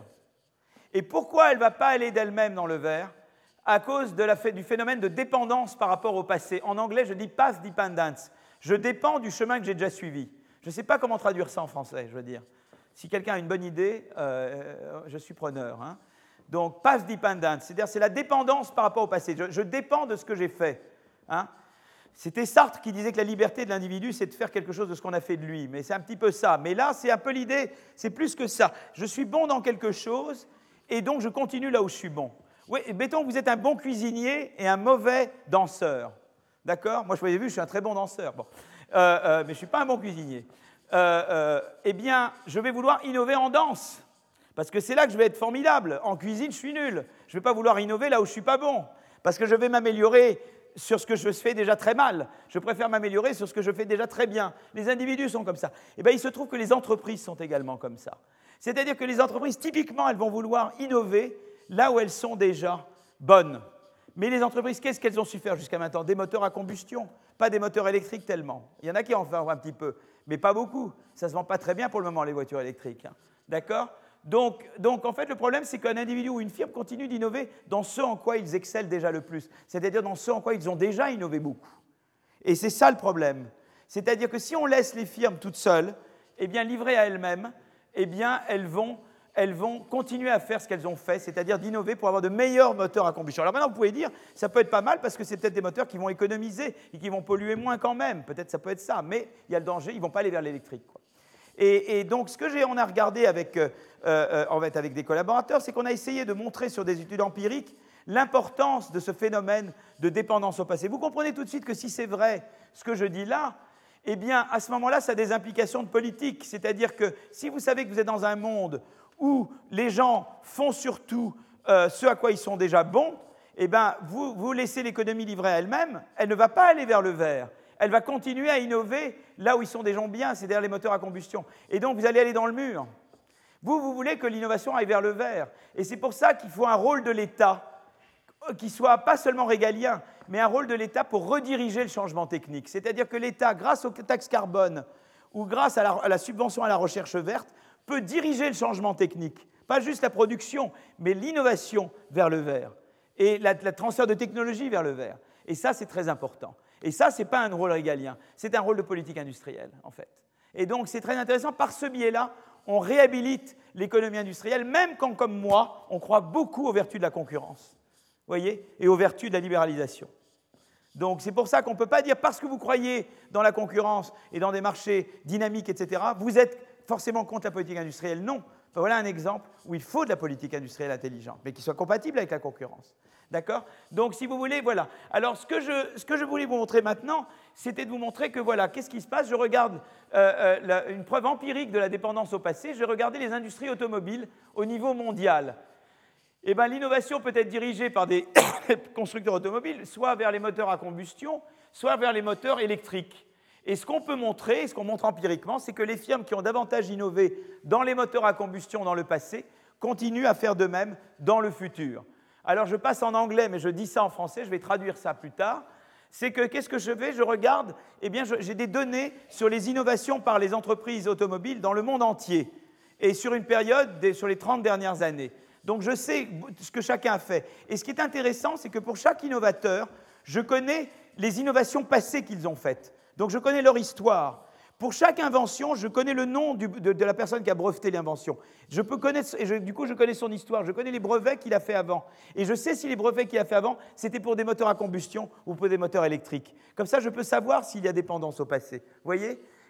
Et pourquoi elle ne va pas aller d'elle-même dans le vert? À cause de la, du phénomène de dépendance par rapport au passé. En anglais, je dis path dependence. Je dépends du chemin que j'ai déjà suivi. Je ne sais pas comment traduire ça en français, je veux dire. Si quelqu'un a une bonne idée, euh, je suis preneur. Hein. Donc, path dependence, c'est-à-dire c'est la dépendance par rapport au passé. Je, je dépends de ce que j'ai fait. Hein. C'était Sartre qui disait que la liberté de l'individu, c'est de faire quelque chose de ce qu'on a fait de lui. Mais c'est un petit peu ça. Mais là, c'est un peu l'idée, c'est plus que ça. Je suis bon dans quelque chose, et donc je continue là où je suis bon. Oui, mettons que vous êtes un bon cuisinier et un mauvais danseur. D'accord? Moi, je vous avez vu, je suis un très bon danseur. Bon. Euh, euh, mais je ne suis pas un bon cuisinier. Euh, euh, eh bien, je vais vouloir innover en danse. Parce que c'est là que je vais être formidable. En cuisine, je suis nul. Je ne vais pas vouloir innover là où je ne suis pas bon. Parce que je vais m'améliorer sur ce que je fais déjà très mal. Je préfère m'améliorer sur ce que je fais déjà très bien. Les individus sont comme ça. Eh bien, il se trouve que les entreprises sont également comme ça. C'est-à-dire que les entreprises, typiquement, elles vont vouloir innover là où elles sont déjà bonnes. Mais les entreprises, qu'est-ce qu'elles ont su faire jusqu'à maintenant? Des moteurs à combustion, pas des moteurs électriques tellement. Il y en a qui en font un petit peu, mais pas beaucoup. Ça ne se vend pas très bien pour le moment, les voitures électriques. Hein. D'accord? donc, donc, en fait, le problème, c'est qu'un individu ou une firme continue d'innover dans ce en quoi ils excellent déjà le plus, c'est-à-dire dans ce en quoi ils ont déjà innové beaucoup. Et c'est ça le problème. C'est-à-dire que si on laisse les firmes toutes seules, eh bien, livrées à elles-mêmes, eh bien, elles vont... elles vont continuer à faire ce qu'elles ont fait, c'est-à-dire d'innover pour avoir de meilleurs moteurs à combustion. Alors maintenant, vous pouvez dire, ça peut être pas mal parce que c'est peut-être des moteurs qui vont économiser et qui vont polluer moins quand même. Peut-être ça peut être ça, mais il y a le danger, ils ne vont pas aller vers l'électrique. Et, et donc, ce que j'ai, on a regardé avec, euh, euh, en fait, avec des collaborateurs, c'est qu'on a essayé de montrer sur des études empiriques l'importance de ce phénomène de dépendance au passé. Vous comprenez tout de suite que si c'est vrai ce que je dis là, eh bien, à ce moment-là, ça a des implications de politique. C'est-à-dire que si vous savez que vous êtes dans un monde où les gens font surtout euh, ce à quoi ils sont déjà bons, eh bien, vous, vous laissez l'économie livrée à elle-même, elle ne va pas aller vers le vert. Elle va continuer à innover là où ils sont des gens bien, c'est-à-dire les moteurs à combustion. Et donc, vous allez aller dans le mur. Vous, vous voulez que l'innovation aille vers le vert. Et c'est pour ça qu'il faut un rôle de l'État qui soit pas seulement régalien, mais un rôle de l'État pour rediriger le changement technique. C'est-à-dire que l'État, grâce aux taxes carbone ou grâce à la, à la subvention à la recherche verte, peut diriger le changement technique, pas juste la production, mais l'innovation vers le vert et le transfert de technologie vers le vert. Et ça, c'est très important. Et ça, ce n'est pas un rôle régalien, c'est un rôle de politique industrielle, en fait. Et donc, c'est très intéressant. Par ce biais-là, on réhabilite l'économie industrielle, même quand, comme moi, on croit beaucoup aux vertus de la concurrence, voyez, et aux vertus de la libéralisation. Donc, c'est pour ça qu'on ne peut pas dire, parce que vous croyez dans la concurrence et dans des marchés dynamiques, et cetera, vous êtes forcément contre la politique industrielle. Non. Enfin, voilà un exemple où il faut de la politique industrielle intelligente, mais qui soit compatible avec la concurrence. D'accord? Donc, si vous voulez, voilà. Alors, ce que je, ce que je voulais vous montrer maintenant, c'était de vous montrer que, voilà, qu'est-ce qui se passe? Je regarde euh, euh, la, une preuve empirique de la dépendance au passé. Je vais regarder les industries automobiles au niveau mondial. Eh bien, l'innovation peut être dirigée par des constructeurs automobiles, soit vers les moteurs à combustion, soit vers les moteurs électriques. Et ce qu'on peut montrer, et ce qu'on montre empiriquement, c'est que les firmes qui ont davantage innové dans les moteurs à combustion dans le passé continuent à faire de même dans le futur. Alors, je passe en anglais, mais je dis ça en français, je vais traduire ça plus tard. C'est que, qu'est-ce que je fais? Je regarde, eh bien, j'ai des données sur les innovations par les entreprises automobiles dans le monde entier, et sur une période, des, sur les trente dernières années. Donc, je sais ce que chacun a fait. Et ce qui est intéressant, c'est que pour chaque innovateur, je connais les innovations passées qu'ils ont faites. Donc, je connais leur histoire. Pour chaque invention, je connais le nom du, de, de la personne qui a breveté l'invention. Je peux connaître, et je, du coup, je connais son histoire. Je connais les brevets qu'il a fait avant. Et je sais si les brevets qu'il a fait avant, c'était pour des moteurs à combustion ou pour des moteurs électriques. Comme ça, je peux savoir s'il y a dépendance au passé. Vous voyez?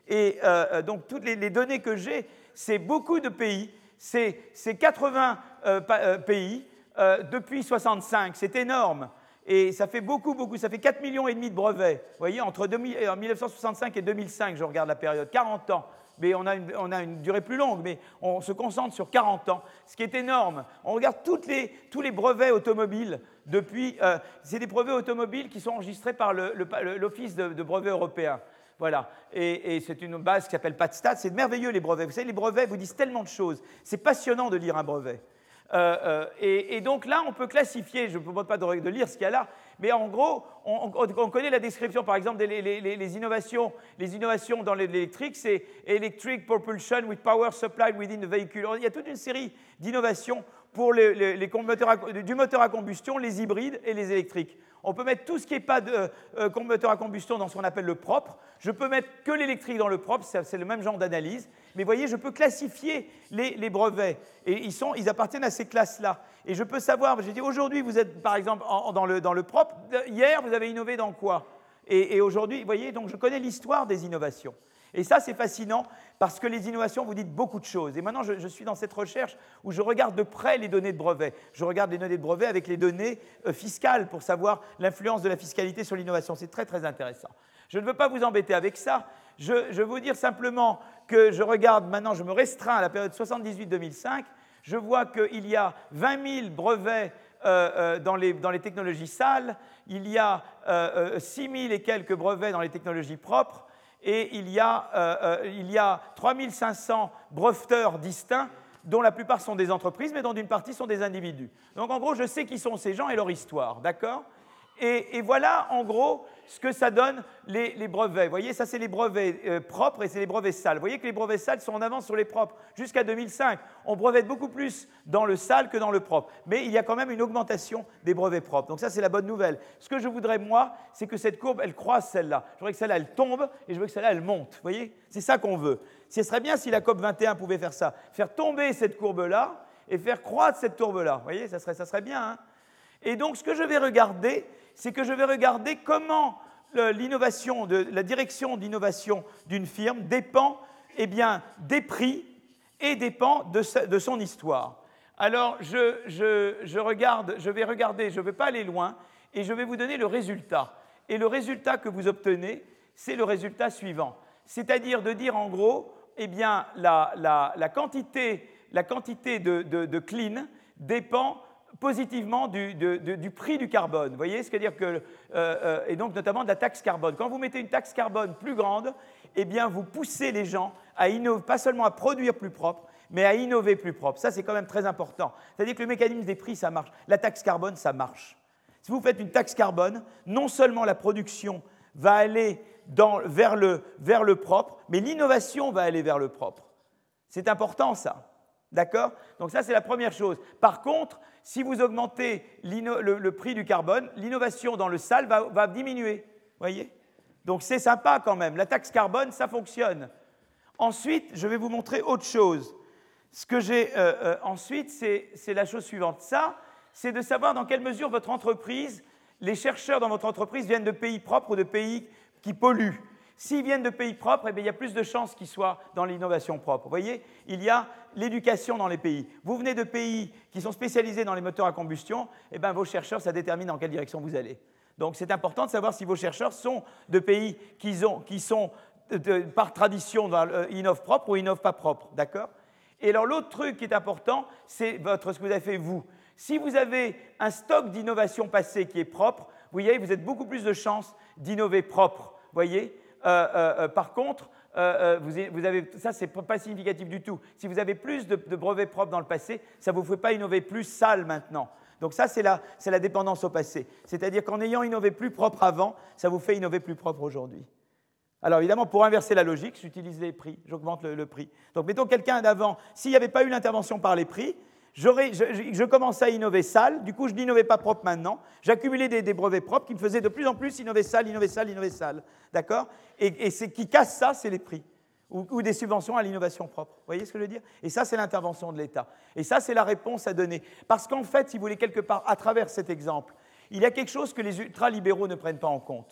Et euh, donc, toutes les, les données que j'ai, c'est beaucoup de pays, c'est quatre-vingts euh, euh, pays euh, depuis soixante-cinq, c'est énorme. Et ça fait beaucoup, beaucoup, ça fait quatre millions et demi de brevets. Vous voyez, entre deux mille, mille neuf cent soixante-cinq et deux mille cinq, je regarde la période, quarante ans. Mais on a, une, on a une durée plus longue, mais on se concentre sur quarante ans, ce qui est énorme. On regarde toutes les, tous les brevets automobiles depuis... Euh, c'est des brevets automobiles qui sont enregistrés par l'Office de, de brevets européen. Voilà, et, et c'est une base qui s'appelle PatStat. C'est merveilleux, les brevets. Vous savez, les brevets vous disent tellement de choses. C'est passionnant de lire un brevet. Euh, euh, et, et donc là, on peut classifier, je ne vous demande pas de, de lire ce qu'il y a là, mais en gros, on, on, on connaît la description, par exemple, des les, les, les innovations, les innovations dans l'électrique, c'est Electric Propulsion with Power Supplied within the Vehicle. Alors, il y a toute une série d'innovations pour les, les, les moteurs à, du moteur à combustion, les hybrides et les électriques. On peut mettre tout ce qui n'est pas de euh, moteur à combustion dans ce qu'on appelle le propre. Je peux mettre que l'électrique dans le propre, c'est le même genre d'analyse. Mais vous voyez, je peux classifier les, les brevets. Et ils, sont, ils appartiennent à ces classes-là. Et je peux savoir, j'ai dit, aujourd'hui, vous êtes par exemple en, dans, le, dans le propre. Hier, vous avez innové dans quoi? Et, et aujourd'hui, vous voyez, donc je connais l'histoire des innovations. Et ça, c'est fascinant parce que les innovations vous disent beaucoup de choses. Et maintenant, je, je suis dans cette recherche où je regarde de près les données de brevets. Je regarde les données de brevets avec les données euh, fiscales pour savoir l'influence de la fiscalité sur l'innovation. C'est très, très intéressant. Je ne veux pas vous embêter avec ça. Je, je veux vous dire simplement que je regarde maintenant, je me restreins à la période soixante-dix-huit deux mille cinq. Je vois qu'il y a vingt mille brevets euh, euh, dans, les, dans les technologies sales. Il y a euh, euh, six mille et quelques brevets dans les technologies propres. Et il y a, euh, euh, il y a trois mille cinq cents breveteurs distincts, dont la plupart sont des entreprises, mais dont une partie sont des individus. Donc en gros, je sais qui sont ces gens et leur histoire, d'accord ? et, et voilà, en gros, ce que ça donne les, les brevets. Vous voyez, ça, c'est les brevets euh, propres et c'est les brevets sales. Vous voyez que les brevets sales sont en avance sur les propres. Jusqu'à deux mille cinq, on brevette beaucoup plus dans le sale que dans le propre. Mais il y a quand même une augmentation des brevets propres. Donc ça, c'est la bonne nouvelle. Ce que je voudrais, moi, c'est que cette courbe, elle croise celle-là. Je voudrais que celle-là, elle tombe et je veux que celle-là, elle monte. Vous voyez, c'est ça qu'on veut. Ce serait bien si la COP vingt et un pouvait faire ça. Faire tomber cette courbe-là et faire croître cette courbe-là. Vous voyez, ça serait, ça serait bien. Hein ? Et donc, ce que je vais regarder, c'est que je vais regarder comment l'innovation, la direction d'innovation d'une firme dépend eh bien, des prix et dépend de, sa, de son histoire. Alors, je, je, je, regarde, je vais regarder, je ne vais pas aller loin, et je vais vous donner le résultat. Et le résultat que vous obtenez, c'est le résultat suivant. C'est-à-dire de dire en gros, eh bien, la, la, la quantité, la quantité de, de, de clean dépend positivement du, de, de, du prix du carbone. Vous voyez, c'est-à-dire que, euh, euh, et donc notamment de la taxe carbone. Quand vous mettez une taxe carbone plus grande, eh bien, vous poussez les gens à innover, pas seulement à produire plus propre, mais à innover plus propre. Ça, c'est quand même très important. C'est-à-dire que le mécanisme des prix, ça marche. La taxe carbone, ça marche. Si vous faites une taxe carbone, non seulement la production va aller dans, vers, le, vers le propre, mais l'innovation va aller vers le propre. C'est important, ça. D'accord? Donc ça, c'est la première chose. Par contre, si vous augmentez le, le prix du carbone, l'innovation dans le sale va, va diminuer. Voyez? Donc c'est sympa quand même. La taxe carbone, ça fonctionne. Ensuite, je vais vous montrer autre chose. Ce que j'ai euh, euh, ensuite, c'est la chose suivante. Ça, c'est de savoir dans quelle mesure votre entreprise, les chercheurs dans votre entreprise viennent de pays propres ou de pays qui polluent. S'ils viennent de pays propres, eh bien, il y a plus de chances qu'ils soient dans l'innovation propre. Vous voyez, il y a l'éducation dans les pays. Vous venez de pays qui sont spécialisés dans les moteurs à combustion, eh bien, vos chercheurs, ça détermine dans quelle direction vous allez. Donc, c'est important de savoir si vos chercheurs sont de pays qui, ont, qui sont, de, de, par tradition, dans, euh, innovent propre ou innovent pas propre. D'accord ? Et alors, l'autre truc qui est important, c'est votre, ce que vous avez fait, vous. Si vous avez un stock d'innovation passée qui est propre, vous voyez, vous avez beaucoup plus de chances d'innover propre. Vous voyez ? Euh, euh, par contre, euh, vous, vous avez, ça, ce n'est pas significatif du tout. Si vous avez plus de, de brevets propres dans le passé, ça ne vous fait pas innover plus sale maintenant. Donc ça, c'est la, c'est la dépendance au passé. C'est-à-dire qu'en ayant innové plus propre avant, ça vous fait innover plus propre aujourd'hui. Alors évidemment, pour inverser la logique, j'utilise les prix, j'augmente le, le prix. Donc mettons quelqu'un d'avant, s'il n'y avait pas eu l'intervention par les prix, Je, je, je commençais à innover sale, du coup je n'innovais pas propre maintenant, j'accumulais des, des brevets propres qui me faisaient de plus en plus innover sale, innover sale, innover sale, d'accord ? Et, et ce qui casse ça, c'est les prix, ou, ou des subventions à l'innovation propre, vous voyez ce que je veux dire ? Et ça, c'est l'intervention de l'État. Et ça, c'est la réponse à donner. Parce qu'en fait, si vous voulez, quelque part, à travers cet exemple, il y a quelque chose que les ultralibéraux ne prennent pas en compte.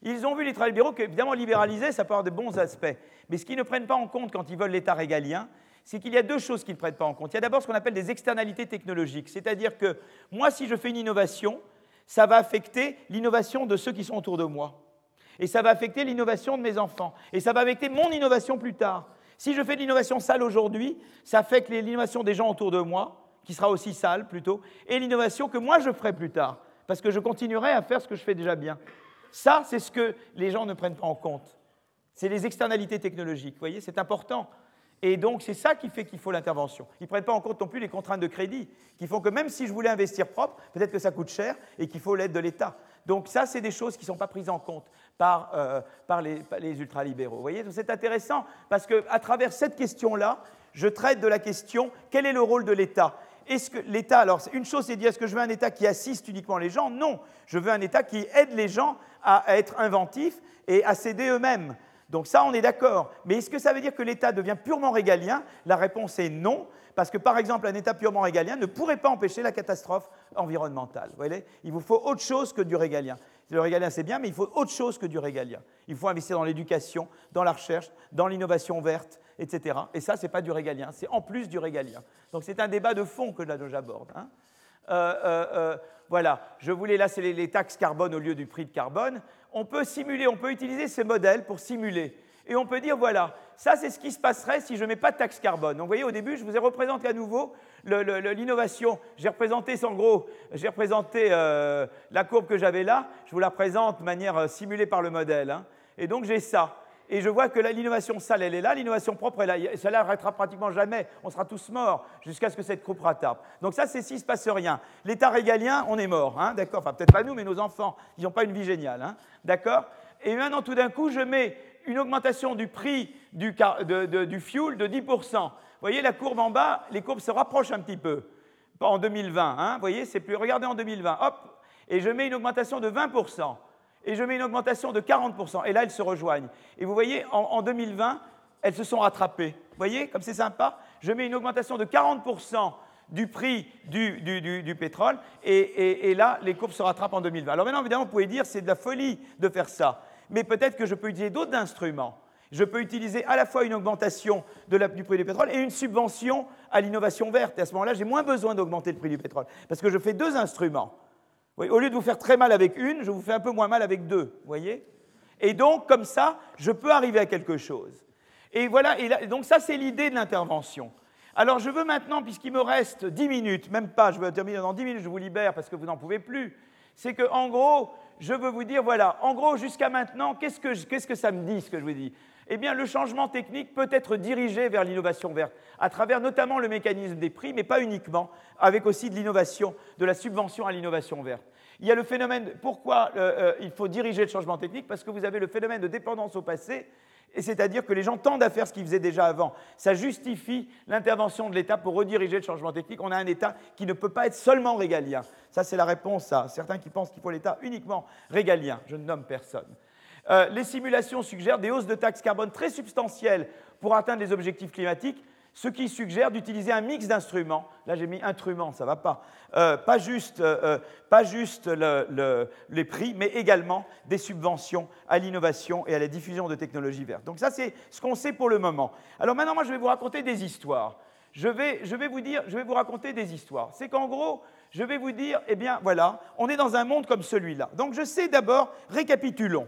Ils ont vu, les travailleurs libéraux, qu'évidemment, libéraliser, ça peut avoir de bons aspects. Mais ce qu'ils ne prennent pas en compte quand ils veulent l'État régalien, c'est qu'il y a deux choses qu'ils ne prennent pas en compte. Il y a d'abord ce qu'on appelle des externalités technologiques. C'est-à-dire que moi, si je fais une innovation, ça va affecter l'innovation de ceux qui sont autour de moi. Et ça va affecter l'innovation de mes enfants. Et ça va affecter mon innovation plus tard. Si je fais de l'innovation sale aujourd'hui, ça affecte l'innovation des gens autour de moi, qui sera aussi sale plutôt, et l'innovation que moi je ferai plus tard, parce que je continuerai à faire ce que je fais déjà bien. Ça, c'est ce que les gens ne prennent pas en compte. C'est les externalités technologiques, vous voyez, c'est important. Et donc, c'est ça qui fait qu'il faut l'intervention. Ils ne prennent pas en compte non plus les contraintes de crédit, qui font que même si je voulais investir propre, peut-être que ça coûte cher et qu'il faut l'aide de l'État. Donc ça, c'est des choses qui ne sont pas prises en compte par, euh, par, les, par les ultralibéraux. Vous voyez, c'est intéressant parce qu'à travers cette question-là, je traite de la question, quel est le rôle de l'État ? Est-ce que l'État, alors une chose c'est de dire, est-ce que je veux un État qui assiste uniquement les gens ? Non, je veux un État qui aide les gens à, à être inventifs et à s'aider eux-mêmes. Donc ça, on est d'accord. Mais est-ce que ça veut dire que l'État devient purement régalien ? La réponse est non, parce que par exemple, un État purement régalien ne pourrait pas empêcher la catastrophe environnementale. Vous voyez ? Il vous faut autre chose que du régalien. Le régalien, c'est bien, mais il faut autre chose que du régalien. Il faut investir dans l'éducation, dans la recherche, dans l'innovation verte, et cetera. Et ça, ce n'est pas du régalien, c'est en plus du régalien. Donc c'est un débat de fond que là, j'aborde. Hein. Euh, euh, euh, voilà, je voulais, là, c'est les, les taxes carbone au lieu du prix de carbone. On peut simuler, on peut utiliser ces modèles pour simuler. Et on peut dire, voilà, ça, c'est ce qui se passerait si je ne mets pas de taxe carbone. Donc, vous voyez, au début, je vous ai représenté à nouveau le, le, le, l'innovation. J'ai représenté, en gros, j'ai représenté euh, la courbe que j'avais là. Je vous la présente de manière euh, simulée par le modèle. Hein. Et donc, j'ai ça. Et je vois que là, l'innovation sale, elle est là, l'innovation propre, elle est là. Ça n'arrêtera pratiquement jamais. On sera tous morts jusqu'à ce que cette courbe rattrape. Donc ça, c'est s'il ne se passe rien. L'État régalien, on est mort. Hein, d'accord ? Enfin, peut-être pas nous, mais nos enfants. Ils n'ont pas une vie géniale. Hein, d'accord ? Et maintenant, tout d'un coup, je mets une augmentation du prix du, de, de, du fuel de dix pour cent. Vous voyez, la courbe en bas, les courbes se rapprochent un petit peu. Pas en deux mille vingt. Hein, vous voyez, c'est plus... Regardez en deux mille vingt. Hop, et je mets une augmentation de vingt pour cent. Et je mets une augmentation de quarante pour cent. Et là, elles se rejoignent. Et vous voyez, en, en deux mille vingt, elles se sont rattrapées. Vous voyez, comme c'est sympa. Je mets une augmentation de quarante pour cent du prix du, du, du, du pétrole. Et, et, et là, les courbes se rattrapent en deux mille vingt. Alors maintenant, évidemment, vous pouvez dire c'est de la folie de faire ça. Mais peut-être que je peux utiliser d'autres instruments. Je peux utiliser à la fois une augmentation de la, du prix du pétrole et une subvention à l'innovation verte. Et à ce moment-là, j'ai moins besoin d'augmenter le prix du pétrole. Parce que je fais deux instruments. Oui, au lieu de vous faire très mal avec une, je vous fais un peu moins mal avec deux, vous voyez ? Et donc, comme ça, je peux arriver à quelque chose. Et voilà, et là, donc ça, c'est l'idée de l'intervention. Alors, je veux maintenant, puisqu'il me reste dix minutes, même pas, je veux terminer dans dix minutes, je vous libère parce que vous n'en pouvez plus, c'est qu'en gros, je veux vous dire, voilà, en gros, jusqu'à maintenant, qu'est-ce que, qu'est-ce que ça me dit, ce que je vous dis ? Eh bien, le changement technique peut être dirigé vers l'innovation verte, à travers notamment le mécanisme des prix, mais pas uniquement, avec aussi de l'innovation, de la subvention à l'innovation verte. Il y a le phénomène, pourquoi euh, euh, il faut diriger le changement technique ? Parce que vous avez le phénomène de dépendance au passé, et c'est-à-dire que les gens tendent à faire ce qu'ils faisaient déjà avant. Ça justifie l'intervention de l'État pour rediriger le changement technique. On a un État qui ne peut pas être seulement régalien. Ça, c'est la réponse à certains qui pensent qu'il faut l'État uniquement régalien. Je ne nomme personne. Euh, les simulations suggèrent des hausses de taxes carbone très substantielles pour atteindre les objectifs climatiques, ce qui suggère d'utiliser un mix d'instruments. Là, j'ai mis instruments, ça ne va pas. Euh, pas juste, euh, pas juste le, le, les prix, mais également des subventions à l'innovation et à la diffusion de technologies vertes. Donc ça, c'est ce qu'on sait pour le moment. Alors maintenant, moi, je vais vous raconter des histoires. Je vais, je vais vous dire, je vais vous raconter des histoires. C'est qu'en gros, je vais vous dire, eh bien, voilà, on est dans un monde comme celui-là. Donc je sais d'abord, récapitulons.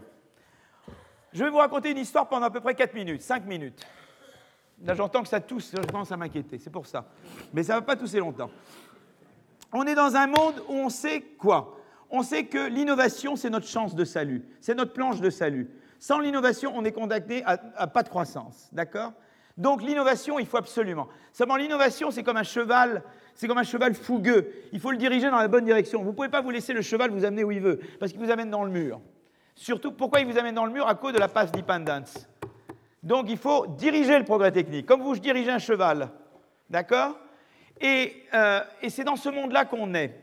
Je vais vous raconter une histoire pendant à peu près quatre minutes, cinq minutes. Là, j'entends que ça tousse, je commence à m'inquiéter, c'est pour ça. Mais ça ne va pas tousser longtemps. On est dans un monde où on sait quoi ? On sait que l'innovation, c'est notre chance de salut, c'est notre planche de salut. Sans l'innovation, on est condamné à, à pas de croissance, d'accord ? Donc l'innovation, il faut absolument. Seulement l'innovation, c'est comme un cheval, c'est comme un cheval fougueux. Il faut le diriger dans la bonne direction. Vous ne pouvez pas vous laisser le cheval vous amener où il veut, parce qu'il vous amène dans le mur. Surtout, pourquoi il vous amène dans le mur ? À cause de la path dependence. Donc, il faut diriger le progrès technique, comme vous dirigez un cheval. D'accord ? Et, euh, et c'est dans ce monde-là qu'on est.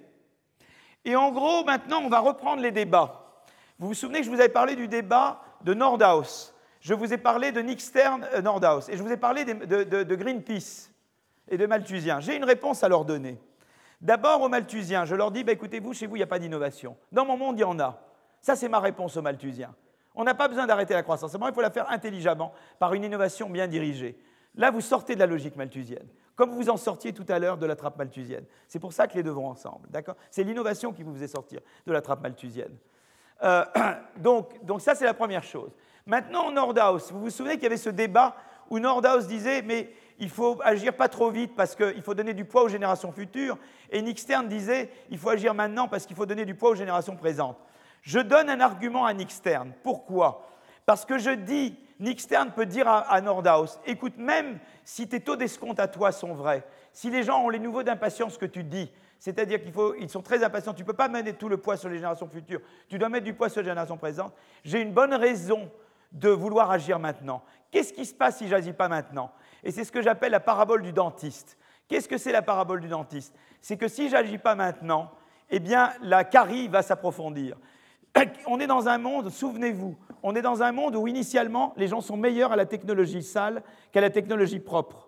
Et en gros, maintenant, on va reprendre les débats. Vous vous souvenez que je vous avais parlé du débat de Nordhaus. Je vous ai parlé de Nick Stern, euh, Nordhaus. Et je vous ai parlé de, de, de, de Greenpeace et de Malthusien. J'ai une réponse à leur donner. D'abord, aux Malthusiens, je leur dis, bah, écoutez, vous, chez vous, il n'y a pas d'innovation. Dans mon monde, il y en a. Ça, c'est ma réponse aux Malthusiens. On n'a pas besoin d'arrêter la croissance. Seulement, il faut la faire intelligemment, par une innovation bien dirigée. Là, vous sortez de la logique malthusienne, comme vous en sortiez tout à l'heure de la trappe malthusienne. C'est pour ça que les deux vont ensemble. D'accord ? C'est l'innovation qui vous faisait sortir de la trappe malthusienne. Euh, donc, donc ça, c'est la première chose. Maintenant, Nordhaus, vous vous souvenez qu'il y avait ce débat où Nordhaus disait « mais il faut agir pas trop vite parce qu'il faut donner du poids aux générations futures » et Nick Stern disait « il faut agir maintenant parce qu'il faut donner du poids aux générations présentes ». Je donne un argument à Nick Stern. Pourquoi ? Parce que je dis, Nick Stern peut dire à, à Nordhaus, écoute, même si tes taux d'escompte à toi sont vrais, si les gens ont les niveaux d'impatience que tu dis, c'est-à-dire qu'ils sont très impatients, tu ne peux pas mettre tout le poids sur les générations futures, tu dois mettre du poids sur les générations présentes, j'ai une bonne raison de vouloir agir maintenant. Qu'est-ce qui se passe si je n'agis pas maintenant ? Et c'est ce que j'appelle la parabole du dentiste. Qu'est-ce que c'est la parabole du dentiste ? C'est que si je n'agis pas maintenant, eh bien, la carie va s'approfondir. On est dans un monde, souvenez-vous, on est dans un monde où initialement les gens sont meilleurs à la technologie sale qu'à la technologie propre.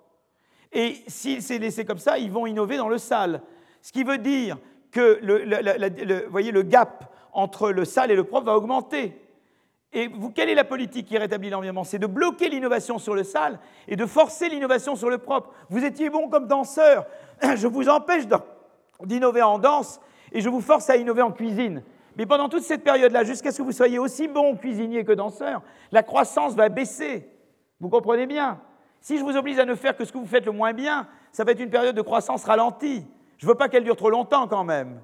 Et s'il s'est laissé comme ça, ils vont innover dans le sale. Ce qui veut dire que le, le, le, le, voyez, le gap entre le sale et le propre va augmenter. Et vous, quelle est la politique qui rétablit l'environnement ? C'est de bloquer l'innovation sur le sale et de forcer l'innovation sur le propre. Vous étiez bon comme danseur, je vous empêche d'innover en danse et je vous force à innover en cuisine. Mais pendant toute cette période-là, jusqu'à ce que vous soyez aussi bon cuisinier que danseur, la croissance va baisser. Vous comprenez bien ? Si je vous oblige à ne faire que ce que vous faites le moins bien, ça va être une période de croissance ralentie. Je ne veux pas qu'elle dure trop longtemps quand même.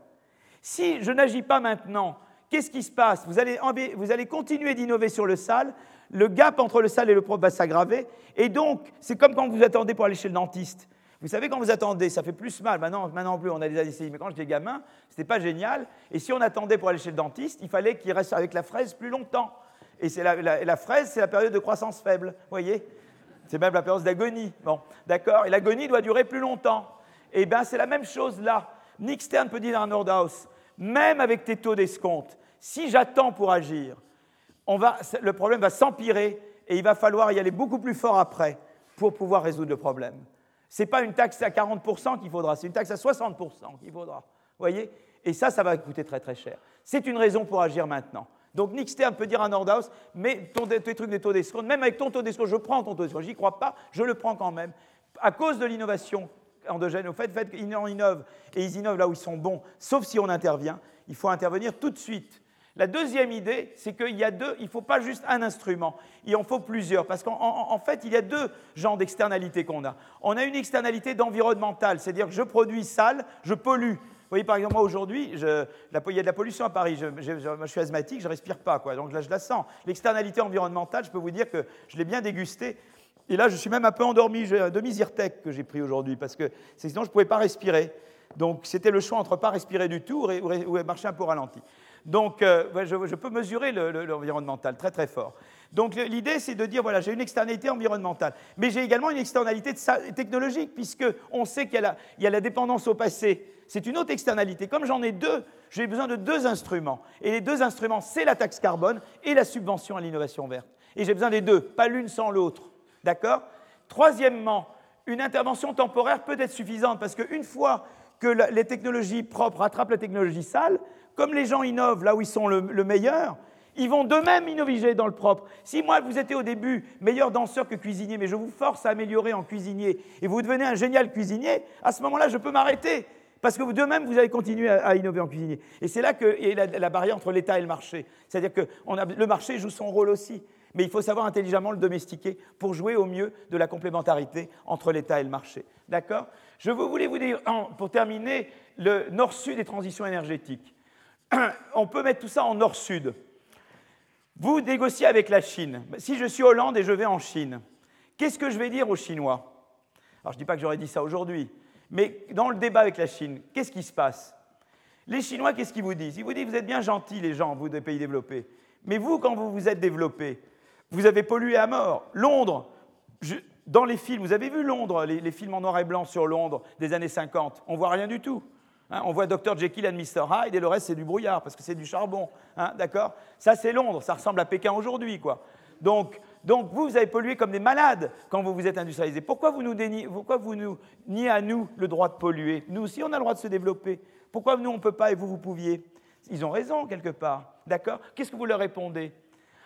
Si je n'agis pas maintenant, qu'est-ce qui se passe ? vous allez, vous allez continuer d'innover sur le sale, le gap entre le sale et le propre va s'aggraver, et donc, c'est comme quand vous attendez pour aller chez le dentiste. Vous savez, quand vous attendez, ça fait plus mal. Maintenant, maintenant plus, on a des anesthésies. Mais quand j'étais gamin, ce n'était pas génial. Et si on attendait pour aller chez le dentiste, il fallait qu'il reste avec la fraise plus longtemps. Et c'est la, la, la fraise, c'est la période de croissance faible. Vous voyez ? C'est même la période d'agonie. Bon, d'accord ? Et l'agonie doit durer plus longtemps. Eh bien, c'est la même chose là. Nick Stern peut dire à Nordhaus, même avec tes taux d'escompte, si j'attends pour agir, on va, le problème va s'empirer et il va falloir y aller beaucoup plus fort après pour pouvoir résoudre le problème. Ce n'est pas une taxe à quarante pour cent qu'il faudra, c'est une taxe à soixante pour cent qu'il faudra. Vous voyez ? Et ça, ça va coûter très très cher. C'est une raison pour agir maintenant. Donc Nick Stern peut dire à Nordhaus, mais ton, tes trucs des taux d'escompte, même avec ton taux d'escompte, je prends ton taux d'escompte, j'y crois pas, je le prends quand même. À cause de l'innovation endogène, au fait, fait qu'ils innovent, et ils innovent là où ils sont bons, sauf si on intervient, il faut intervenir tout de suite. La deuxième idée, c'est qu'il y a deux, il ne faut pas juste un instrument, il en faut plusieurs, parce qu'en en, en fait, il y a deux genres d'externalités qu'on a. On a une externalité d'environnementale, c'est-à-dire que je produis sale, je pollue. Vous voyez, par exemple, moi, aujourd'hui, je, la, il y a de la pollution à Paris, je, je, je, je suis asthmatique, je ne respire pas, quoi, donc là, je la sens. L'externalité environnementale, je peux vous dire que je l'ai bien dégustée, et là, je suis même un peu endormi, j'ai un demi-Zyrtec que j'ai pris aujourd'hui, parce que sinon, je ne pouvais pas respirer. Donc, c'était le choix entre ne pas respirer du tout ou, ou, ou marcher un peu ralenti. Donc, euh, je, je peux mesurer le, le, l'environnemental très, très fort. Donc, l'idée, c'est de dire, voilà, j'ai une externalité environnementale, mais j'ai également une externalité technologique, puisqu'on sait qu'il y a, la, il y a la dépendance au passé. C'est une autre externalité. Comme j'en ai deux, j'ai besoin de deux instruments. Et les deux instruments, c'est la taxe carbone et la subvention à l'innovation verte. Et j'ai besoin des deux, pas l'une sans l'autre. D'accord ? Troisièmement, une intervention temporaire peut être suffisante, parce qu'une fois que la, les technologies propres rattrapent la technologie sale, comme les gens innovent là où ils sont le, le meilleur, ils vont d'eux-mêmes innover dans le propre. Si moi, vous étiez au début meilleur danseur que cuisinier, mais je vous force à améliorer en cuisinier, et vous devenez un génial cuisinier, à ce moment-là, je peux m'arrêter, parce que d'eux-mêmes, vous allez continuer à, à innover en cuisinier. Et c'est là qu'est la, la barrière entre l'État et le marché. C'est-à-dire que on a, le marché joue son rôle aussi, mais il faut savoir intelligemment le domestiquer pour jouer au mieux de la complémentarité entre l'État et le marché. D'accord ? Je voulais vous dire, pour terminer, le nord-sud des transitions énergétiques. On peut mettre tout ça en nord-sud. Vous négociez avec la Chine. Si je suis Hollande et je vais en Chine, qu'est-ce que je vais dire aux Chinois ? Alors, je ne dis pas que j'aurais dit ça aujourd'hui, mais dans le débat avec la Chine, qu'est-ce qui se passe ? Les Chinois, qu'est-ce qu'ils vous disent ? Ils vous disent, vous êtes bien gentils, les gens, vous, des pays développés. Mais vous, quand vous vous êtes développés, vous avez pollué à mort. Londres, je, dans les films, vous avez vu Londres, les, les films en noir et blanc sur Londres des années cinquante, on ne voit rien du tout. Hein, on voit docteur Jekyll and mister Hyde et le reste, c'est du brouillard, parce que c'est du charbon. Hein, d'accord ? Ça, c'est Londres, ça ressemble à Pékin aujourd'hui, quoi. Donc, donc, vous, vous avez pollué comme des malades quand vous vous êtes industrialisés. Pourquoi vous nous, déniez, pourquoi vous nous niez à nous le droit de polluer ? Nous aussi, on a le droit de se développer. Pourquoi nous, on ne peut pas et vous, vous pouviez ? Ils ont raison, quelque part. D'accord ? Qu'est-ce que vous leur répondez ?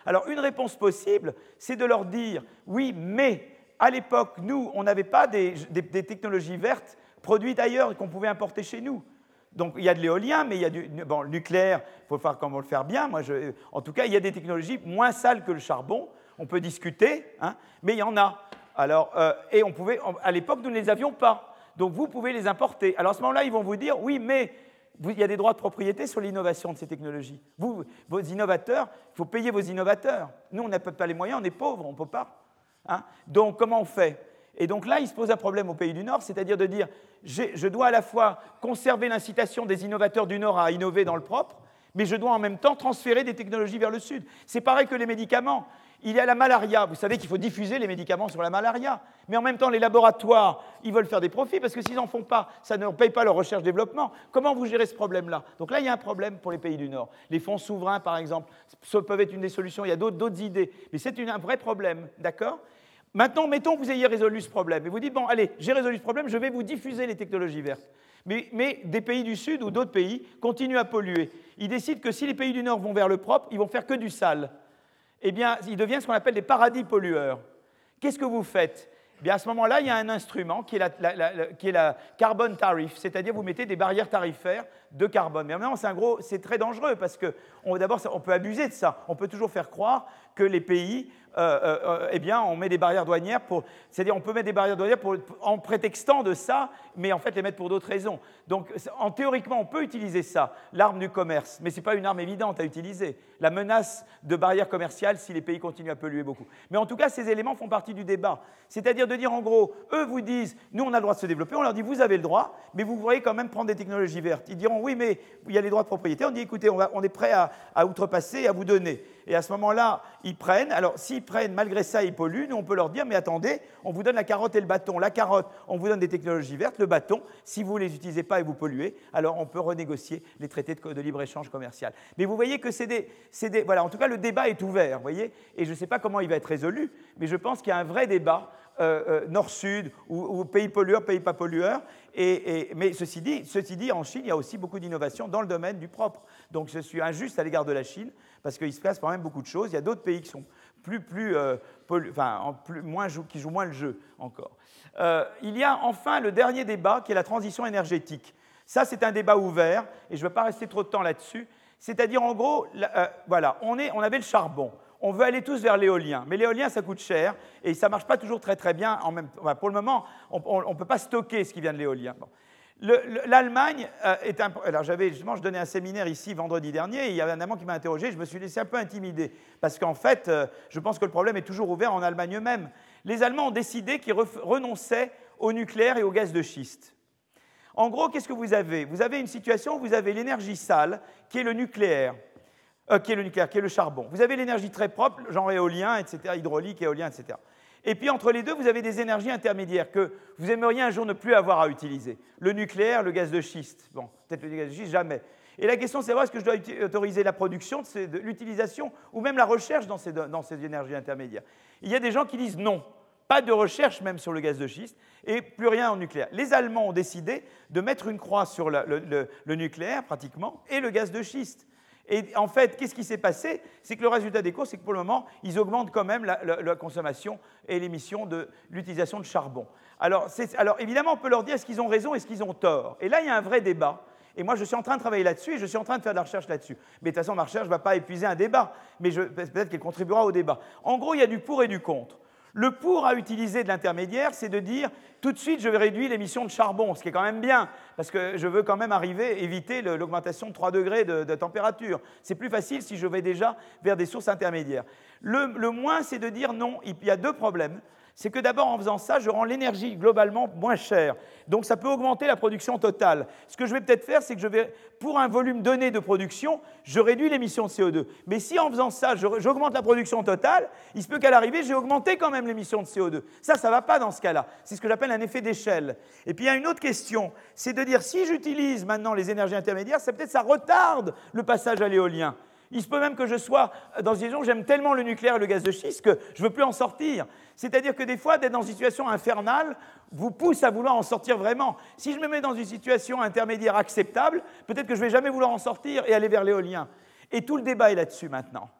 Alors, une réponse possible, c'est de leur dire, oui, mais à l'époque, nous, on n'avait pas des, des, des technologies vertes produites ailleurs et qu'on pouvait importer chez nous. Donc, il y a de l'éolien, mais il y a du bon, le nucléaire, il faut faire comment le faire bien. Moi, je, en tout cas, il y a des technologies moins sales que le charbon. On peut discuter, hein, mais il y en a. Alors, euh, et on pouvait, à l'époque, nous ne les avions pas. Donc, vous pouvez les importer. Alors, à ce moment-là, ils vont vous dire, oui, mais vous, il y a des droits de propriété sur l'innovation de ces technologies. Vous, vos innovateurs, il faut payer vos innovateurs. Nous, on n'a pas les moyens, on est pauvres, on ne peut pas. Hein. Donc, comment on fait? Et donc là, il se pose un problème au pays du Nord, c'est-à-dire de dire, je dois à la fois conserver l'incitation des innovateurs du Nord à innover dans le propre, mais je dois en même temps transférer des technologies vers le Sud. C'est pareil que les médicaments. Il y a la malaria. Vous savez qu'il faut diffuser les médicaments sur la malaria. Mais en même temps, les laboratoires, ils veulent faire des profits parce que s'ils n'en font pas, ça ne paye pas leur recherche-développement. Comment vous gérez ce problème-là? Donc là, il y a un problème pour les pays du Nord. Les fonds souverains, par exemple, ça peuvent être une des solutions. Il y a d'autres idées. Mais c'est un vrai problème, d'accord? Maintenant, mettons que vous ayez résolu ce problème. Et vous dites, bon, allez, j'ai résolu ce problème, je vais vous diffuser les technologies vertes. Mais, mais des pays du Sud ou d'autres pays continuent à polluer. Ils décident que si les pays du Nord vont vers le propre, ils vont faire que du sale. Eh bien, ils deviennent ce qu'on appelle des paradis pollueurs. Qu'est-ce que vous faites? Eh bien, à ce moment-là, il y a un instrument qui est la, la, la, qui est la carbon tariff, c'est-à-dire vous mettez des barrières tarifaires de carbone. Mais maintenant, c'est un gros, c'est très dangereux parce que d'abord, on peut abuser de ça. On peut toujours faire croire que les pays, euh, euh, eh bien, on met des barrières douanières pour, c'est-à-dire on peut mettre des barrières douanières pour, en prétextant de ça, mais en fait les mettre pour d'autres raisons. Donc, en, théoriquement, on peut utiliser ça, l'arme du commerce, mais ce n'est pas une arme évidente à utiliser. La menace de barrières commerciales si les pays continuent à polluer beaucoup. Mais en tout cas, ces éléments font partie du débat. C'est-à-dire de dire en gros, eux vous disent, nous on a le droit de se développer, on leur dit vous avez le droit, mais vous pourrez quand même prendre des technologies vertes. Ils diront oui, mais il y a les droits de propriété. On dit écoutez, on, va, on est prêt à, à outrepasser et à vous donner. Et à ce moment-là, ils prennent. Alors, s'ils prennent, malgré ça, ils polluent, nous, on peut leur dire, mais attendez, on vous donne la carotte et le bâton. La carotte, on vous donne des technologies vertes. Le bâton, si vous ne les utilisez pas et vous polluez, alors on peut renégocier les traités de, de libre-échange commercial. Mais vous voyez que c'est des, c'est des... Voilà, en tout cas, le débat est ouvert, vous voyez. Et je ne sais pas comment il va être résolu, mais je pense qu'il y a un vrai débat euh, euh, nord-sud, ou, ou pays pollueurs, pays pas pollueurs. Et, et, mais ceci dit, ceci dit, en Chine, il y a aussi beaucoup d'innovations dans le domaine du propre. Donc, je suis injuste à l'égard de la Chine, parce qu'il se passe quand même beaucoup de choses. Il y a d'autres pays qui sont plus, plus, euh, pollu... enfin, en plus moins jou... qui jouent moins le jeu encore. Euh, il y a enfin le dernier débat, qui est la transition énergétique. Ça, c'est un débat ouvert, et je ne vais pas rester trop de temps là-dessus. C'est-à-dire, en gros, là, euh, voilà, on, est, on avait le charbon. On veut aller tous vers l'éolien, mais l'éolien, ça coûte cher, et ça ne marche pas toujours très très bien. En même... enfin, pour le moment, on ne peut pas stocker ce qui vient de l'éolien. Bon. L'Allemagne euh, est un... Alors, j'avais justement, je donnais un séminaire ici vendredi dernier, et il y avait un Allemand qui m'a interrogé, je me suis laissé un peu intimider, parce qu'en fait, euh, je pense que le problème est toujours ouvert en Allemagne eux-mêmes. Les Allemands ont décidé qu'ils renonçaient au nucléaire et au gaz de schiste. En gros, qu'est-ce que vous avez? Vous avez une situation où vous avez l'énergie sale, qui est le nucléaire, euh, qui est le nucléaire, qui est le charbon. Vous avez l'énergie très propre, genre éolien, et cetera, hydraulique, éolien, et cetera. Et puis, entre les deux, vous avez des énergies intermédiaires que vous aimeriez un jour ne plus avoir à utiliser. Le nucléaire, le gaz de schiste. Bon, peut-être le gaz de schiste, jamais. Et la question, c'est savoir est-ce que je dois autoriser la production, de l'utilisation, ou même la recherche dans ces, dans ces énergies intermédiaires. Il y a des gens qui disent non. Pas de recherche même sur le gaz de schiste, et plus rien en nucléaire. Les Allemands ont décidé de mettre une croix sur le, le, le, le nucléaire, pratiquement, et le gaz de schiste. Et en fait, qu'est-ce qui s'est passé? C'est que le résultat des courses, c'est que pour le moment, ils augmentent quand même la, la, la consommation et l'émission de l'utilisation de charbon. Alors, alors, évidemment, on peut leur dire est-ce qu'ils ont raison, est-ce qu'ils ont tort? Et là, il y a un vrai débat. Et moi, je suis en train de travailler là-dessus et je suis en train de faire de la recherche là-dessus. Mais de toute façon, ma recherche ne va pas épuiser un débat, mais peut-être qu'elle contribuera au débat. En gros, il y a du pour et du contre. Le pour à utiliser de l'intermédiaire, c'est de dire tout de suite, je vais réduire l'émission de charbon, ce qui est quand même bien, parce que je veux quand même arriver, éviter l'augmentation de trois degrés de, de température. C'est plus facile si je vais déjà vers des sources intermédiaires. Le, le moins, c'est de dire non, il y a deux problèmes. C'est que d'abord, en faisant ça, je rends l'énergie globalement moins chère. Donc, ça peut augmenter la production totale. Ce que je vais peut-être faire, c'est que je vais, pour un volume donné de production, je réduis l'émission de C O deux. Mais si en faisant ça, j'augmente la production totale, il se peut qu'à l'arrivée, j'ai augmenté quand même l'émission de C O deux. Ça, ça ne va pas dans ce cas-là. C'est ce que j'appelle un effet d'échelle. Et puis, il y a une autre question, c'est de dire, si j'utilise maintenant les énergies intermédiaires, c'est peut-être ça retarde le passage à l'éolien. Il se peut même que je sois dans une situation où j'aime tellement le nucléaire et le gaz de schiste que je ne veux plus en sortir. C'est-à-dire que des fois, d'être dans une situation infernale vous pousse à vouloir en sortir vraiment. Si je me mets dans une situation intermédiaire acceptable, peut-être que je ne vais jamais vouloir en sortir et aller vers l'éolien. Et tout le débat est là-dessus maintenant.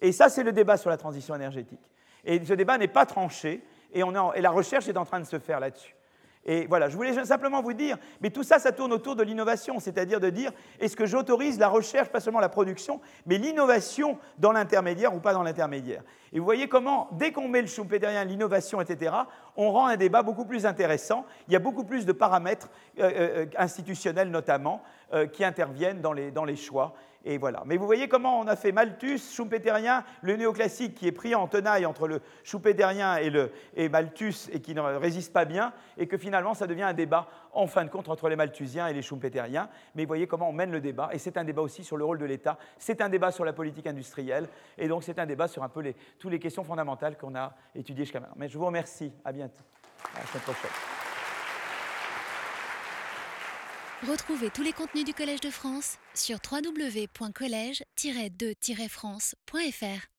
Et ça, c'est le débat sur la transition énergétique. Et ce débat n'est pas tranché, et, on est en, et la recherche est en train de se faire là-dessus. Et voilà, je voulais simplement vous dire, mais tout ça, ça tourne autour de l'innovation, c'est-à-dire de dire, est-ce que j'autorise la recherche, pas seulement la production, mais l'innovation dans l'intermédiaire ou pas dans l'intermédiaire. Et vous voyez comment, dès qu'on met le schumpeterien, l'innovation, et cetera, on rend un débat beaucoup plus intéressant, il y a beaucoup plus de paramètres euh, euh, institutionnels notamment, euh, qui interviennent dans les, dans les choix. Et voilà. Mais vous voyez comment on a fait Malthus, schumpeterien, le néoclassique qui est pris en tenaille entre le schumpeterien et, le, et Malthus et qui ne résiste pas bien, et que finalement ça devient un débat en fin de compte entre les malthusiens et les schumpeteriens. Mais vous voyez comment on mène le débat, et c'est un débat aussi sur le rôle de l'État, c'est un débat sur la politique industrielle, et donc c'est un débat sur un peu les, toutes les questions fondamentales qu'on a étudiées jusqu'à maintenant. Mais je vous remercie, à bientôt, à la semaine prochaine. Retrouvez tous les contenus du Collège de France sur w w w point collège tiret de tiret france point f r.